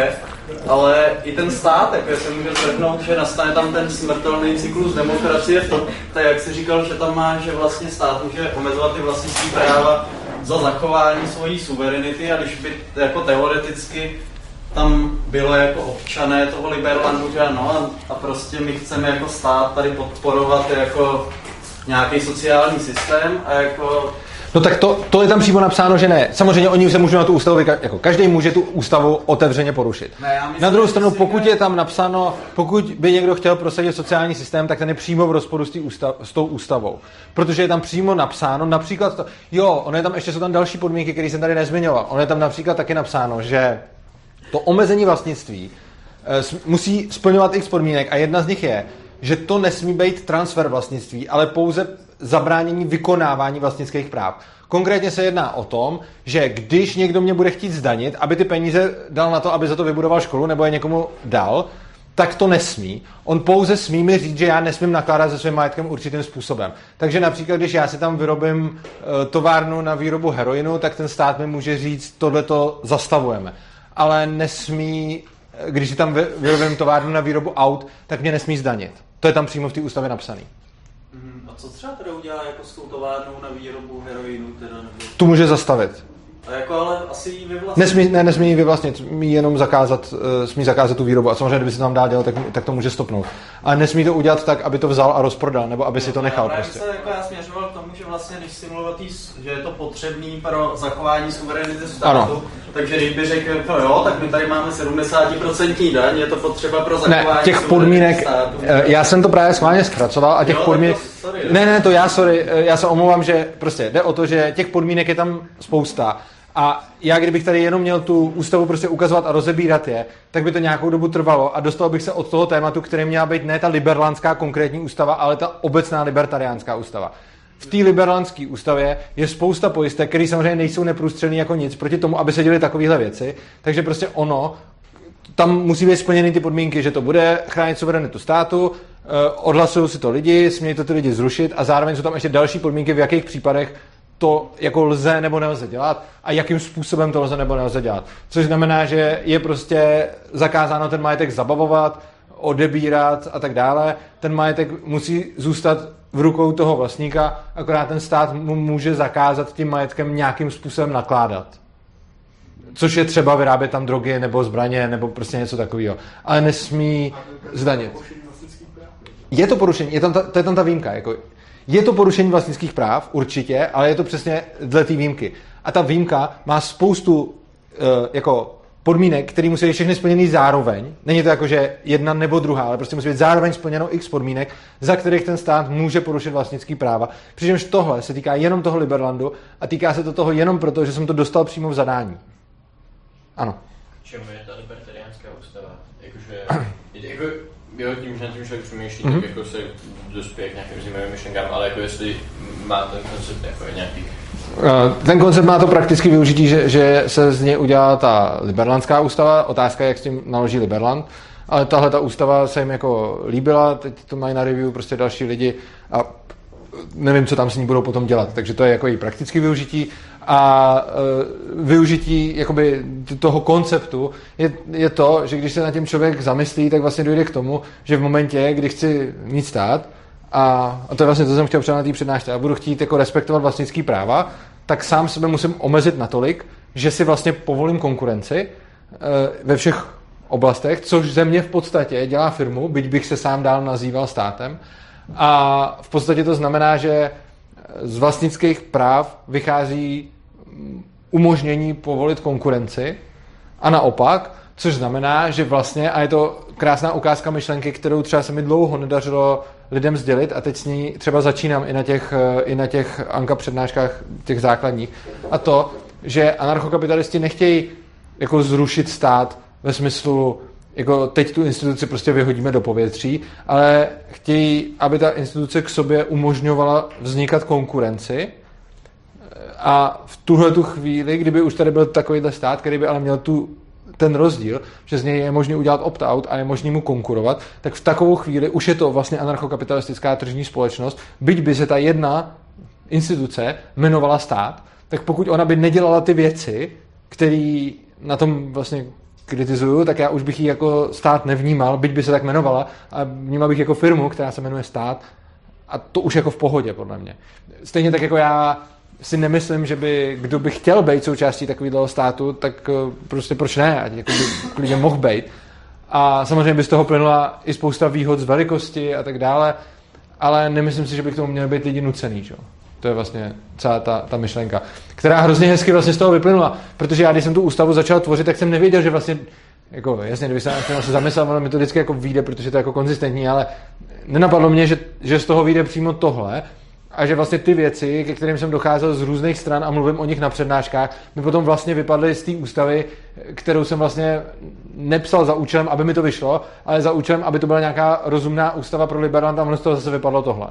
ale i ten stát jako se může zvrhnout, že nastane tam ten smrtelný cyklus demokracie v tom, tak jak jsi říkal, že tam má, že vlastně stát může omezovat ty vlastnické práva za zachování svojí suverenity a když by jako teoreticky tam bylo jako občané toho Liberlandu, že ano, a prostě my chceme jako stát tady podporovat jako nějaký sociální systém a jako... No tak to, to je tam přímo napsáno, že ne. Samozřejmě oni se můžou na tu ústavu vyka- jako každý může tu ústavu otevřeně porušit. Ne, myslím, na druhou stranu, si, pokud že... je tam napsáno, pokud by někdo chtěl prosadit sociální systém, tak ten je přímo v rozporu s, ústav, s tou ústavou. Protože je tam přímo napsáno, například, to, jo, ono je tam, ještě jsou tam další podmínky, které jsem tady nezmiňoval. Ono je tam například taky napsáno, že to omezení vlastnictví e, musí splňovat x podmínek a jedna z nich je, že to nesmí být transfer vlastnictví, ale pouze zabránění vykonávání vlastnických práv. Konkrétně se jedná o tom, že když někdo mě bude chtít zdanit, aby ty peníze dal na to, aby za to vybudoval školu nebo je někomu dal, tak to nesmí. On pouze smí mi říct, že já nesmím nakládat se svým majetkem určitým způsobem. Takže například, když já si tam vyrobím uh, továrnu na výrobu heroinu, tak ten stát mi může říct, tohleto zastavujeme. Ale nesmí, když si tam vyrobím továrnu na výrobu aut, tak mě nesmí zdanit. To je tam přímo v té ústavě napsaný. A co třeba teda udělá jako s tou továrnou na výrobu heroinu? Teda, nebo... Tu může zastavit. A jako ale asi ji vyvlastnit? Nesmí, ne, nesmí ji vyvlastnit, smí jenom zakázat, uh, smí zakázat tu výrobu a samozřejmě, kdyby se tam dál dělat, tak, tak to může stopnout. Ale nesmí to udělat tak, aby to vzal a rozprodal, nebo aby no, si to nechal já prostě. Se, jako já směřoval k tomu, že vlastně, když si mluvil, že je to potřebný pro zachování suverenity státu, ano. Takže když by řekl, no jo, tak my tady máme sedmdesát procent daň, je to potřeba pro zachování ne, těch podmínek, státu. Já jsem to právě schválně zkracoval a těch jo, podmínek... To, sorry, ne, ne, to já, sorry, já se omlouvám, že prostě jde o to, že těch podmínek je tam spousta. A já, kdybych tady jenom měl tu ústavu prostě ukazovat a rozebírat je, tak by to nějakou dobu trvalo a dostal bych se od toho tématu, který měla být ne ta liberlandská konkrétní ústava, ale ta obecná libertariánská ústava. V té liberlandské ústavě je spousta pojistek, které samozřejmě nejsou neprůstřelný jako nic proti tomu, aby se děly takovéhle věci, takže prostě ono, tam musí být splněny ty podmínky, že to bude chránit suverenitu státu, odhlasují si to lidi, smějí to ty lidi zrušit a zároveň jsou tam ještě další podmínky, v jakých případech to jako lze nebo nelze dělat a jakým způsobem to lze nebo nelze dělat. Což znamená, že je prostě zakázáno ten majetek zabavovat, odebírat a tak dále. Ten majetek musí zůstat v rukou toho vlastníka, akorát ten stát mu může zakázat tím majetkem nějakým způsobem nakládat. Což je třeba vyrábět tam drogy nebo zbraně nebo prostě něco takového. Ale nesmí zdanit. Je to porušení, je tam ta, to je tam ta výjimka. Jako je to porušení vlastnických práv, určitě, ale je to přesně dle té výjimky. A ta výjimka má spoustu uh, jako podmínek, které musí být všechny splněny zároveň. Není to jako, že jedna nebo druhá, ale prostě musí být zároveň splněno x podmínek, za kterých ten stát může porušit vlastnické práva. Přičemž tohle se týká jenom toho Liberlandu a týká se to toho jenom proto, že jsem to dostal přímo v zadání. Ano. Čemu je ta libertariánská ústava? Jakože, jako, jo, tím, že na tím člověk přemýšlí, mm-hmm. tak jako se dospěje k nějakým zajímavým myšlenkám, ale jako jestli má ten koncept jako nějaký... Ten koncept má to prakticky využití, že, že se z něj udělá ta liberlandská ústava, otázka je, jak s tím naloží Liberland, ale tahle ta ústava se jim jako líbila, teď to mají na review prostě další lidi a nevím, co tam s ní budou potom dělat, takže to je jako její praktické využití a uh, využití jakoby toho konceptu je, je to, že když se na tím člověk zamyslí, tak vlastně dojde k tomu, že v momentě, kdy chci mít stát, a, a to je vlastně to, co jsem chtěl předat na té přednášce, a budu chtít jako respektovat vlastnický práva, tak sám sebe musím omezit natolik, že si vlastně povolím konkurenci uh, ve všech oblastech, což ze mě v podstatě dělá firmu, byť bych se sám dál nazýval státem. A v podstatě to znamená, že z vlastnických práv vychází umožnění povolit konkurenci a naopak, což znamená, že vlastně, a je to krásná ukázka myšlenky, kterou třeba se mi dlouho nedařilo lidem sdělit a teď s ní třeba začínám i na těch, i na těch Anka přednáškách těch základních, a to, že anarchokapitalisti nechtějí jako zrušit stát ve smyslu jako teď tu instituci prostě vyhodíme do povětří, ale chtějí, aby ta instituce k sobě umožňovala vznikat konkurenci a v tuhle tu chvíli, kdyby už tady byl takovýhle stát, který by ale měl tu, ten rozdíl, že z něj je možné udělat opt-out a je možné mu konkurovat, tak v takovou chvíli už je to vlastně anarchokapitalistická tržní společnost, byť by se ta jedna instituce jmenovala stát, tak pokud ona by nedělala ty věci, které na tom vlastně kritizuju, tak já už bych ji jako stát nevnímal, byť by se tak jmenovala, a vnímal bych jako firmu, která se jmenuje stát, a to už jako v pohodě, podle mě. Stejně tak jako já si nemyslím, že by kdo by chtěl být součástí takového státu, tak prostě proč ne, ať jako by klidně mohl být. A samozřejmě by z toho plynula i spousta výhod z velikosti a tak dále, ale nemyslím si, že by k tomu měli být lidi nucený, že? To je vlastně celá ta, ta myšlenka, která hrozně hezky vlastně z toho vyplynula, protože já, když jsem tu ústavu začal tvořit, tak jsem nevěděl, že vlastně, jako jasně, kdyby se na se zamyslel, ono mi to vždycky jako vyjde, protože to je jako konzistentní, ale nenapadlo mě, že, že z toho vyjde přímo tohle a že vlastně ty věci, ke kterým jsem docházel z různých stran a mluvím o nich na přednáškách, mi potom vlastně vypadly z té ústavy, kterou jsem vlastně nepsal za účelem, aby mi to vyšlo, ale za účelem, aby to byla nějaká rozumná ústava pro liberanta a ono z toho zase vypadlo tohle.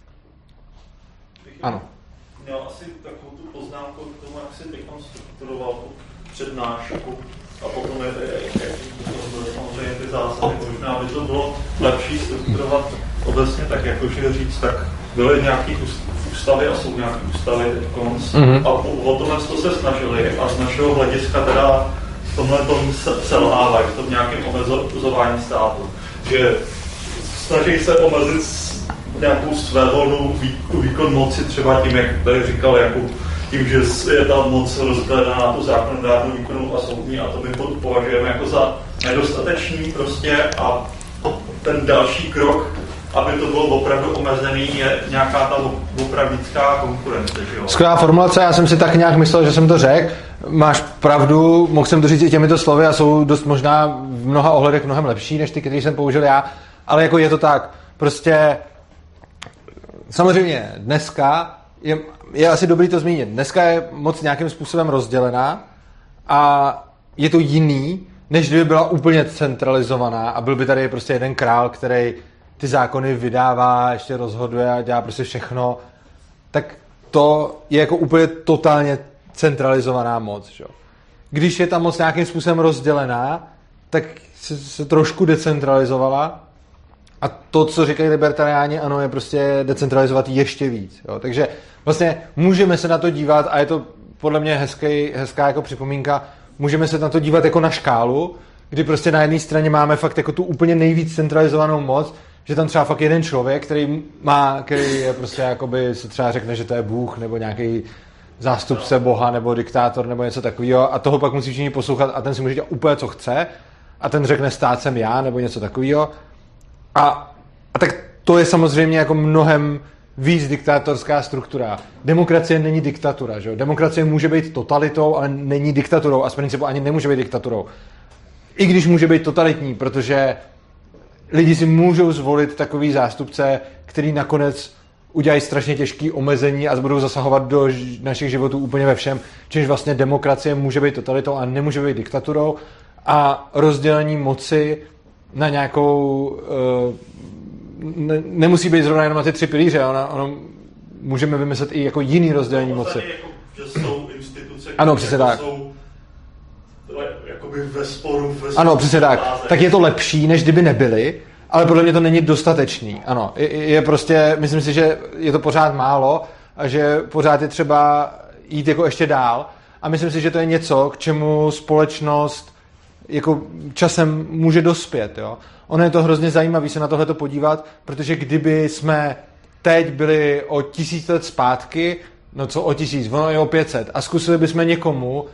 Ano. Měl asi takovou tu poznámku k tomu, jak si teď strukturoval tu přednášku a potom je, samozřejmě ty zásady, možná by to bylo lepší strukturovat obecně tak, jakože říct, tak byly nějaký ústavy a jsou nějaké ústavy konc mm-hmm. a o tohle to se snažili a z našeho hlediska teda v tomhle tom selhávají, v tom nějakém omezování státu, že snaží se omezit nějakou svévolnou výkon moci, třeba tím, jak tady říkal Jakub, tím, že je ta moc rozdělená na tu zákonodárnou, výkonu a soudní a to my považujeme jako za nedostatečný prostě a ten další krok, aby to bylo opravdu omezený, je nějaká ta opravdická konkurence. Skvělá formulace, já jsem si tak nějak myslel, že jsem to řekl. Máš pravdu, mohl jsem to říct i těmito slovy a jsou dost možná v mnoha ohledech mnohem lepší, než ty, který jsem použil já, ale jako je to tak. Prostě samozřejmě dneska je, je asi dobrý to zmínit. Dneska je moc nějakým způsobem rozdělená a je to jiný, než kdyby byla úplně centralizovaná a byl by tady prostě jeden král, který ty zákony vydává, ještě rozhoduje a dělá prostě všechno. Tak to je jako úplně totálně centralizovaná moc. Že? Když je ta moc nějakým způsobem rozdělená, tak se, se trošku decentralizovala. A to, co říkají libertariáni, ano, je prostě decentralizovat ještě víc. Jo? Takže vlastně můžeme se na to dívat, a je to podle mě hezký, hezká jako připomínka, můžeme se na to dívat jako na škálu, kdy prostě na jedné straně máme fakt jako tu úplně nejvíc centralizovanou moc, že tam třeba fakt jeden člověk, který má, který je prostě jakoby se třeba řekne, že to je Bůh, nebo nějaký zástupce Boha, nebo diktátor, nebo něco takového, a toho pak musí všichni poslouchat a ten si může dělat úplně, co chce, a ten řekne stát jsem já, nebo něco takového. A, a tak to je samozřejmě jako mnohem víc diktátorská struktura. Demokracie není diktatura, že jo? Demokracie může být totalitou, ale není diktaturou a z principu ani nemůže být diktaturou. I když může být totalitní, protože lidi si můžou zvolit takový zástupce, který nakonec udělají strašně těžký omezení a budou zasahovat do našich životů úplně ve všem, čímž vlastně demokracie může být totalitou a nemůže být diktaturou a rozdělení moci na nějakou uh, ne, nemusí být zrovna jenom na ty tři pilíře, ono, ono můžeme vymyslet i jako jiný rozdělení no, moci. Jako, že jsou instituce, ano, přesně tak. Jsou jakoby ve sporu, ve sporu. Ano, přesně tak. Lázek. Tak je to lepší, než kdyby nebyly, ale podle mě to není dostatečný. Ano, je, je prostě, myslím si, že je to pořád málo a že pořád je třeba jít jako ještě dál a myslím si, že to je něco, k čemu společnost jako časem může dospět. Jo? Ono je to hrozně zajímavé se na tohleto podívat, protože kdyby jsme teď byli o tisíc let zpátky, no co o tisíc, ono je o pět set, a zkusili bychom někomu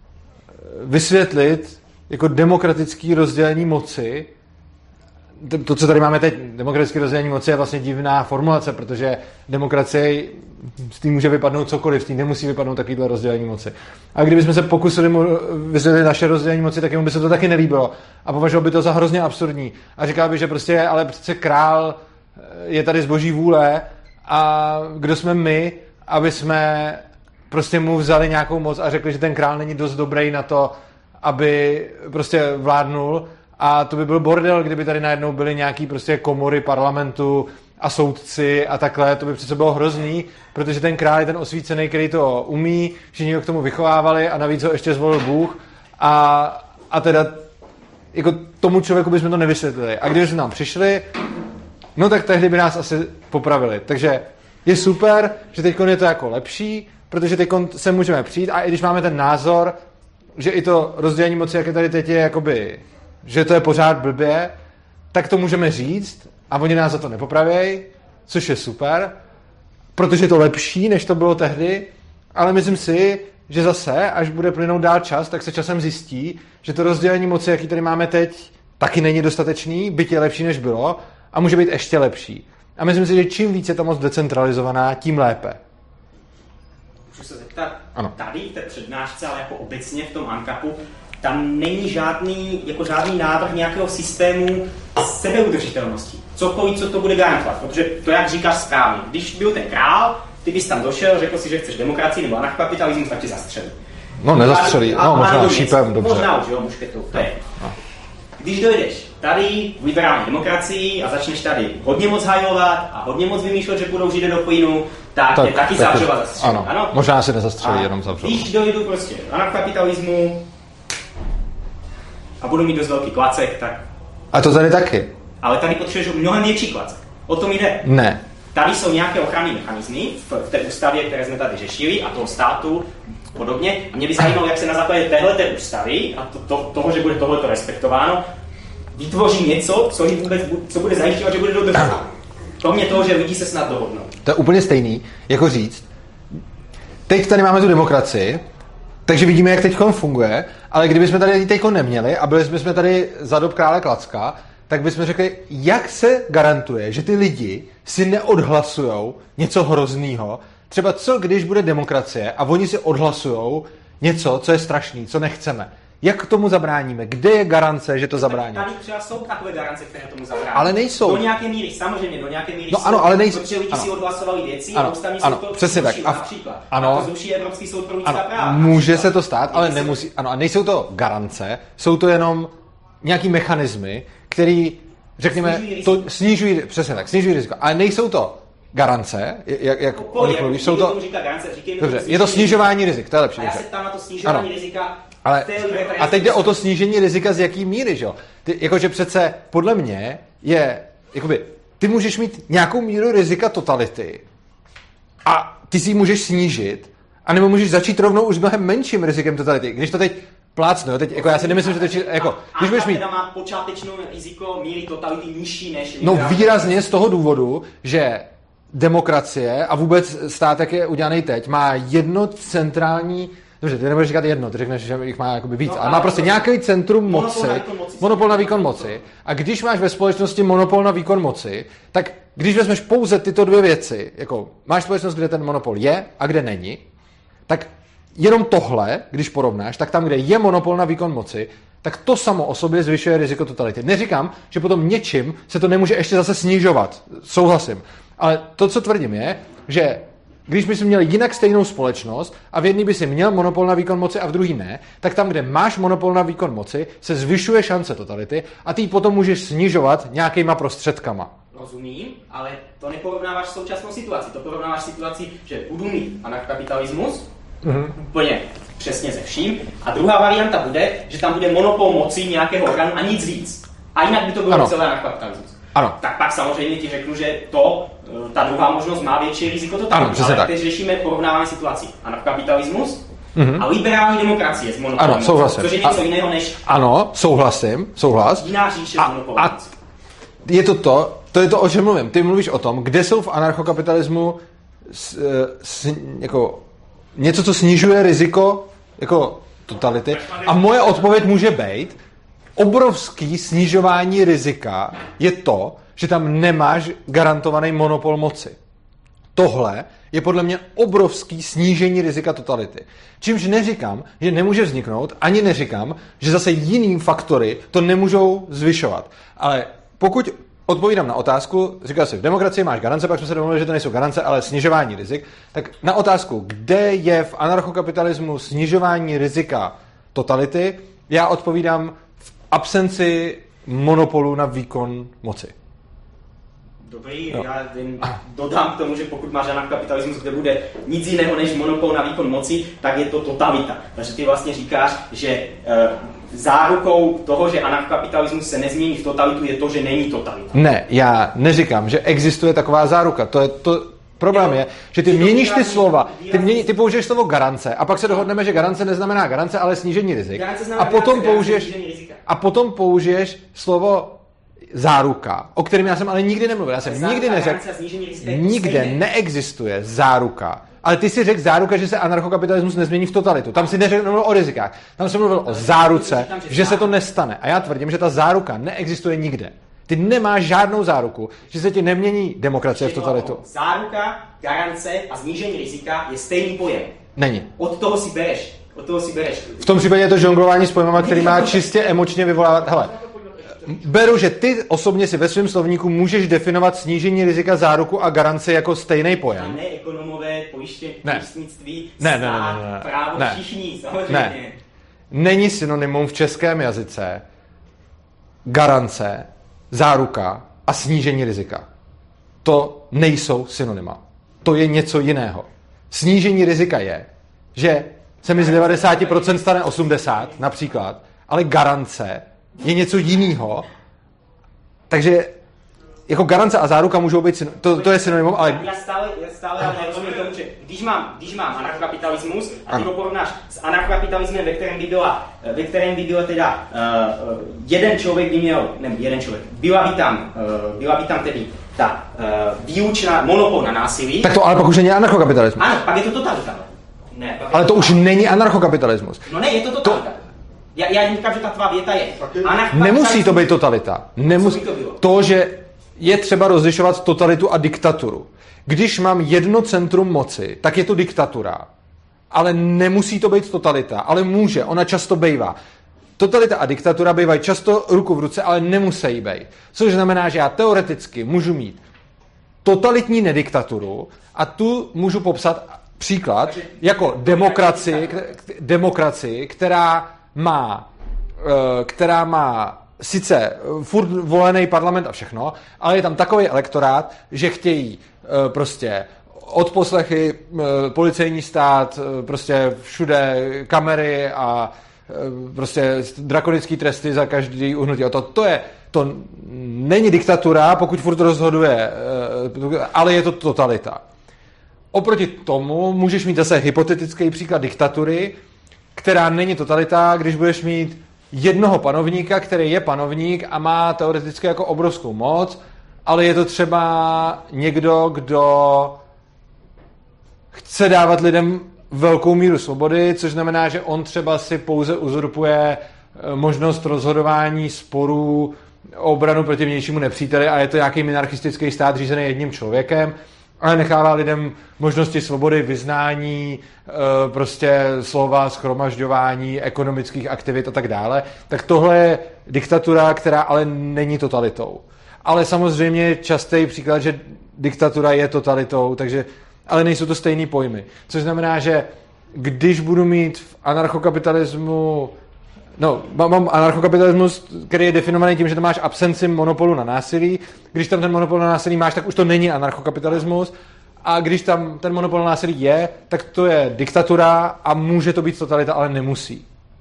vysvětlit jako demokratické rozdělení moci. To, co tady máme teď, demokratické rozdělení moci, je vlastně divná formulace, protože demokracie s tím může vypadnout cokoliv, s tím nemusí vypadnout takovýhle rozdělení moci. A kdybychom se pokusili mu vysvětlit naše rozdělení moci, tak jemu by se to taky nelíbilo. A považoval by to za hrozně absurdní. A říkal by, že prostě, ale přece král je tady z boží vůle a kdo jsme my, aby jsme prostě mu vzali nějakou moc a řekli, že ten král není dost dobrý na to, aby prostě vládnul. A to by byl bordel, kdyby tady najednou byly nějaký prostě komory parlamentu a soudci a takhle, to by přece bylo hrozný, protože ten král je ten osvícený, který to umí, všichni ho k tomu vychovávali a navíc ho ještě zvolil Bůh a, a teda jako tomu člověku bychom to nevysvětlili. A kdyby jsme tam přišli, no tak tehdy by nás asi popravili. Takže je super, že teď je to jako lepší, protože teď se můžeme přijít a i když máme ten názor, že i to rozdělení moci, jak je tady teď, je jakoby, že to je pořád blbě, tak to můžeme říct a oni nás za to nepopravějí, což je super, protože je to lepší, než to bylo tehdy, ale myslím si, že zase, až bude plynout dál čas, tak se časem zjistí, že to rozdělení moci, jaký tady máme teď, taky není dostatečný, byť je lepší, než bylo, a může být ještě lepší. A myslím si, že čím víc je ta moc decentralizovaná, tím lépe. Můžu se zeptat, ano. Tady v té přednášce, ale jako obecně v tom ANCAPu, tam není žádný, jako žádný návrh nějakého systému sebeudržitelnosti. Cokoliv, co to bude garantovat, protože to, jak říkáš správně, když byl ten král, ty bys tam došel, řekl si, že chceš demokracii nebo anarchokapitalismus, tak tě zastřelí. No, nezastřelí, no, no možná šípem, dobře. Možná už, jo, mušketou, to je. No. Když dojdeš tady v liberální demokracii a začneš tady hodně moc hajovat a hodně moc vymýšlet, že budou žít do plynu, tak, tak je taky zavřela zastřelí. Ano, ano, možná se nezastřelí, jenom zavřela. Když dojdu prostě do anarchokapitalismu a budu mít dost velký klacek, tak... A to tady taky. Ale tady potřebuješ mnohem větší klacek. O tom jde. Ne. Tady jsou nějaké ochranné mechanismy v té ústavě, které jsme tady řešili, a toho státu podobně. A mě by zajímalo, jak se na základě téhleté ústavy a to, to, toho, že bude tohleto respektováno, vytvoří něco, co, vůbec, co bude zajišťovat, že bude dodržováno. Kromě toho, že lidi se snad dohodnou. To je úplně stejný, jako říct, teď tady máme tu demokracii, takže vidíme, jak teďkon funguje, ale kdybychom tady teďkon neměli a byli jsme tady za dob krále Klacka, tak bychom řekli, jak se garantuje, že ty lidi si neodhlasujou něco hroznýho. Třeba co, když bude demokracie a oni si odhlasujou něco, co je strašný, co nechceme. Jak k tomu zabráníme? Kde je garance, že to zabrání? Tady třeba jsou takové garance, které tomu zabrání. Ale nejsou. Do nějaké míry, samozřejmě, do nějaké míry no, jsou, ano, ale nejsou. Protože lidi ano. si odhlasovali věci ano. a ústavní ano. soud to přesně zruší, tak. A například. ano. A to zruší Evropský soud pro lidská ano. práva. Může například. se to stát, ale nemusí. Ano, a nejsou to garance, jsou to jenom nějaký mechanismy, který, řekněme, snižují to snižují, přesně tak, snižují riziko. Ale nejsou to garance, jak, jak no, oni mluví, jsou to... Garance, dobře, je to snižování rizik, to je lepší. A já se ptám na to snižování ano. rizika. Ale, a teď jde o to snížení rizika z jaký míry, že jo? Ty, jakože přece podle mě je, jakoby, ty můžeš mít nějakou míru rizika totality a ty si ji můžeš snížit, anebo můžeš začít rovnou už s mnohem menším rizikem totality. Když to teď plácnu, jo, teď, jako já si nemyslím, že to je, jako, a, když budeš mít... teda má počátečno riziko míry totality nižší než... No výrazně z toho důvodu, že demokracie a vůbec stát, jak je udělaný teď, má jedno centrální... Dobře, ty nebudeš říkat jedno, ty řekneš, že jich má jakoby víc, no, ale má prostě to nějaký centrum moci, monopol na výkon moci. A když máš ve společnosti monopol na výkon moci, tak když vezmeš pouze tyto dvě věci, jako máš společnost, kde ten monopol je a kde není, tak jenom tohle, když porovnáš, tak tam, kde je monopol na výkon moci, tak to samo o sobě zvyšuje riziko totality. Neříkám, že potom něčím se to nemůže ještě zase snižovat. Souhlasím. Ale to, co tvrdím, je, že když bychom měli jinak stejnou společnost a v jedné by si měl monopol na výkon moci a v druhý ne, tak tam, kde máš monopol na výkon moci, se zvyšuje šance totality a ty ji potom můžeš snižovat nějakýma prostředkama. Rozumím, ale to neporovnáváš s současnou situací. To porovnáváš situaci, že budu mít anarchokapitalismus, mm-hmm. úplně přesně ze vším, a druhá varianta bude, že tam bude monopol moci nějakého orgánu a nic víc. A jinak by to bylo celé anarchokapitalismus. Ano. Tak pak samozřejmě ti řeknu, že to, ta druhá možnost má větší riziko totality. Ale tak. teď řešíme porovnávání situací. Anarchokapitalismus mm-hmm. a liberální demokracie s monopolem. Ano, souhlasím. Což je něco a, jiného než... Ano, souhlasím, souhlas. Jiná říše s monopolem. A je to to, to je to, o čem mluvím. Ty mluvíš o tom, kde jsou v anarchokapitalismu s, s, jako, něco, co snižuje riziko jako totality. A moje odpověď může být, obrovský snižování rizika je to, že tam nemáš garantovaný monopol moci. Tohle je podle mě obrovský snížení rizika totality. Čímž neříkám, že nemůže vzniknout, ani neříkám, že zase jiný faktory to nemůžou zvyšovat. Ale pokud odpovídám na otázku, říkal jsi, v demokracii máš garance, pak jsme se domluvili, že to nejsou garance, ale snižování rizik, tak na otázku, kde je v anarchokapitalismu snižování rizika totality, já odpovídám absenci monopolu na výkon moci. Dobrý, no. Já jen dodám k tomu, že pokud máš anarchokapitalismus, kde bude nic jiného než monopol na výkon moci, tak je to totalita. Takže ty vlastně říkáš, že e, zárukou toho, že anarchokapitalismus se nezmění v totalitu, je to, že není totalita. Ne, já neříkám, že existuje taková záruka. To je to, Problém je, že ty měníš ty slova, ty, mění, ty použiješ slovo garance a pak se dohodneme, že garance neznamená garance, ale snížení rizik. A potom použiješ, a potom použiješ slovo záruka, o kterém já jsem ale nikdy nemluvil. Já jsem nikdy neřekl, nikde neexistuje záruka. Ale ty si řekl záruka, že se anarchokapitalismus nezmění v totalitu. Tam si neřekl o rizikách. Tam jsem mluvil o záruce, že se to nestane. A já tvrdím, že ta záruka neexistuje nikde. Ty nemáš žádnou záruku, že se ti nemění demokracie v totalitu. Záruka, garance a snížení rizika je stejný pojem. Není. Od toho si bereš. Od toho si bereš. V tom případě je to žonglování s pojmama, který má čistě emočně vyvolávat. Hele, beru, že ty osobně si ve svém slovníku můžeš definovat snížení rizika, záruku a garanci jako stejný pojem. A ne ekonomové, pojištěnictví, ne. stát, ne, ne, ne, ne, právo, ne. všichni, samozřejmě. Ne. Není synonymum v českém jazyce garance, záruka a snížení rizika. To nejsou synonyma. To je něco jiného. Snížení rizika je, že se mi z devadesát procent stane osmdesát například, ale garance je něco jiného. Takže jako garance a záruka můžou být, to, to je synonymum, ale... Já stále, já stále ale nerozumím tomu, že když mám, když mám anarchokapitalismus a ty ho porovnáš s anarchokapitalismem, ve kterém by byla, ve kterém by byla teda uh, jeden člověk by měl, nebo jeden člověk, byla by tam, uh, byla by tam tedy ta uh, výučná monopol na násilí. Tak to ale pak už není anarchokapitalismus. Ano, pak je to totalita. Ne, ale to, to už není anarchokapitalismus. No ne, je to totalita. To... Já, já říkám, že ta tvá věta je. Nemusí to být totalita. Nemusí. To, to, že je třeba rozlišovat totalitu a diktaturu. Když mám jedno centrum moci, tak je to diktatura. Ale nemusí to být totalita. Ale může, ona často bejvá. Totalita a diktatura bývají často ruku v ruce, ale nemusí být. Což znamená, že já teoreticky můžu mít totalitní nediktaturu a tu můžu popsat příklad jako demokracii, demokracii, která má, která má sice furt volený parlament a všechno, ale je tam takový elektorát, že chtějí prostě odposlechy, policejní stát, prostě všude kamery a prostě drakonický tresty za každý uhnutí. A to, to je, to není diktatura, pokud furt rozhoduje, ale je to totalita. Oproti tomu můžeš mít zase hypotetický příklad diktatury, která není totalita, když budeš mít jednoho panovníka, který je panovník a má teoreticky jako obrovskou moc, ale je to třeba někdo, kdo chce dávat lidem velkou míru svobody, což znamená, že on třeba si pouze uzurpuje možnost rozhodování sporů o obranu proti vnějšímu nepříteli a je to nějaký minarchistický stát řízený jedním člověkem, ale nechává lidem možnosti svobody, vyznání, prostě slova, shromažďování, ekonomických aktivit a tak dále. Tak tohle je diktatura, která ale není totalitou. Ale samozřejmě častý příklad, že diktatura je totalitou, takže, ale nejsou to stejný pojmy. Což znamená, že když budu mít v anarchokapitalismu No, mám anarchokapitalismus, který je definovaný tím, že tam máš absenci monopolu na násilí. Když tam ten monopol na násilí máš, tak už to není anarchokapitalismus. A když tam ten monopol na násilí je, tak to je diktatura a může to být totalita, ale nemusí.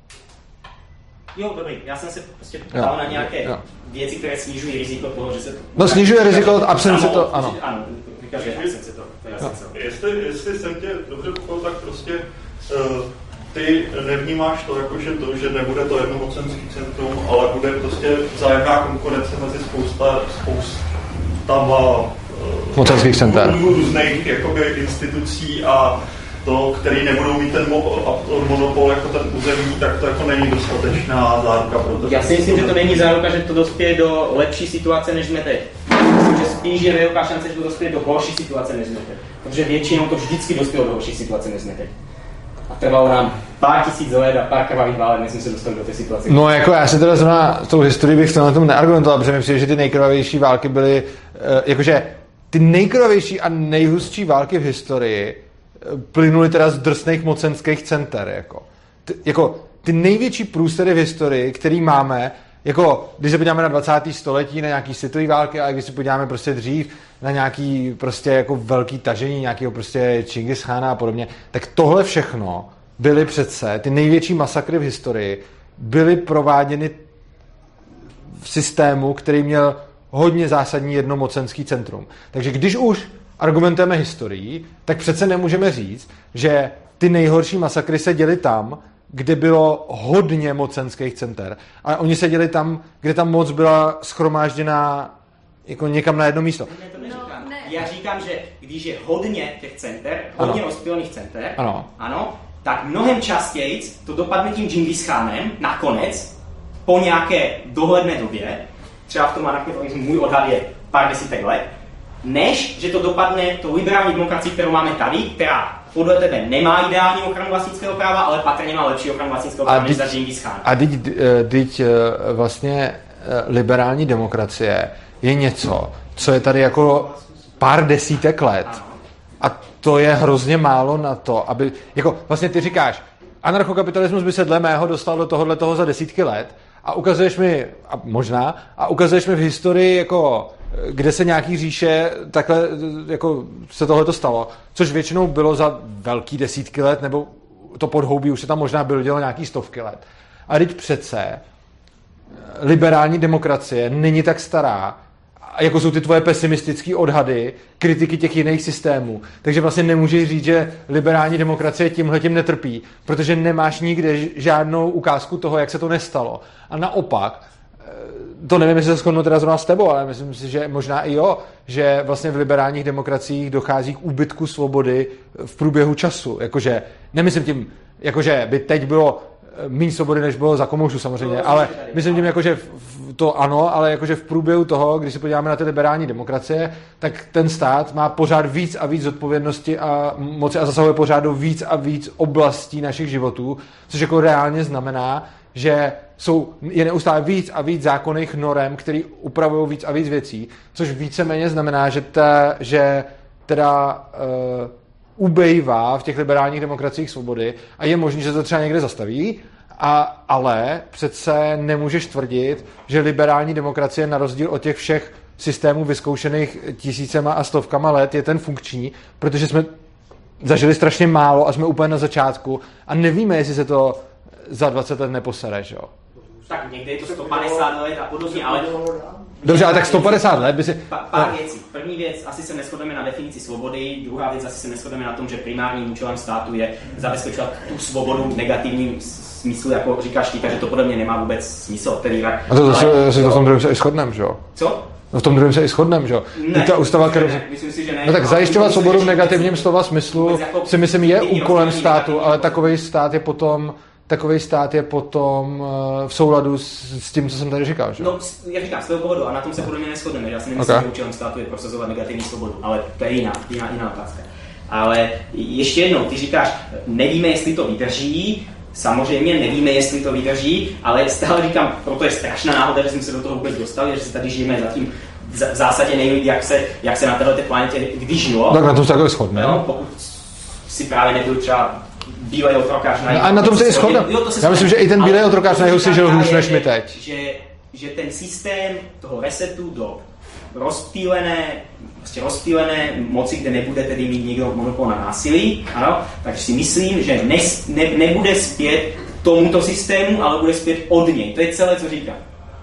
Jo, dobrý. Já jsem se prostě ptal na nějaké jo. věci, které snižují riziko toho, že se... No, snižuje riziko od absence to, ano. Ano, vykažuje absence to. No. Jestli, jestli jsem tě dobře pochopil, tak prostě... Uh, ty nevnímáš to jako, že to, že nebude to jednomocenský centrum, ale bude prostě vzájemná konkurence mezi spousta, spoustama mocenských center. Různých jakoby, institucí a to, který nebudou mít ten mo- monopol jako ten územní, tak to jako není dostatečná záruka pro to. Já si myslím, že to není záruka, že to dospěje do lepší situace, než jsme teď. Myslím, že spíš je velká šance, že to dospěje do horší situace, než jsme teď. Protože většinou to vždycky dospělo do horší situace, než jsme teď. A trvalo nám pár tisíc let a pár krvavých válek, než jsme se dostali do té situace. No jako já si teda zrovna tou historii bych na tom neargumentoval, protože mi přijde, že ty nejkrvavější války byly, jakože ty nejkrvavější a nejhustší války v historii plynuly teda z drsných mocenských center, jako. Ty, jako ty největší průsery v historii, který máme, jako když se podíváme na dvacátého století, na nějaký světové války, a když se podíváme prostě dřív na nějaký prostě jako velký tažení, nějakého prostě Čingis Chána a podobně, tak tohle všechno byly přece, ty největší masakry v historii byly prováděny v systému, který měl hodně zásadní jednomocenský centrum. Takže když už argumentujeme historií, tak přece nemůžeme říct, že ty nejhorší masakry se děly tam, kde bylo hodně mocenských center. A oni se děli tam, kde ta moc byla shromážděná jako někam na jedno místo. Ne, to neříkám. No, ne. Já říkám, že když je hodně těch center, hodně rozptýlených center, ano. ano, tak mnohem častěji to dopadne tím Džingis Chánem nakonec, po nějaké dohledné době, třeba v tom anarchopapitalismu můj odhad je pár desítek let, než že to dopadne to liberální demokracii, kterou máme tady, která podle tebe nemá ideální ochranu vlastnického práva, ale patrně má lepší ochranu vlastnického práva než za Džingis Chán. A teď vlastně liberální demokracie je něco, co je tady jako pár desítek let. A to je hrozně málo na to, aby, jako vlastně ty říkáš, anarchokapitalismus by se dle mého dostal do tohohle toho za desítky let a ukazuješ mi, a možná, a ukazuješ mi v historii jako kde se nějaký říše takhle jako se tohleto stalo, což většinou bylo za velký desítky let, nebo to podhoubí už se tam možná bylo dělo nějaký stovky let. A teď přece liberální demokracie není tak stará, jako jsou ty tvoje pesimistické odhady, kritiky těch jiných systémů. Takže vlastně nemůžeš říct, že liberální demokracie tímhletím netrpí, protože nemáš nikde žádnou ukázku toho, jak se to nestalo. A naopak, to nevím, jestli se shodnu teda zrovna s tebou, ale myslím si, že možná i jo, že vlastně v liberálních demokraciích dochází k úbytku svobody v průběhu času. Jakože, nemyslím tím, jakože by teď bylo méně svobody, než bylo za komunistů samozřejmě, ale myslím tím, jakože to ano, ale jakože v průběhu toho, když se podíváme na ty liberální demokracie, tak ten stát má pořád víc a víc zodpovědnosti a moci a zasahuje pořád do víc a víc oblastí našich životů, což jako reálně znamená, že jsou, je neustále víc a víc zákonných norem, které upravují víc a víc věcí, což víceméně znamená, že, ta, že teda uh, ubejvá v těch liberálních demokraciích svobody a je možné, že to třeba někde zastaví, a, ale přece nemůžeš tvrdit, že liberální demokracie na rozdíl od těch všech systémů vyzkoušených tisícema a stovkama let je ten funkční, protože jsme zažili strašně málo a jsme úplně na začátku a nevíme, jestli se to za dvacet let neposere, že jo? Tak někde je to sto padesát let a podobně, ale... Dobře, ale tak sto padesát let by si... Pa, pár no. věcí. První věc, asi se neshodneme na definici svobody, druhá věc, asi se neshodneme na tom, že primárním účelem státu je zabezpečovat tu svobodu v negativním smyslu, jako říkáš ty, že to podle mě nemá vůbec smysl. Tedy, a to zase ale, v tom druhém se i shodneme, že jo? Co? No v tom druhém se i shodneme, že jo? Ne, ta ústava, kterou... ne, myslím si, že ne. No tak zajišťovat svobodu v negativním slova smyslu jako si myslím je úkolem státu, ale takovej stát je potom... Takový stát je potom v souladu s, s tím, co jsem tady říkal, že? No, jak říkám, z toho povodu, a na tom se podle mě neshodneme. Já si nemyslím, okay. že účelem státu je prosazovat negativní svobodu, ale to je jiná, jiná, jiná otázka. Ale ještě jednou, ty říkáš, nevíme, jestli to vydrží, samozřejmě nevíme, jestli to vydrží, ale stále říkám, proto je strašná náhoda, že jsme se do toho vůbec dostali, že si tady žijeme zatím v zásadě nejvíc, jak se, jak se na této planetě kdy žilo. Tak na tom se takové shodne. No, pokud si právě nebyl třeba bílej otrokář na jihu. A na tom se i shodne. Já myslím, že i ten bílej otrokář na jihu si žil hůř než my teď. Že, že ten systém toho resetu do rozptýlené, prostě rozptýlené moci, kde nebude tedy mít někdo monopol na násilí, ano, takže si myslím, že ne, ne, nebude zpět k tomuto systému, ale bude zpět od něj. To je celé, co říkám.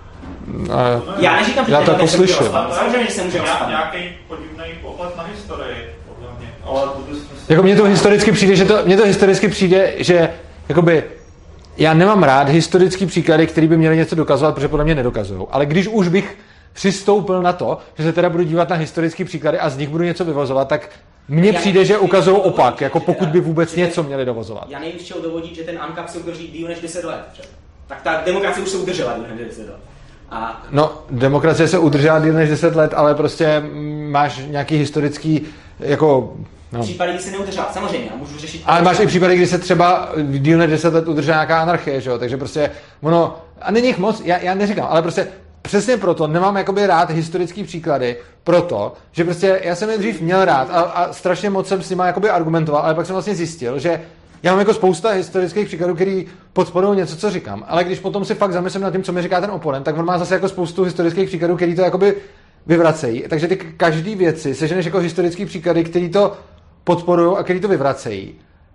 A já neříkám, že já to poslyším. Samozřejmě, že se může rozpadnout. Nějaký podivný pohled na historii, podle mě. Ale jako mně to historicky přijde, že to, mně to historicky přijde, že jakoby já nemám rád historický příklady, který by měly něco dokazovat, protože podle mě nedokazují. Ale když už bych přistoupil na to, že se teda budu dívat na historické příklady a z nich budu něco vyvozovat, tak mně přijde, že ukazují opak, jako pokud by vůbec něco měli dovozovat. Já nevím, z čeho dovodit, že ten ANCAP se udrží díl než deset let. Tak ta demokracie už se udržela díl než deset let. A... No, demokracie se udržela díl než deset let, ale prostě máš nějaký historický, jako... No. Případy, kdy se neudržela, samozřejmě, já můžu řešit... Ale máš i případy, kdy se třeba díl než deset let udržela nějaká anarchie, že jo, takže prostě ono... A není jich moc, já, já neříkám, ale prostě přesně proto nemám jakoby rád historický příklady, proto, že prostě já jsem je dřív měl rád a, a strašně moc jsem s nima jakoby argumentoval, ale pak jsem vlastně zjistil, že já mám jako spousta historických příkladů, který podporují něco, co říkám, ale když potom si fakt zamyslím nad tím, co mi říká ten oponent, tak on má zase jako spoustu historických příkladů, který to jakoby vyvracejí. Takže ty každý věci seženeš jako historický příklady, který to podporují a který to vyvracejí.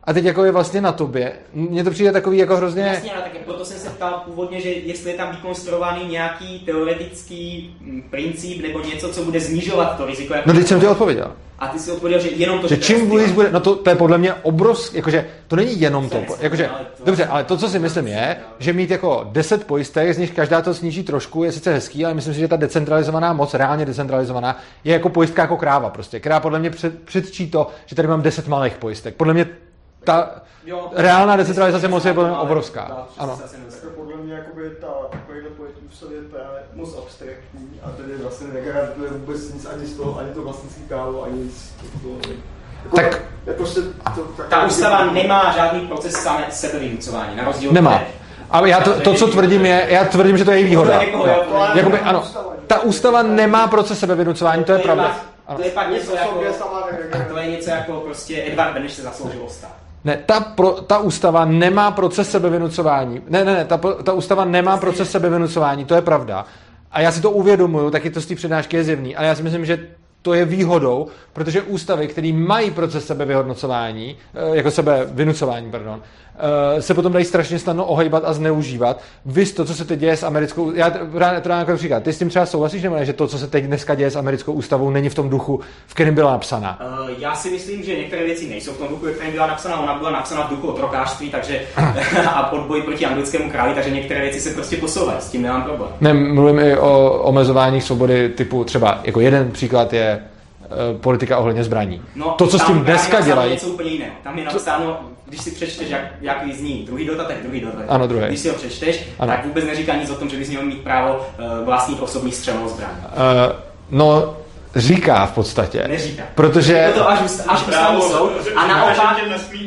a teď jako je vlastně na tobě. Mně to přijde takový jako hrozně... Jasně, ale tak proto jsem se ptal původně, že jestli je tam vykonstruovaný nějaký teoretický princip nebo něco, co bude snižovat to riziko. No teď jsem ti odpověděl. A ty si odpověděl, že jenom to, že, že čím blíž bude, no to, to je podle mě obrovský, jakože to není jenom to, jakože, dobře, ale to, co si myslím je, že mít jako deset pojistek, z nich každá to sníží trošku, je sice hezký, ale myslím si, že ta decentralizovaná moc, reálně decentralizovaná, je jako pojistka jako kráva prostě, která podle mě před, předčí to, že tady mám deset malých pojistek. Podle mě ta jo, reálná decentralizace moci je podle mě obrovská. Ano. Podle mě jakoby ta takovýhle pojetí v sobě je moc abstraktní a tedy vlastně negarantuje vůbec nic ani z toho, ani to vlastnický právo, ani z toho. Jako, tak je prostě to, ta ústava nemá žádný proces samé sebevynucování, na rozdíl nemá. Od ale já to, to, co tvrdím, je, já tvrdím, že to je její výhoda. Jakoby, ano, ta ústava nemá proces sebevynucování, to je pravda. To je pak něco jako, to je něco jako prostě Edvard Beneš se zasloužil o stát. Ne, ta, pro, ta ústava nemá proces sebevynucování. Ne, ne, ne, ta, ta ústava nemá proces sebevynucování, to je pravda. A já si to uvědomuju, taky to z té přednášky je zjevný, ale já si myslím, že to je výhodou, protože ústavy, které mají proces sebevyhodnocování, jako sebevynucování, pardon, se potom dají strašně snadno ohejbat a zneužívat. Víš to, co se teď děje s americkou... Já to dám jako příklad. Ty s tím třeba souhlasíš, nebo ne, že to, co se teď dneska děje s americkou ústavou, není v tom duchu, v kterém byla napsaná? Uh, já si myslím, že některé věci nejsou v tom duchu, v kterém byla napsaná. Ona byla napsaná v duchu otrokářství, takže a podboj proti anglickému králi, takže některé věci se prostě posouvají. S tím nemám problém. Ne, mluvím i o omezování svobody typu třeba, jako jeden příklad je politika ohledně zbraní. No, to, co s tím dneska dělají... Něco úplně jiného. Tam je napsáno, když si přečteš, jak, jak vyzní druhý dodatek, druhý dodatek. Ano, druhý. Když si ho přečteš, ano. Tak vůbec neříká nic o tom, že bys měl mít právo uh, vlastnit osobní střelnou zbraň. Uh, no, říká v podstatě. Neříká. Protože... Je to až, až ústavní soud a naopak...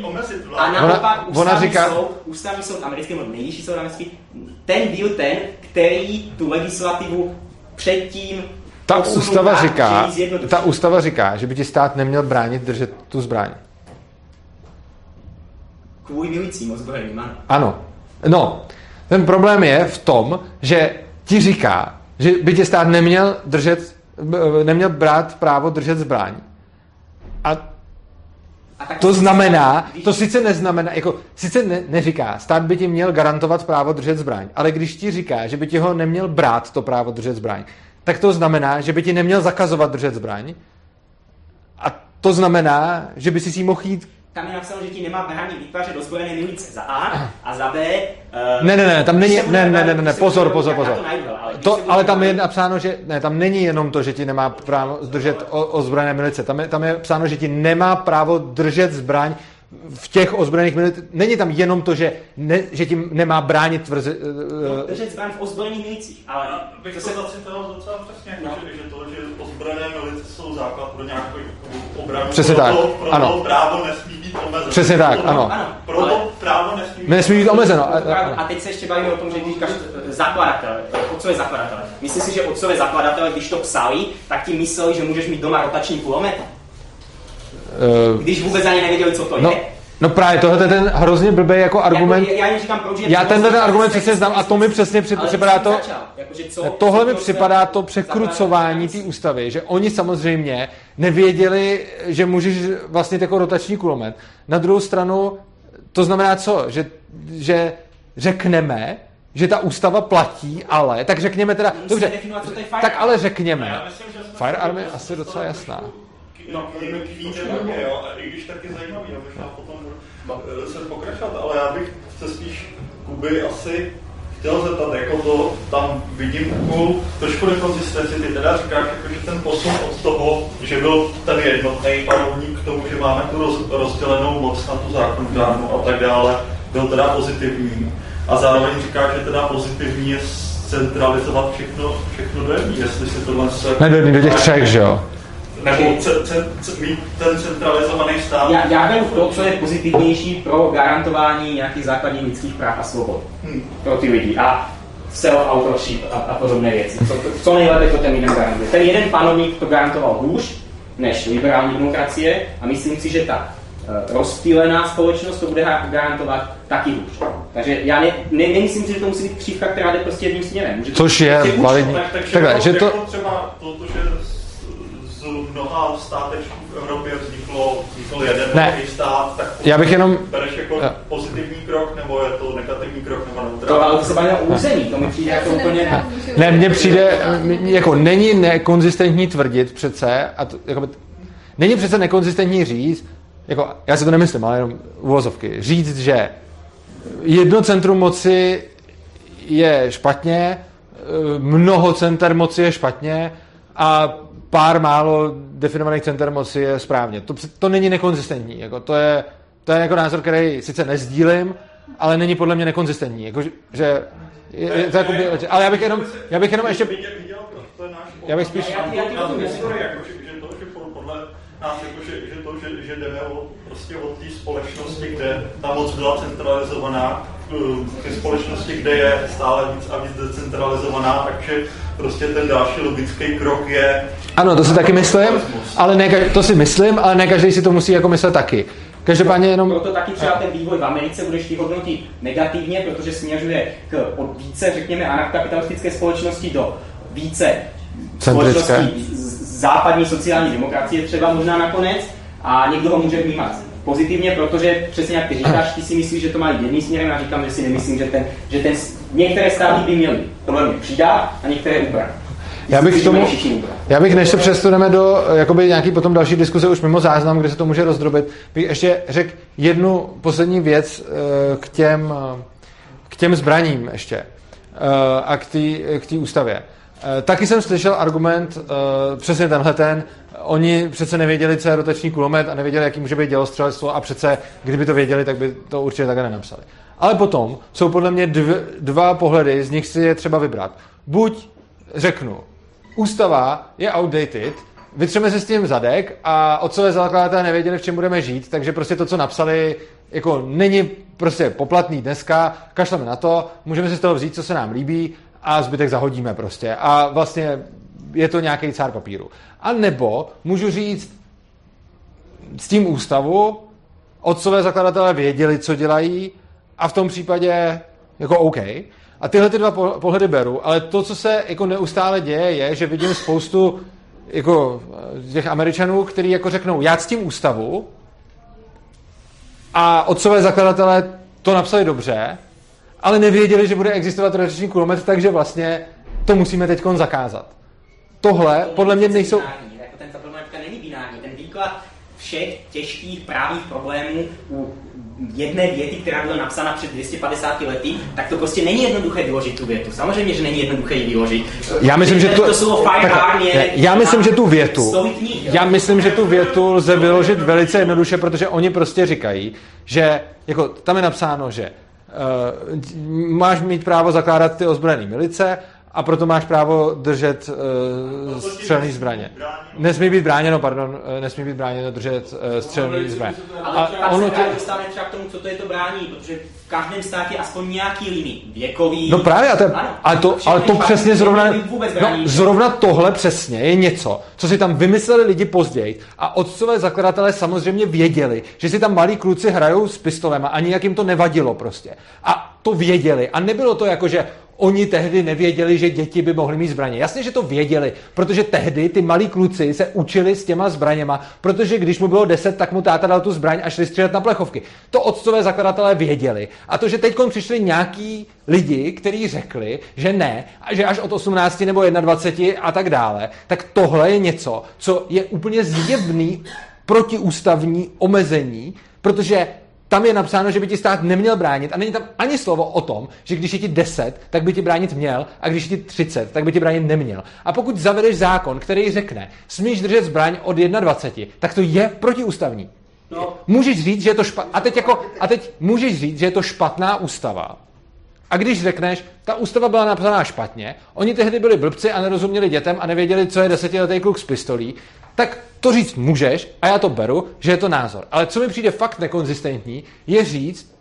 A naopak ona ústavní říká... soud, ústavní soud americký, nebo nejvyšší soud americký, ten byl ten, který tu legislativu předtím Ta ústava, říká, ta ústava říká, že by ti stát neměl bránit držet tu zbraň. Kvůli milicím ozbrojeným, ano. Ano. No, ten problém je v tom, že ti říká, že by ti stát neměl držet, neměl brát právo držet zbraň. A, A to znamená, to sice neznamená, jako, sice ne, neříká, stát by ti měl garantovat právo držet zbraň, ale když ti říká, že by ti ho neměl brát to právo držet zbraň, tak to znamená, že by ti neměl zakazovat držet zbraň. A to znamená, že by si si mohl jít... Tam je napsáno, že ti nemá bránit vytvářet ozbrojené milice. Za A a za B... Uh, ne, ne, ne, tam není... Ne, ne, ne, ne, pozor, pozor, pozor. To, ale tam je napsáno, že... Ne, tam není jenom to, že ti nemá právo držet ozbrojené milice. Tam je, tam je psáno, že ti nemá právo držet zbraň v těch ozbrojených milicích. Není tam jenom to, že, ne, že tím nemá bránit tvrze... No, držet zbraň v ozbrojených milicích, ale... Bych to zacitoval docela přesně, no. že, že to, že ozbrojené milice jsou základ pro nějakou obranu. Přesně proto, tak, proto ano. právo nesmí být omezeno. Přesně tak, proto, ano. Proto ale... právo nesmí být, nesmí být omezeno. A teď se ještě bavíme o tom, že když říkáš zakladatel, otcové zakladatel. Myslím si, že otcové zakladatel, když to psali, tak ti mysleli, že můžeš mít doma rotační kulomet? Uh, když vůbec ani nevěděli, co to no. je. No právě, tohle je ten hrozně blbý jako argument. Jako, já já říkám, proč já tenhle ten argument přesně znám a to mi přesně při, připadá to... Jako, co, tohle mi připadá to překrucování té ústavy, že oni samozřejmě nevěděli, že můžeš vlastně jako rotační kulomet. Na druhou stranu, to znamená co? Že, že řekneme, že ta ústava platí, ale, tak řekněme teda... Dobře, definovat, co to je tak ale řekněme. Firearm je asi docela jasná. No, k výjimce, jo, a i když tak je zajímavý, já možná potom se pokračovat, ale já bych se spíš Kuby asi chtěl zeptat, jako to tam vidím takovou trošku nekonzistenci, ty teda říkáš, jako, že ten posun od toho, že byl ten jednotný panovník k tomu, že máme tu roz, rozdělenou moc na tu zákonodárnou a tak dále, byl teda pozitivní. A zároveň říkáš, že teda pozitivní je centralizovat všechno, všechno do jedný, jestli si tohle se... Ne, do, do těch třech, že jo? Nebo ce, ce, ce, mít ten centralizovaný stát. Já, já beru to, co je pozitivnější pro garantování nějakých základních lidských práv a svobod hmm. pro ty lidi. A self-authorship a, a podobné věci. Co, co nejlépe to ten jeden garantuje. Ten jeden panovník to garantoval hůř než liberální demokracie a myslím si, že ta uh, rozptýlená společnost to bude garantovat taky hůř. Takže já ne, ne, nemyslím si, že to musí být křivka, která jde prostě jedním směrem. Což je validní. Tak, takže Takhle, jako, že to... Jako třeba to, že z v mnoha státech v Evropě vzniklo, vzniklo jeden nový stát, tak já bych jenom... bereš jako ja. pozitivní krok, nebo je to negativní krok, nebo neutrální? To ale se bavíme o území, to mi přijde jako úplně... Ne, mně přijde, jako není nekonzistentní tvrdit přece, a to, jako, není přece nekonzistentní říct, jako, já si to nemyslím, ale jenom uvozovky, říct, že jedno centrum moci je špatně, mnoho center moci je špatně a pár málo definovaných center moci je správně. To, to není nekonzistentní. Jako, to, je, to je jako názor, který sice nezdílím, ale není podle mě nekonzistentní. Jako, že, je, je to jako, ale já bych jenom, já bych jenom ještě... Já bych spíš... Nás jako, že, že to, že, že jdeme od, prostě od té společnosti, kde ta moc byla centralizovaná, k společnosti, kde je stále víc a víc decentralizovaná, takže prostě ten další logický krok je... Ano, to si taky myslím, ale ne, to si myslím, ale ne každý si to musí jako myslet taky. Každopádně jenom... Proto taky třeba ten vývoj v Americe budeš vyhodnotit negativně, protože směřuje k od více, řekněme, anarchokapitalistické společnosti do více společnosti západní sociální demokracie třeba možná nakonec a někdo ho může vnímat pozitivně, protože přesně jak ty říkáš, ty si myslíš, že to má jít jedním směrem, já říkám, že si nemyslím, že, ten, že ten, některé státy by měly podle mě přidat a některé ubrat. Já bych, tomu, já bych, než se přesuneme do jakoby nějaký potom další diskuze už mimo záznam, kde se to může rozdrobit, bych ještě řekl jednu poslední věc k těm, k těm zbraním ještě a k té ústavě. Taky jsem slyšel argument, uh, přesně tenhle ten, oni přece nevěděli, co je rotační kulomet a nevěděli, jaký může být dělostřelectvo a přece, kdyby to věděli, tak by to určitě takhle nenapsali. Ale potom jsou podle mě dv, dva pohledy, z nich si je třeba vybrat. Buď řeknu, ústava je outdated, vytřeme se s tím zadek a otcové zakladatelé nevěděli, v čem budeme žít, takže prostě to, co napsali, jako není prostě poplatný dneska, kašleme na to, můžeme si z toho vzít, co se nám líbí, a zbytek zahodíme prostě. A vlastně je to nějaký cár papíru. A nebo můžu říct, s tím ústavu otcové zakladatelé věděli, co dělají a v tom případě jako OK. A tyhle ty dva pohledy beru, ale to, co se jako neustále děje, je, že vidím spoustu jako těch Američanů, kteří jako řeknou, já s tím ústavu a otcové zakladatelé to napsali dobře, ale nevěděli, že bude existovat rotační kulomet, takže vlastně to musíme teďkon zakázat. Tohle podle mě nejsou... Binární, jako ten problematika není binární. Ten výklad všech těžkých právních problémů u jedné věty, která byla napsána před dvě stě padesáti lety, tak to prostě není jednoduché vyložit tu větu. Samozřejmě, že není jednoduché ji vyložit. Já myslím, že to, to slovo firearm je... Já myslím, že tu větu... Já myslím, že tu větu lze vyložit velice jednoduše, protože oni prostě říkají, že jako tam je napsáno, že Uh, máš mít právo zakládat ty ozbrojené milice a proto máš právo držet uh, střelné zbraně. Nesmí být bráněno, pardon, nesmí být bráněno držet uh, střelné zbraně. Ale a ono tě... dostane třeba k tomu, co to je to brání, protože v každém státě aspoň nějaký limit věkový. No právě, a to, ale to, ale to přesně zrovna, no, zrovna tohle přesně je něco, co si tam vymysleli lidi později a otcové zakladatelé samozřejmě věděli, že si tam malí kluci hrajou s pistolema a nijak jim to nevadilo prostě. A to věděli a nebylo to jako, že oni tehdy nevěděli, že děti by mohly mít zbraně. Jasně, že to věděli, protože tehdy ty malí kluci se učili s těma zbraněma, protože když mu bylo deset, tak mu táta dal tu zbraň a šli střílet na plechovky. To otcové zakladatelé věděli. A to, že teďkon přišli nějaký lidi, kteří řekli, že ne, a že až od osmnácti nebo dvaceti jedna a tak dále, tak tohle je něco, co je úplně zjevný protiústavní omezení, protože tam je napsáno, že by ti stát neměl bránit a není tam ani slovo o tom, že když je ti deset, tak by ti bránit měl a když je ti třicet, tak by ti bránit neměl. A pokud zavedeš zákon, který řekne, smíš držet zbraň od dvaceti jedna, tak to je protiústavní. No. Můžeš říct, že je to špa... a teď jako a teď můžeš říct, že je to špatná ústava. A když řekneš, ta ústava byla napsaná špatně, oni tehdy byli blbci a nerozuměli dětem a nevěděli, co je desetiletý kluk s pistolí, tak to říct můžeš a já to beru, že je to názor. Ale co mi přijde fakt nekonzistentní, je říct,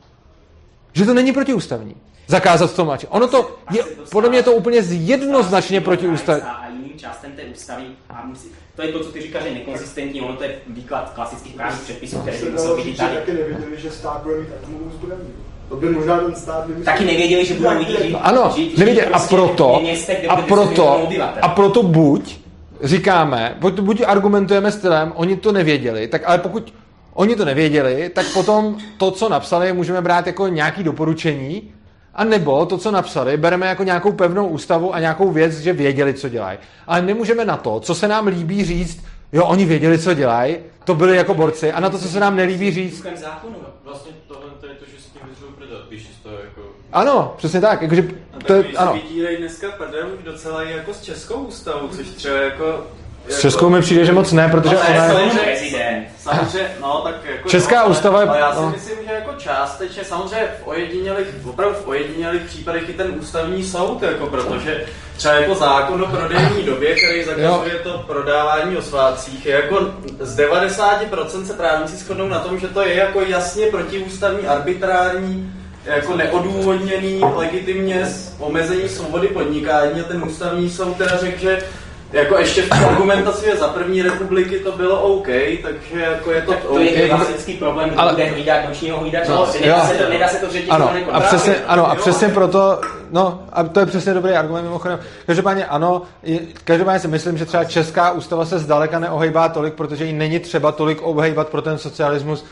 že to není protiústavní. Zakázat to mladší. Ono to je, podle mě je to úplně jednoznačně protiústavní. A jiným částem té ústavy, a musí, to je to, co ty říkáš, že je nekonzistentní, ono to je výklad klasických právních předpisů, které by musel být tady. Taky nevěděli, že stát bude mít atomovou zbraní. To by možná ten stát vymyslel. Taky nevěděli, že budou lidi žít. Ano, nevěděli. A proto, a proto, a proto buď říkáme, buď, buď argumentujeme stylem, oni to nevěděli, tak ale pokud oni to nevěděli, tak potom to, co napsali, můžeme brát jako nějaké doporučení, a nebo to, co napsali, bereme jako nějakou pevnou ústavu a nějakou věc, že věděli, co dělají. Ale nemůžeme na to, co se nám líbí říct, jo, oni věděli, co dělají, to byli jako borci, a na to, co se nám nelíbí říct... Vlastně tohle to je to, že si tím můžou prodat, když to jako... Ano, přesně tak, jakože... To je, ano. Vydírají dneska prdel už docela i jako s českou ústavou, což třeba jako... S jako... českou mi přijde, že moc ne, protože no, ona je... Samozřejmě, samozřejmě, no tak jako... Česká no, ústava je... Ale já si no. myslím, že jako částečně, samozřejmě v ojedinělých, opravdu v ojedinělých případech i ten ústavní soud, jako protože třeba jako zákon o prodejní době, který zakazuje jo. to prodávání o svátcích, je jako z devadesát procent se právníci shodnou na tom, že to je jako jasně protiústavní, arbitrární, jako neodůvodněný, legitimně omezení svobody podnikání a ten ústavní soud teda řekl, že jako ještě v argumentaci za první republiky to bylo OK, takže jako je to tak to OK. Je klasický problém, ale... kde hlídat nočního hlídače, no, nedá, se to, nedá se to řetězit. Ano, a přesně, ano, a přesně proto, no, a to je přesně dobrý argument mimochodem. Každopádně ano, každopádně si myslím, že třeba česká ústava se zdaleka neohejbá tolik, protože jí není třeba tolik obhejbat pro ten socialismus,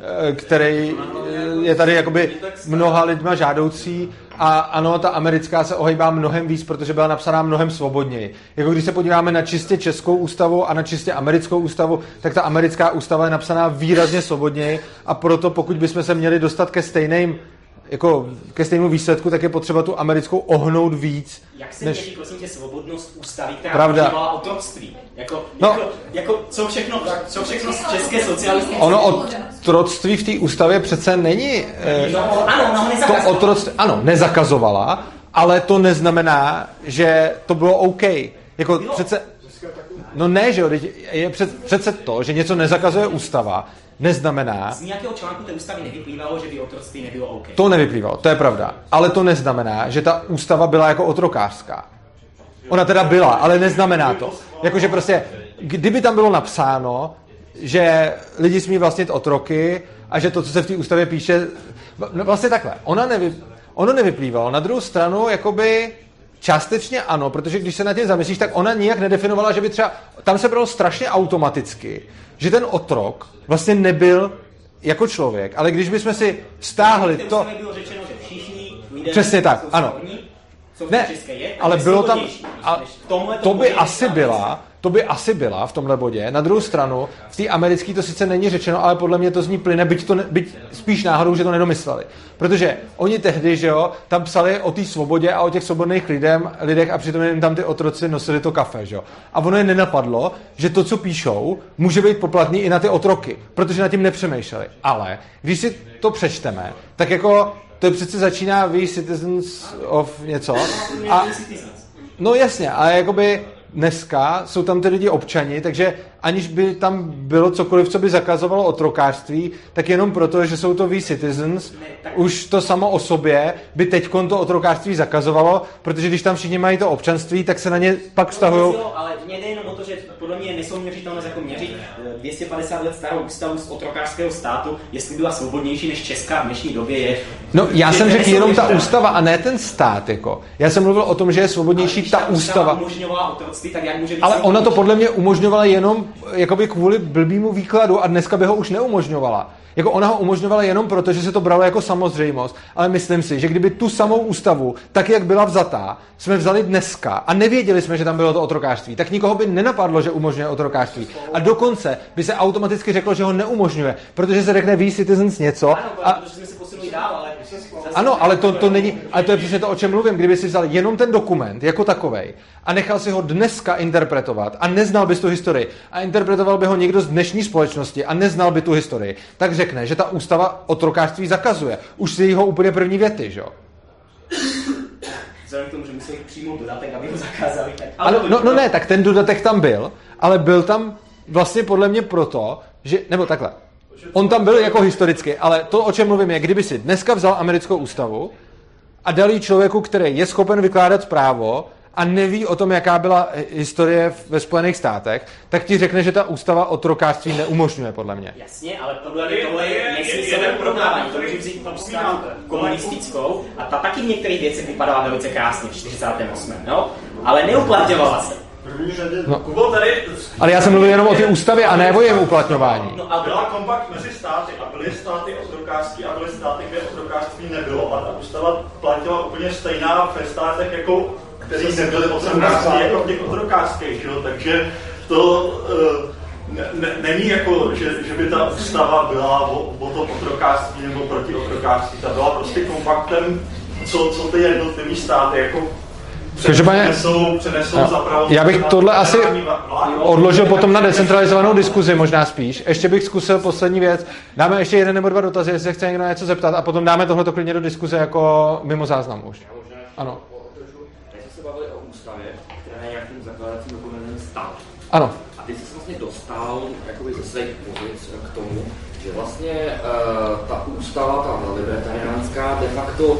který je tady jakoby mnoha lidma žádoucí a ano, ta americká se ohejbá mnohem víc, protože byla napsaná mnohem svobodněji. Jako když se podíváme na čistě českou ústavu a na čistě americkou ústavu, tak ta americká ústava je napsaná výrazně svobodněji a proto pokud bychom se měli dostat ke stejným jako ke stejnému výsledku, tak je potřeba tu americkou ohnout víc. Jak se než... měří, prosím tě, svobodnost ústavy, která Pravda. používala otroctví? Jako, no. jako, jako co všechno, co všechno z české socialistické... Ono otroctví v té ústavě přece není... Eh, no, ano, no, nezakazovala. To otroctví, ano, nezakazovala, ale to neznamená, že to bylo OK. Jako bylo. Přece... No ne, že jo, je přece to, že něco nezakazuje ústava, neznamená... Z nějakého článku té ústavy nevyplývalo, že by otroctví nebylo OK. To nevyplývalo, to je pravda. Ale to neznamená, že ta ústava byla jako otrokářská. Ona teda byla, ale neznamená to. Jakože prostě, kdyby tam bylo napsáno, že lidi smí vlastnit otroky a že to, co se v té ústavě píše... No vlastně takhle, ona nevy, ono nevyplývalo. Na druhou stranu, jakoby... Částečně ano, protože když se na tím zamyslíš, tak ona nijak nedefinovala, že by třeba... Tam se bylo strašně automaticky, že ten otrok vlastně nebyl jako člověk, ale když bychom si stáhli to... Bylo řečeno, že všichni lidé přesně tak, ano. Ne, ale bylo tam... A to by asi byla... To by asi byla v tomhle bodě. Na druhou stranu, v té americké to sice není řečeno, ale podle mě to z ní plyne, byť, to ne, byť spíš náhodou, že to nedomysleli. Protože oni tehdy, že jo, tam psali o té svobodě a o těch svobodných lidem, lidech a přitom jim tam ty otroci nosili to kafe, že jo. A ono je nenapadlo, že to, co píšou, může být poplatný i na ty otroky, protože nad tím nepřemýšleli. Ale když si to přečteme, tak jako to přece začíná We Citizens of něco. A, no jasně, ale jakoby dneska jsou tam ty lidi občani, takže aniž by tam bylo cokoliv, co by zakazovalo otrokářství, tak jenom proto, že jsou to we citizens, už to samo o sobě by teďkon to otrokářství zakazovalo, protože když tam všichni mají to občanství, tak se na ně pak vztahují. Ale mě jde jenom o to, že podle mě nejsou měřitelné jako měřit dvě stě padesát let starou ústavu z otrokářského státu, jestli byla svobodnější než česká v dnešní době je. No, já jsem řekl jenom ta ústava a ne ten stát, jako. Já jsem mluvil o tom, že je svobodnější ta, ta ústava. Umožňovala otroctví, tak jak může být. Ale ona to podle mě umožňovala jenom jakoby kvůli blbýmu výkladu a dneska by ho už neumožňovala. Jako ona ho umožňovala jenom proto, že se to bralo jako samozřejmost, ale myslím si, že kdyby tu samou ústavu, tak jak byla vzatá, jsme vzali dneska a nevěděli jsme, že tam bylo to otrokářství, tak nikoho by nenapadlo, že umožňuje otrokářství. A dokonce by se automaticky řeklo, že ho neumožňuje, protože se řekne we citizens něco. Ano, a... protože jsme se posunuli dál, ale... Ano, ale to, to není, ale to je přesně to, o čem mluvím. Kdyby si vzal jenom ten dokument jako takovej a nechal si ho dneska interpretovat a neznal bys tu historii a interpretoval by ho někdo z dnešní společnosti a neznal by tu historii, tak řekne, že ta ústava otrokářství zakazuje. Už si jeho úplně první věty, že jo? Vzhledem k tomu, že museli přijmout dodatek, aby ho zakázali. Tak... Ano, no, no ne, tak ten dodatek tam byl, ale byl tam vlastně podle mě proto, že, nebo takhle, on tam byl jako historicky, ale to, o čem mluvím, je, kdyby si dneska vzal americkou ústavu a dal jí člověku, který je schopen vykládat právo a neví o tom, jaká byla historie ve Spojených státech, tak ti řekne, že ta ústava otrokářství neumožňuje, podle mě. Jasně, ale tohle je, tohle je nesmyslné porovnávání. To může vzít ústavu komunistickou a ta taky v některých věcech vypadala velice krásně v čtyřicátém osmém No? Ale neuplatňovala se. No. Ale já jsem mluvil jenom o té ústavě a ne o jejím uplatňování. No a byla kompakt mezi státy a byly státy otrokářský a byly státy, kde otrokářství nebylo a ta ústava platila úplně stejná ve státech, jako, který nebyly otrokářství, jako v těch otrokářských, jo? Takže to uh, ne, ne, není jako, že, že by ta ústava byla o, o tom otrokářství nebo proti otrokářství, ta byla prostě kompaktem, co, co ty jednotlivý státy jako přenesou, přenesou no. zapravo. Já bych tohle asi odložil potom na decentralizovanou diskuzi, možná spíš. Ještě bych zkusil poslední věc. Dáme ještě jeden nebo dva dotazy, jestli chce někdo něco zeptat a potom dáme tohleto klidně do diskuze jako mimo záznam už. Ano. Teď jsme se bavili o ústavě, která je nějakým zakladacím dokumentem státu. Ano. A ty jsi vlastně dostal jakoby ze svých pozic k tomu, že vlastně uh, ta ústava, ta libertariánská, de facto uh,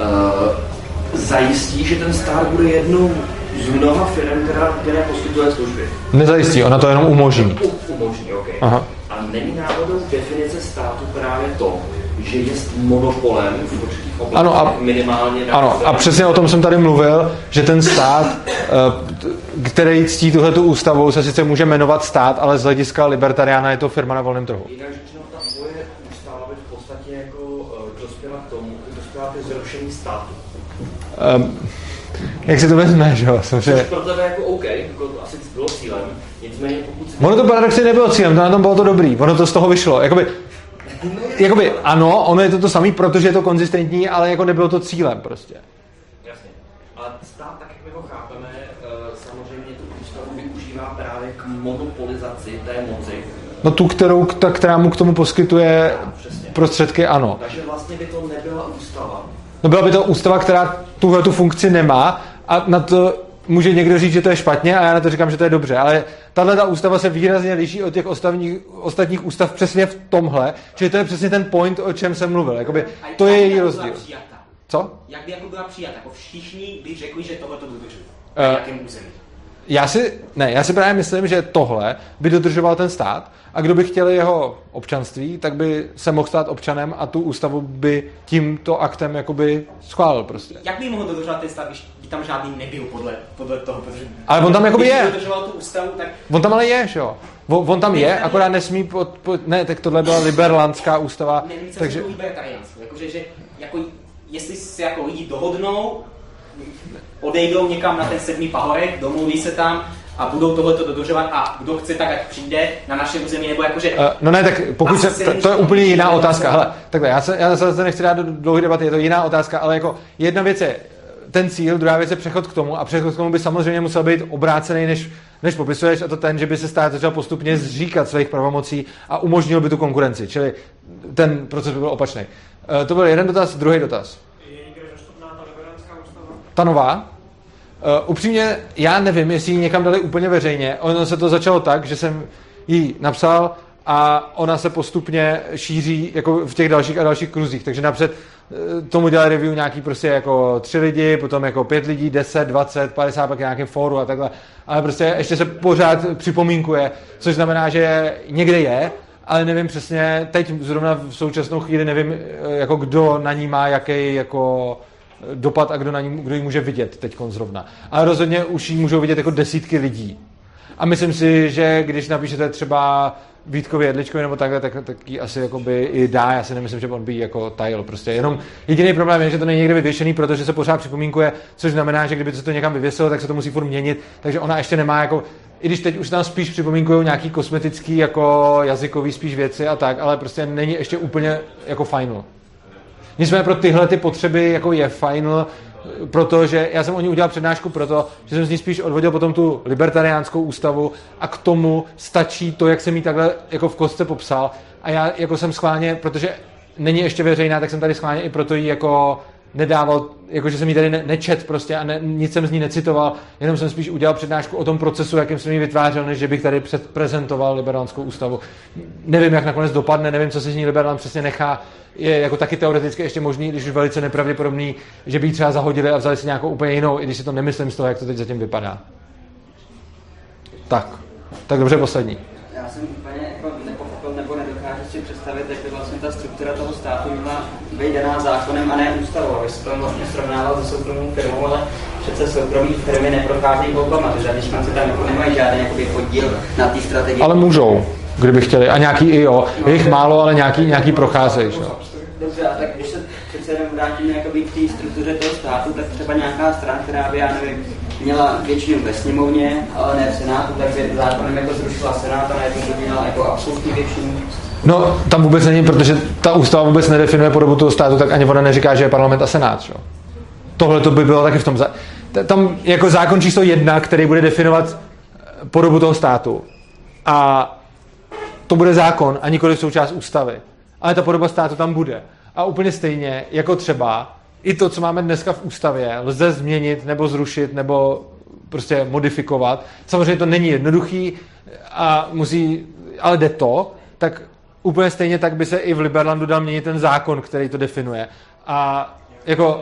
zajistí, že ten stát bude jednou z mnoha firm, která, která poskytuje služby. Nezajistí, ona to jenom umožní. U, umožní, ok. Aha. A není náhodou definice státu právě to, že je monopolem v určitých oblastech ano, a, minimálně... Ano, a přesně o tom jsem tady mluvil, že ten stát, který ctí tuhletu ústavu, se sice může jmenovat stát, ale z hlediska libertariána je to firma na volném trhu. Jinak řečeno, ta tvoje ústava by v podstatě jako dospěla k tomu, dospěla ke zrušení státu. Um, jak si to vezmeš, jo? Což pro tebe jako OK, jako asi bylo cílem, nicméně pokud si... Ono to paradoxně nebylo cílem, to na tom bylo to dobrý, ono to z toho vyšlo. Jakoby, jakoby ano, ono je to to samý, protože je to konzistentní, ale jako nebylo to cílem prostě. Jasně. Ale stát, tak jak my ho chápeme, samozřejmě tu ústavu využívá právě k monopolizaci té moci. No tu, kterou, ta, která mu k tomu poskytuje prostředky, ano. Takže vlastně by to nebyla ústava. No byla by to ústava, která tuhle tu funkci nemá a na to může někdo říct, že to je špatně a já na to říkám, že to je dobře, ale tahle ta ústava se výrazně liší od těch ostatních, ostatních ústav přesně v tomhle, že to je přesně ten point, o čem jsem mluvil. Jakoby, to je její rozdíl. Co? Jak by jako byla přijata? Jako všichni by řekli, že tohle to dodržují. Uh, na jakém území? Já si, ne, já si právě myslím, že tohle by dodržoval ten stát a kdo by chtěl jeho občanství, tak by se mohl stát občanem a tu ústavu by tímto aktem jakoby schválil prostě. Jak by mohl dodržovat ten stát, když by tam žádný nebyl podle, podle toho, protože... Ale on tam jakoby je. Dodržoval tu ústavu, tak... On tam ale je, že jo. On, on tam je, akorát nesmí pod, pod, ne, tak tohle byla liberlandská ústava. Nevím, co takže... je to libertariánství, jakože, že jako, jestli se jako lidi dohodnou, odejdou někam na ten sedmý pahorek, domluví se tam a budou tohleto dodržovat a kdo chce, tak ať přijde na naše území, nebo jakože... Uh, no ne, tak pokud se, to, to je úplně jiná otázka. Hele, takhle, já se, já se nechci dát do dlouhé debaty, je to jiná otázka, ale jako jedna věc je ten cíl, druhá věc je přechod k tomu a přechod k tomu by samozřejmě musel být obrácený, než, než popisuješ, a to ten, že by se stát začal postupně zříkat svých pravomocí a umožnil by tu konkurenci, čili ten proces by byl opačný. Uh, to byl jeden dotaz, druhý dotaz. Ta nová? Uh, upřímně, já nevím, jestli ji někam dali úplně veřejně. Ono se to začalo tak, že jsem ji napsal a ona se postupně šíří jako v těch dalších a dalších kruzích. Takže napřed uh, tomu dělali review nějaký prostě jako tři lidi, potom jako pět lidí, deset, dvacet, padesát, pak nějakém fóru a takhle. Ale prostě ještě se pořád připomínkuje, což znamená, že někde je, ale nevím přesně, teď zrovna v současnou chvíli nevím, jako kdo na ní má jaký jako dopad a kdo, na ní, kdo ji může vidět teď zrovna. Ale rozhodně už ji můžou vidět jako desítky lidí. A myslím si, že když napíšete třeba Vítkovi Jedličkovi nebo takhle, tak, tak ji asi jakoby i dá. Já si nemyslím, že on by ji jako tajil. Prostě jenom jediný problém je, že to není někde vyvěšený, protože se pořád připomínkuje, což znamená, že kdyby se to někam vyvěsilo, tak se to musí furt měnit. Takže ona ještě nemá jako, i když teď už tam spíš připomínkují nějaký kosmetický jako jazykový spíš věci a tak, ale prostě není ještě úplně jako final. Nicméně pro tyhle ty potřeby jako je final, protože já jsem o ní udělal přednášku proto, že jsem z ní spíš odvodil potom tu libertariánskou ústavu a k tomu stačí to, jak jsem ji takhle jako v kostce popsal a já jako jsem schválně, protože není ještě veřejná, tak jsem tady schválně i proto ji jako nedával, jakože jsem ji tady ne- nečet prostě a ne, nic jsem z ní necitoval, jenom jsem spíš udělal přednášku o tom procesu, jakým jsem ji vytvářel, než že bych tady předprezentoval liberánskou ústavu. Nevím, jak nakonec dopadne, nevím, co se z ní liberán přesně nechá. Je jako taky teoreticky ještě možný, když už velice nepravděpodobný, že by ji třeba zahodili a vzali si nějakou úplně jinou, i když si to nemyslím z toho, jak to teď zatím vypadá. Tak, tak dobře, poslední. Já jsem úplně jako nepochopil nebo nedokážu si představit, jak by vlastně ta struktura toho státu měla být daná zákonem a ne ústavou. Vy jste to vlastně srovnával se soukromou firmou, ale přece soukromí firmy neprocházejí volbama, že zaměstnanci tam jako nemají žádný jakoby podíl na té strategii. Ale můžou, kdyby chtěli. A nějaký i jo. Je jich málo, ale nějaký, nějaký procházejí. Že? Dobře, a tak když se přece jenom vrátíme k té struktuře toho státu, tak třeba nějaká strana, která by, já nevím, měla většinu ve sněmovně, ale ne v senátu, tak by zákonem jako zrušila senát a najednou by měla jako absolutní většinu. No, tam vůbec není, protože ta ústava vůbec nedefinuje podobu toho státu, tak ani ona neříká, že je parlament a senát. Že? Tohle to by bylo taky v tom... Za... Tam jako zákon číslo jedna, který bude definovat podobu toho státu. A to bude zákon a nikoliv součást ústavy. Ale ta podoba státu tam bude. A úplně stejně, jako třeba i to, co máme dneska v ústavě, lze změnit nebo zrušit nebo prostě modifikovat. Samozřejmě to není jednoduchý a musí, ale jde to, tak úplně stejně tak by se i v Liberlandu dal měnit ten zákon, který to definuje. A jako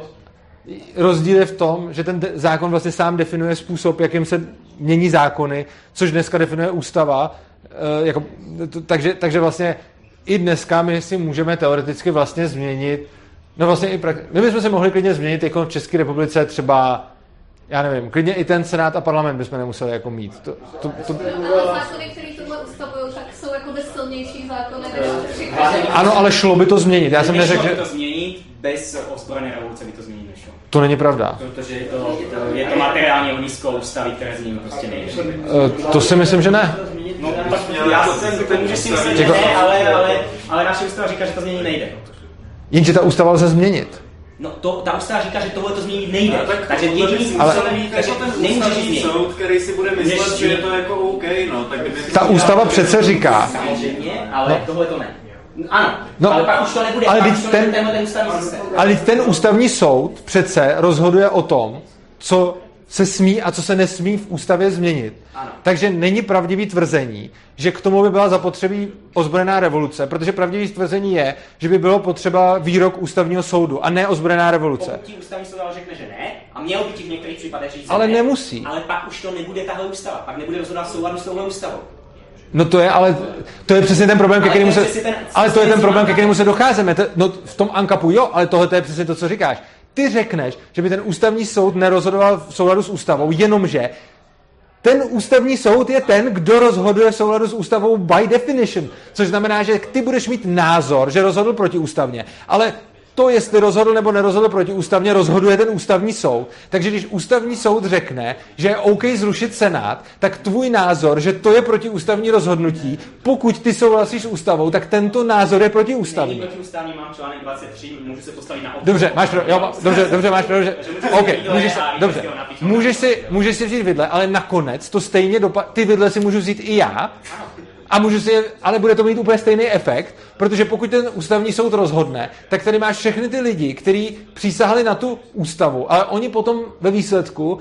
rozdíl je v tom, že ten zákon vlastně sám definuje způsob, jakým se mění zákony, což dneska definuje ústava. Jako, takže, takže vlastně i dneska my si můžeme teoreticky vlastně změnit, no vlastně i prak- my bychom se mohli klidně změnit jako v České republice třeba, já nevím, klidně i ten senát a parlament bychom nemuseli jako mít. To, to, to... Ale zákony, které tohle ustavují, tak jsou jako silnější zákony než všechny. Ano, ale šlo by to změnit. Já jsem neřekl, že... to změnit, bez ozbrojené revoluce by to změnit nešlo. To není pravda. Protože je to, to, je to materiálně nízkou ústavy, které změní prostě nejde. Uh, to si myslím, že ne. No, já jsem to může si myslet, že ne, ale, ale, ale naše ústava říká, že to změnit nejde. Jenže ta ústava lze změnit. No, to, ta ústava říká, že tohle to změnit nejde. No, tak takže jediný ale... takže nemůžeš soud, který si bude myslet, že je to jako OK, no. Tak ta ústava přece říká. Samozřejmě, ale no. Tohle to ne. Ano, no, ale pak už to nebude, ale pak už to ten, tenhle ten ústavní systém. Ale ten ústavní soud přece rozhoduje o tom, co se smí a co se nesmí v ústavě změnit. Ano. Takže není pravdivý tvrzení, že k tomu by byla zapotřebí ozbrojená revoluce, protože pravdivý tvrzení je, že by bylo potřeba výrok ústavního soudu a ne ozbrojená revoluce. Pokud ti ústavní soud řekne, že ne, a měl by ti v některých případech říct, ale ne, nemusí. Ale pak už to nebude tahle ústava, pak nebude rozhodovat souladu s touhle ústavou. No to je, ale to je přesně ten problém, ke kterému se, ten, ale to je ten problém, ke kterému se docházíme. No v tom ANCAPu jo, ale tohle to je přesně to, co říkáš. Ty řekneš, že by ten ústavní soud nerozhodoval v souladu s ústavou, jenomže ten ústavní soud je ten, kdo rozhoduje v souladu s ústavou by definition, což znamená, že ty budeš mít názor, že rozhodl protiústavně, ale to, jestli rozhodl nebo nerozhodl protiústavně, rozhoduje ten ústavní soud. Takže když ústavní soud řekne, že je OK zrušit senát, tak tvůj názor, že to je protiústavní rozhodnutí, pokud ty souhlasíš s ústavou, tak tento názor je protiústavní. Není protiústavní, mám článek dvacet tři, můžu se postavit na občan. Dobře, máš pro, jo, dobře, dobře, máš pro, že... OK, můžeš se, dobře, můžeš si, můžeš si vzít vidle, ale nakonec to stejně dopadne, ty vidle si můžu vzít i já, a můžu si, ale bude to mít úplně stejný efekt, protože pokud ten ústavní soud rozhodne, tak tady máš všechny ty lidi, kteří přísahali na tu ústavu, ale oni potom ve výsledku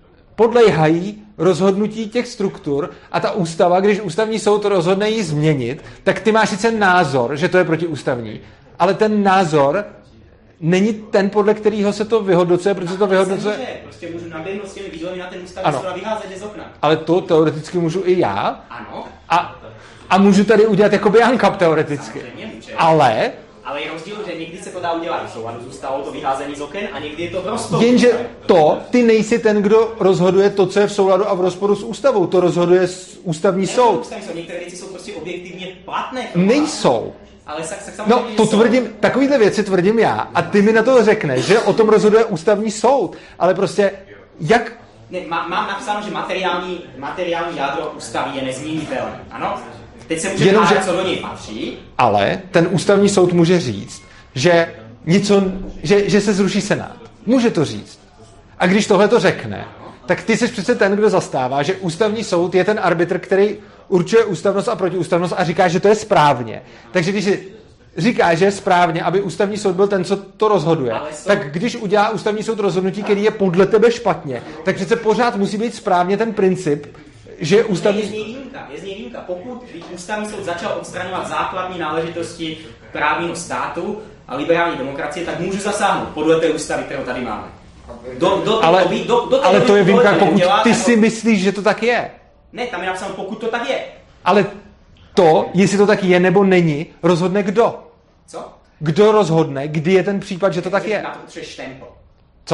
podléhají rozhodnutí těch struktur a ta ústava, když ústavní soud rozhodne ji změnit, tak ty máš sice názor, že to je protiústavní, ale ten názor není ten, podle kterého se to vyhodnocuje, protože to vyhodnocuje... Prostě můžu naběhnout s těmi výzvami na ten ústavní soud a vyházet z okna. Ale to teoreticky můžu i já. Ano. A, a můžu tady udělat jakoby ANCAP teoreticky. Ale... Ale je rozdíl, že někdy se to dá udělat v souladu s ústavou, to vyházení z oken, a někdy je to v rozporu. Jenže to, ty nejsi ten, kdo rozhoduje to, co je v souladu a v rozporu s ústavou. To rozhoduje ústavní soud. Ústavní soud. Některé věci jsou prostě objektivně platné. Nejsou. Ale sak, sak, no, to tvrdím, takovýhle věci tvrdím já a ty mi na to řekneš, že o tom rozhoduje ústavní soud. Ale prostě, jak... Ne, má, mám napsáno, že materiální, materiální jádro ústavy je nezměnitelné. Ano? Teď se může hádat, co do něj patří. Ale ten ústavní soud může říct, že, něco, že, že se zruší senát. Může to říct. A když tohle to řekne, tak ty jsi přece ten, kdo zastává, že ústavní soud je ten arbitr, který určuje ústavnost a protiústavnost a říká, že to je správně. Takže když si říká, že je správně, aby ústavní soud byl ten, co to rozhoduje, soud... tak když udělá ústavní soud rozhodnutí, který je podle tebe špatně, tak přece pořád musí být správně ten princip, že ústavní... Je z něj výjimka, je z něj výjimka. Pokud ústavní soud začal odstraňovat základní náležitosti právního státu a liberální demokracie, tak můžu zasáhnout podle té ústavy, kterou tady máme. Do, do, ale do, do, do ale to je výjimka, pokud dělá, ty nebo... si myslíš, že to tak je. Ne, tam je napsáno, pokud to tak je. Ale to, jestli to tak je nebo není, rozhodne kdo? Co? Kdo rozhodne, kdy je ten případ, že to tak je? Na to potřebuješ tempo. Co?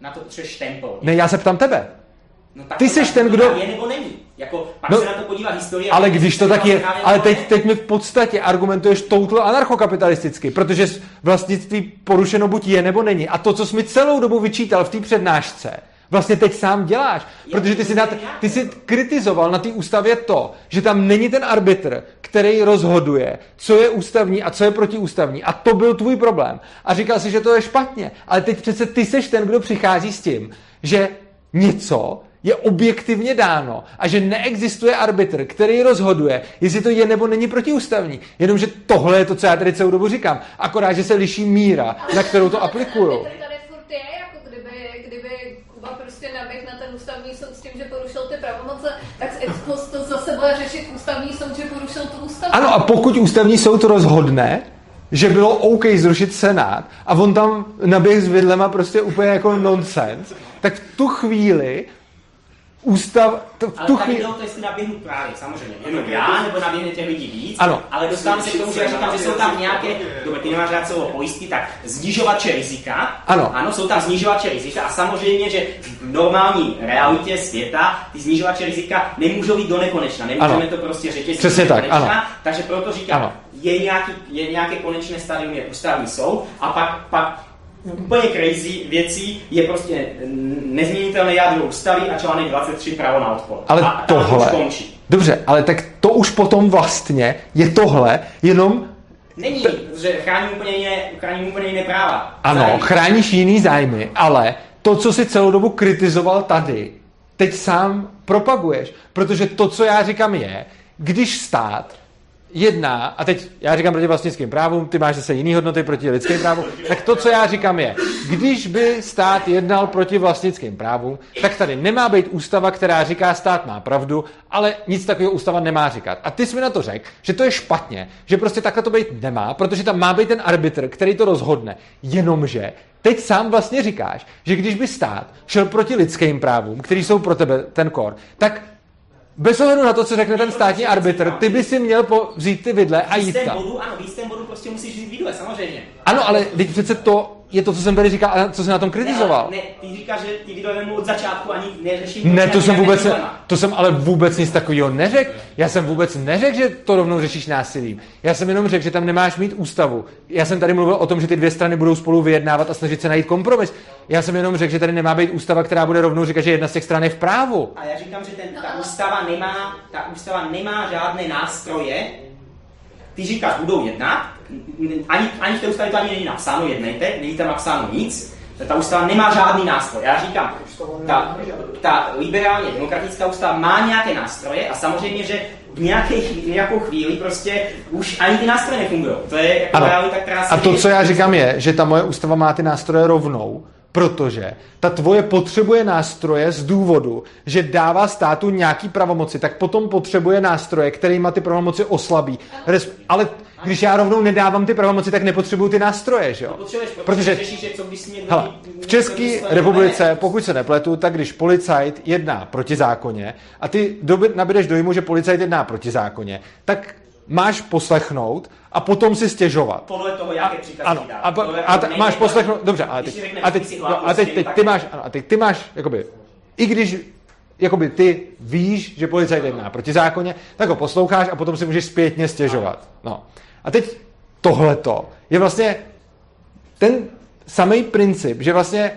na to potřebuješ štempel. Ne, já se ptám tebe. No, tak ty to seš tak ten, kdo... je nebo není. Jako, pak no, se na to podívá historie. Ale když to tak je, ale teď, teď mi v podstatě argumentuješ total anarchokapitalisticky, protože vlastnictví porušeno buď je nebo není. A to, co jsi mi celou dobu vyčítal v té přednášce, vlastně teď sám děláš, protože ty jsi, na t- ty jsi kritizoval na té ústavě to, že tam není ten arbitr, který rozhoduje, co je ústavní a co je protiústavní. A to byl tvůj problém. A říkal si, že to je špatně. Ale teď přece ty seš ten, kdo přichází s tím, že něco je objektivně dáno a že neexistuje arbitr, který rozhoduje, jestli to je nebo není protiústavní. Jenomže tohle je to, co já tady celou dobu říkám. Akorát, že se liší míra, na kterou to aplikuju. Naběh na ten ústavní soud s tím, že porušil ty pravomoce, tak ex post to zase bude řešit ústavní soud, že porušil tu ústavu. Ano, a pokud ústavní soud rozhodne, že bylo OK zrušit Senát a on tam naběh s vidlema prostě úplně jako nonsens, tak v tu chvíli ústav... To, v ale tu tady chvíli... bylo to, jestli naběhnu právě, samozřejmě. Jenom já, nebo naběhne těch lidí víc. Ano. Ale dostávám se k tomu, že já říkám, že jsou tam nějaké, dobře, ty nemáš rád slovo pojistky, tak snižovače rizika. Ano. Ano, jsou tam snižovače rizika a samozřejmě, že v normální realitě světa ty snižovače rizika nemůžou být do nekonečna. Nemůžeme ano. to prostě řetězit. Přesně tak, ano. Takže proto říkám, ano. je, nějaký, je nějaké konečné stadium, je ústavní soud a pak, pak úplně crazy věcí je prostě nezměnitelné jádro ústavy a článek dvacet tři právo na odpor. Ale a tohle, končí. Dobře, ale tak to už potom vlastně je tohle jenom... Není, že chrání úplně jiné, chrání úplně jiné práva. Ano, zájmy. Chráníš jiný zájmy, ale to, co si celou dobu kritizoval tady, teď sám propaguješ. Protože to, co já říkám je, když stát jedná, a teď já říkám proti vlastnickým právům, ty máš zase jiný hodnoty proti lidským právům, tak to, co já říkám je, když by stát jednal proti vlastnickým právům, tak tady nemá být ústava, která říká, stát má pravdu, ale nic takového ústava nemá říkat. A ty jsi mi na to řekl, že to je špatně, že prostě takhle to být nemá, protože tam má být ten arbitr, který to rozhodne. Jenomže teď sám vlastně říkáš, že když by stát šel proti lidským právům, který jsou pro tebe ten core, tak bez ohledu na to, co řekne ten státní arbitr, ty by si měl po, vzít ty vidle a jít tam. Bodu, ano, v jistém bodu prostě musíš vzít vidle, samozřejmě. Ano, ale teď přece to je to, co jsem tady říkal, a co jsem na tom kritizoval. Ne, ne ty říkáš, že ty vidle vemu od začátku ani neřeším. Ne, to jsem vůbec, ne, to jsem ale vůbec nic takového neřekl. Já jsem vůbec neřekl, že to rovnou řešíš násilím. Já jsem jenom řekl, že tam nemáš mít ústavu. Já jsem tady mluvil o tom, že ty dvě strany budou spolu vyjednávat a snažit se najít kompromis. Já jsem jenom řekl, že tady nemá být ústava, která bude rovnou říkat, že jedna z těch stran je v právu. A já říkám, že ten, ta ústava nemá, ta ústava nemá žádné nástroje. Ty říkáš, budou jednat, ani, ani v té ústavě to ani není napsáno, jednejte, není tam napsáno nic, ta ústava nemá žádný nástroj. Já říkám, ta, ta liberálně demokratická ústava má nějaké nástroje a samozřejmě, že v nějaké chvíli, nějakou chvíli prostě už ani ty nástroje nefungují. To je jako realita, která se... A to, co já říkám je, že ta moje ústava má ty nástroje rovnou, protože ta tvoje potřebuje nástroje z důvodu, že dává státu nějaký pravomoci, tak potom potřebuje nástroje, kterýma ty pravomoci oslabí. Ale když já rovnou nedávám ty pravomoci, tak nepotřebuju ty nástroje, že jo? Protože hele, v České republice, pokud se nepletu, tak když policajt jedná proti zákoně a ty nabídeš dojmu, že policajt jedná proti zákoně, tak máš poslechnout a potom si stěžovat. Podle toho, jaké příkazy ano, a, a, a t- máš poslechnout, dobře, ale teď, a teď, no, a teď, teď ty máš, ano, a teď ty máš, jakoby, i když jakoby ty víš, že policajt jedná proti zákoně, tak ho posloucháš a potom si můžeš zpětně stěžovat. No. A teď tohleto je vlastně ten samý princip, že vlastně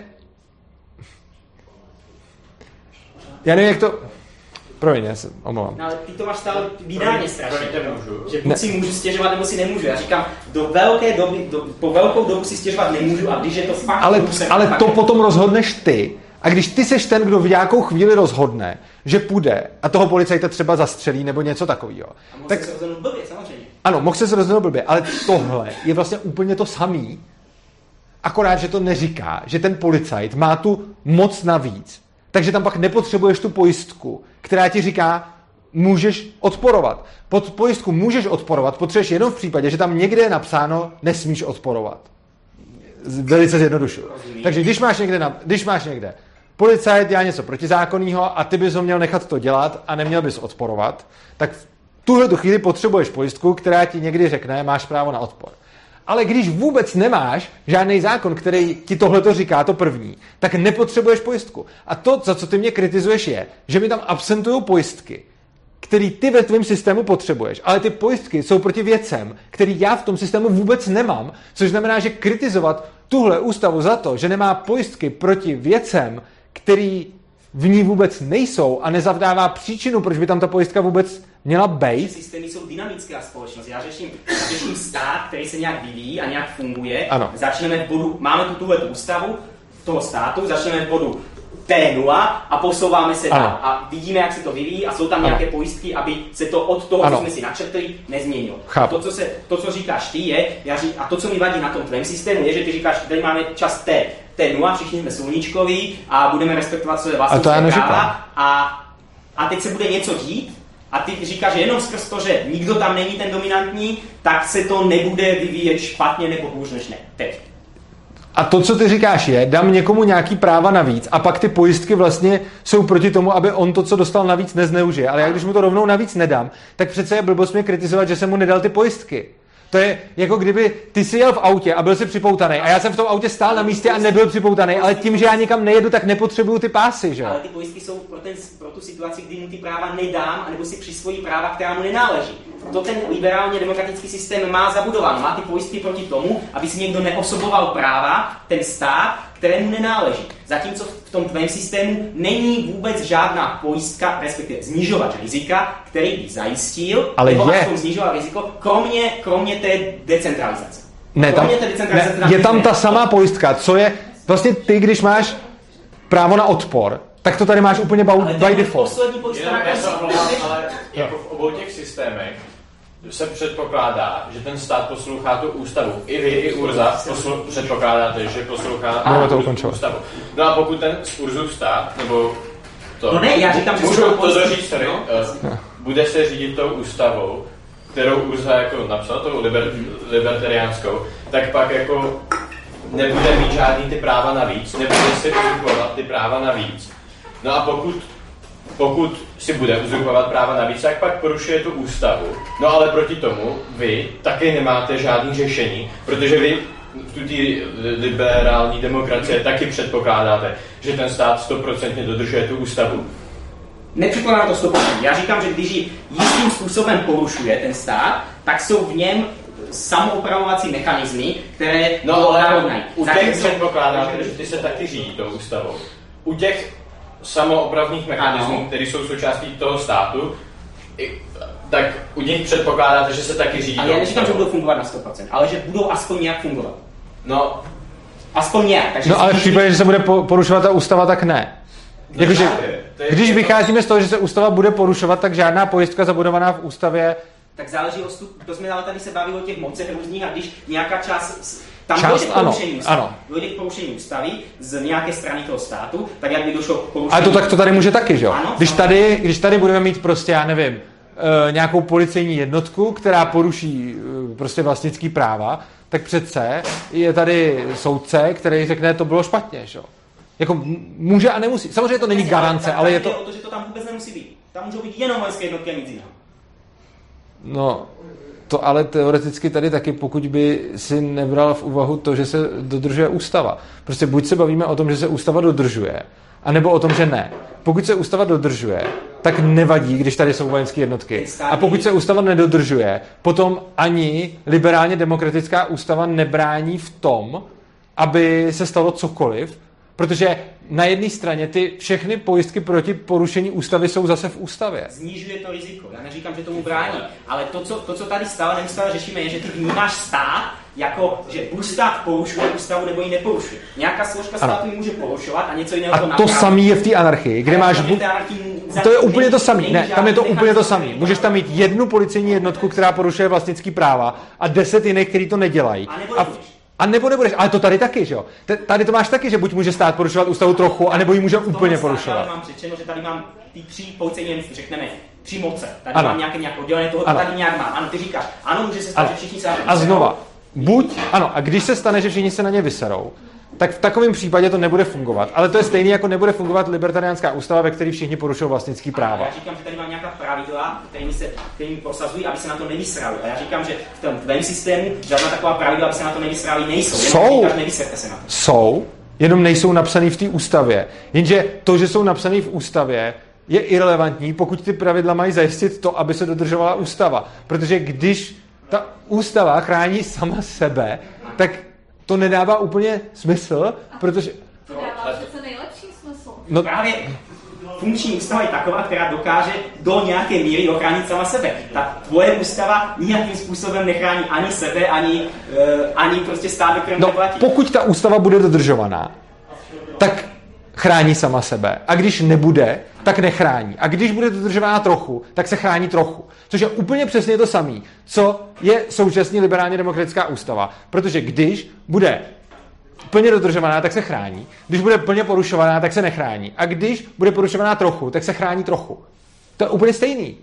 já nevím, jak to... Promiň, já se omlouvám. No, ale ty to máš stále výdáně strašně. Že buď si můžu stěžovat, nebo si nemůžu. Já říkám, do velké doby, do, po velkou dobu si stěžovat nemůžu a když je to fakt... Ale, se, ale fakt to potom rozhodneš ty. A když ty seš ten, kdo v nějakou chvíli rozhodne, že půjde a toho policajta třeba zastřelí nebo něco takového. A mohl tak... se rozhodnout blbě, samozřejmě. Ano, mohl se rozhodnout blbě, ale tohle je vlastně úplně to samý. Akorát, že to neříká, že ten policajt má tu moc navíc. Takže tam pak nepotřebuješ tu pojistku, která ti říká, můžeš odporovat. Pod pojistku můžeš odporovat, potřebuješ jenom v případě, že tam někde je napsáno, nesmíš odporovat. Velice zjednodušuju. Takže když máš někde, na, když máš někde policajt dělá něco protizákonného a ty bys ho měl nechat to dělat a neměl bys odporovat, tak v tuhle tu chvíli potřebuješ pojistku, která ti někdy řekne, máš právo na odpor. Ale když vůbec nemáš žádný zákon, který ti tohleto říká, to první, tak nepotřebuješ pojistku. A to, za co ty mě kritizuješ, je, že mi tam absentují pojistky, který ty ve tvém systému potřebuješ. Ale ty pojistky jsou proti věcem, který já v tom systému vůbec nemám, což znamená, že kritizovat tuhle ústavu za to, že nemá pojistky proti věcem, který v ní vůbec nejsou a nezavdává příčinu, proč by tam ta pojistka vůbec měla být. Systémy jsou dynamická společnost. Já řeším, řeším stát, který se nějak vyvíjí a nějak funguje. Ano. Začneme v bodu, máme tu tuhle ústavu toho státu, začneme v bodu T nula a posouváme se dál. A vidíme, jak se to vyvíjí a jsou tam ano. nějaké pojistky, aby se to od toho, ano. co jsme si načrtli, nezměnilo. To co, se, to, co říkáš ty, je, já ří, a to, co mi vadí na tom tvém systému, je, že ty říkáš, že tady máme čas T, T nula, všichni jsme sluníčkoví a budeme respektovat své vlastní práva a, a teď se bude něco dít a ty říkáš, že jenom skrz to, že nikdo tam není ten dominantní, tak se to nebude vyvíjet špatně nebo hůř než ne. Teď. A to, co ty říkáš, je, dám někomu nějaký práva navíc a pak ty pojistky vlastně jsou proti tomu, aby on to, co dostal navíc, nezneužije. Ale já když mu to rovnou navíc nedám, tak přece je blbost mě kritizovat, že jsem mu nedal ty pojistky. To je jako kdyby ty jsi jel v autě a byl si připoutaný a já jsem v tom autě stál na místě a nebyl připoutaný, ale tím, že já nikam nejedu, tak nepotřebuju ty pásy, že? Ale ty pojistky jsou pro, ten, pro tu situaci, kdy mu ty práva nedám, anebo si přisvojí práva, která mu nenáleží. To ten liberálně demokratický systém má zabudováno. Má ty pojistky proti tomu, aby si někdo neosoboval práva, ten stát, kterému nenáleží. Zatímco v tom tvém systému není vůbec žádná pojistka, respektive snižovač rizika, který by zajistil, ale nebo je. aspoň snižoval riziko, kromě, kromě té decentralizace. Ne, tam, kromě té decentralizace ne je tam ta samá pojistka, co je vlastně ty, když máš právo na odpor, tak to tady máš úplně by, by default. Poslední pojistka, ale jako v obou těch systémech se předpokládá, že ten stát poslouchá tu ústavu. I vy, i Urza poslu- předpokládáte, že poslouchá tu ústavu. No a pokud ten z Urzův stát, nebo to... No ne, já říkám, že můžu to to říct, sorry, uh, bude se řídit tou ústavou, kterou Urza jako napsal, tou liber, libertariánskou, tak pak jako nebude mít žádný ty práva navíc, nebude si uzurpovat ty práva navíc. No a pokud Pokud si bude uzurpovat práva navíc, tak pak porušuje tu ústavu. No ale proti tomu vy taky nemáte žádný řešení, protože vy v tu liberální demokracie taky předpokládáte, že ten stát stoprocentně dodržuje tu ústavu. Nepředpokládám to sto procent. Já říkám, že když ji jistým způsobem porušuje ten stát, tak jsou v něm samoopravovací mechanismy, které no, ale narovnají. U těch předpokládáte, že ty se taky řídí tou ústavou. U těch samoopravných mechanismů, které jsou součástí toho státu, tak u nich předpokládáte, že se taky řídí. Ale já neříkám, že budou fungovat na sto procent, ale že budou aspoň nějak fungovat. No, aspoň nějak. Takže no ale v případě, že se bude porušovat ta ústava, tak ne. Jakože, když vycházíme z toho, že se ústava bude porušovat, tak žádná pojistka zabudovaná v ústavě. Tak záleží o stup, to jsme ale tady se bavili o těch mocech různých a když nějaká část tam část, dojde k porušení ano, ústavy, ano. dojde k porušení ústavy z nějaké strany toho státu, tak jak by došlo k porušení... Ale to tak to tady může taky, že jo? Ano, když, tady, když tady budeme mít prostě, já nevím, uh, nějakou policejní jednotku, která poruší uh, prostě vlastnický práva, tak přece je tady soudce, který řekne, to bylo špatně, že jo? Jako může a nemusí. Samozřejmě to není ale, garance, ale, ale je to... to... o to, že to tam vůbec nemusí být. Tam můžou být jenom vojenské jednotky a nic jiného. No, to ale teoreticky tady taky, pokud by si nebral v úvahu to, že se dodržuje ústava. Prostě buď se bavíme o tom, že se ústava dodržuje, anebo o tom, že ne. Pokud se ústava dodržuje, tak nevadí, když tady jsou vojenské jednotky. A pokud se ústava nedodržuje, potom ani liberálně demokratická ústava nebrání v tom, aby se stalo cokoliv, protože na jedné straně ty všechny pojistky proti porušení ústavy jsou zase v ústavě. Snižuje to riziko. Já neříkám, že tomu brání, ale to, co, to, co tady stále neustále řešíme, je, že ty vnímáš stát jako, že buď stát porušuje ústavu, nebo ji neporušuje. Nějaká složka státu ji může porušovat a něco jiného a to napravit. A to samé je v té anarchii, kde máš... Bu... To je úplně to samé. Ne, tam je to úplně to samé. Můžeš tam mít jednu policejní jednotku, která porušuje vlastnický práva a deset jiných, kteří to nedělají. A A nebo nebudeš, ale to tady taky, že jo? Tady to máš taky, že buď může stát porušovat ústavu trochu, anebo ji může úplně porušovat. Tady mám řečeno, že tady mám ty tři policejní, řekneme, tři moce. Tady ano. Mám nějaké nějak oddělené, toho tady nějak mám. Ano, ty říkáš, ano, může se stát, ano. Že všichni se... A znova, buď, ano, a když se stane, že všichni se na ně vyserou, tak v takovém případě to nebude fungovat. Ale to je stejné, jako nebude fungovat libertariánská ústava, ve které všichni porušují vlastnický práva. Já říkám, že tady mám nějaká pravidla, kterými se kterými prosazují, aby se na to nevysrali. A já říkám, že v tom tvém systému žádná taková pravidla, aby se na to nevysrali, nejsou. Jsou. Říkám, nevyserte se na to. Jsou, jenom nejsou napsaný v té ústavě. Jenže to, že jsou napsaný v ústavě, je irelevantní, pokud ty pravidla mají zajistit to, aby se dodržovala ústava. Protože když ta ústava chrání sama sebe, tak to nedává úplně smysl, protože... To dává přece nejlepší smysl. No, právě funkční ústava je taková, která dokáže do nějaké míry ochránit sama sebe. Ta tvoje ústava nějakým způsobem nechrání ani sebe, ani, uh, ani prostě stát, do kterém no, neplatí. Pokud ta ústava bude dodržovaná, tak chrání sama sebe. A když nebude, tak nechrání. A když bude dodržována trochu, tak se chrání trochu. Což je úplně přesně to samé, co je současně liberálně demokratická ústava. Protože když bude plně dodržovaná, tak se chrání. Když bude plně porušovaná, tak se nechrání. A když bude porušovaná trochu, tak se chrání trochu. To je úplně stejný.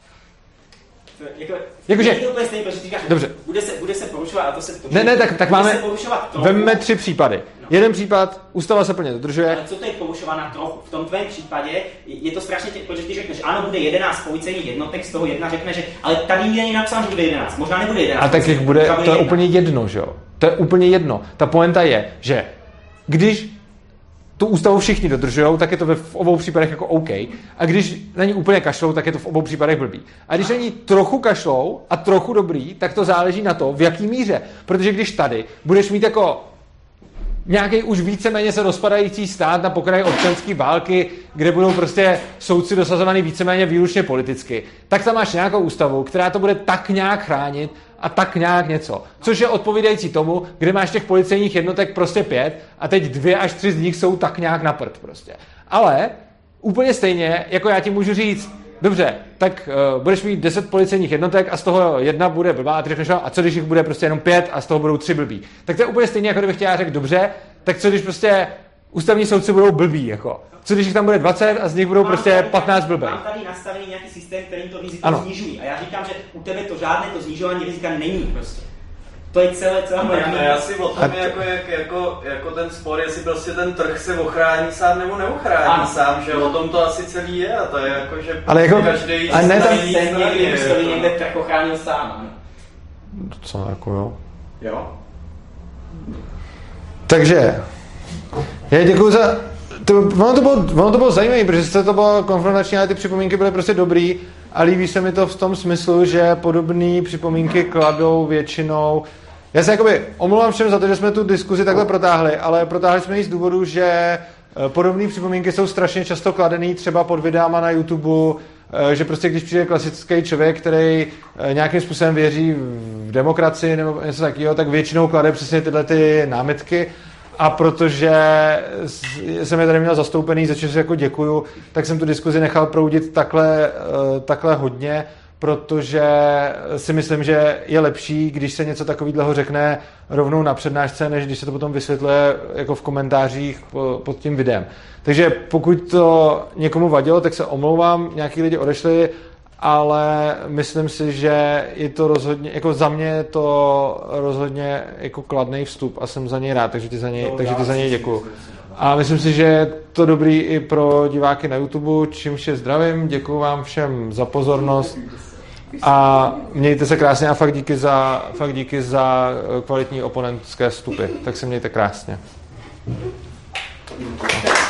Jako, Jakože, není to úplně stejný, protože říkáš, dobře. Bude se, bude se porušovat a to se... To, ne, ne, tak, tak máme... Trochu. Vemme tři případy. No. Jeden případ, ústava se plně dodržuje. Ale co to je porušovaná trochu? V tom tvém případě je to strašně tě, protože ty řekneš, ano, bude jedenáct policejních jednotek, z toho jedna řekne, že ale tady nikde není napsáno, že bude jedenáct. Možná nebude jedenáct. A tak jich bude, to je úplně jedno, že jo? To je úplně jedno. Ta poenta je, že když tu ústavu všichni dodržujou, tak je to v obou případech jako OK. A když na ní úplně kašlou, tak je to v obou případech blbý. A když na ní trochu kašlou a trochu dobrý, tak to záleží na to, v jaký míře. Protože když tady budeš mít jako nějaký už víceméně se rozpadající stát na pokraji občanské války, kde budou prostě soudci dosazovaný víceméně výlučně politicky, tak tam máš nějakou ústavu, která to bude tak nějak chránit a tak nějak něco. Což je odpovídající tomu, kde máš těch policejních jednotek prostě pět a teď dvě až tři z nich jsou tak nějak na prd prostě. Ale úplně stejně, jako já ti můžu říct, dobře, tak uh, budeš mít deset policejních jednotek a z toho jedna bude blbá a ty řekneš, a co když jich bude prostě jenom pět a z toho budou tři blbý. Tak to je úplně stejně, jako kdybych chtěl řekl, dobře, tak co když prostě ústavní soudci budou blbí, jako. Co když jich tam bude dvacet a z nich budou mám prostě tady, patnáct blbých. Mám tady nastavený nějaký systém, který to riziko snižují. A já říkám, že u tebe to žádné to snižování rizika není prostě. To je celé, celá moje no, já si o tom t... jako, jak, jako, jako ten spor, jestli prostě ten trh se ochrání sám nebo neochrání ano. sám, že o tom to asi celý je a to je jako, že ale jako, každý ale ne tam se někdy stojí někde trh ochránil sám, ano. Co, jako jo? Jo. Takže, já děkuju za... To, ono, to bylo, ono to bylo zajímavé, protože se to bylo konfrontační, ale ty připomínky byly prostě dobrý a líbí se mi to v tom smyslu, že podobné připomínky kladou většinou. Já se jakoby omlouvám všem za to, že jsme tu diskuzi takhle protáhli, ale protáhli jsme ji z důvodu, že podobné připomínky jsou strašně často kladený třeba pod videama na YouTube, že prostě když přijde klasický člověk, který nějakým způsobem věří v demokracii nebo něco takového, tak většinou klade přesně tyhle ty námitky. A protože jsem je tady měl zastoupený, za což si jako děkuju, tak jsem tu diskuzi nechal proudit takhle, takhle hodně, protože si myslím, že je lepší, když se něco takového řekne rovnou na přednášce, než když se to potom vysvětluje jako v komentářích pod tím videem. Takže pokud to někomu vadilo, tak se omlouvám, nějaký lidi odešli, ale myslím si, že je to rozhodně, jako za mě je to rozhodně jako kladný vstup a jsem za něj rád, takže ti za něj, takže ti za něj děkuju. A myslím si, že je to dobrý i pro diváky na YouTube, čímž je zdravím, děkuju vám všem za pozornost a mějte se krásně a fakt díky za, fakt díky za kvalitní oponentské vstupy, tak se mějte krásně.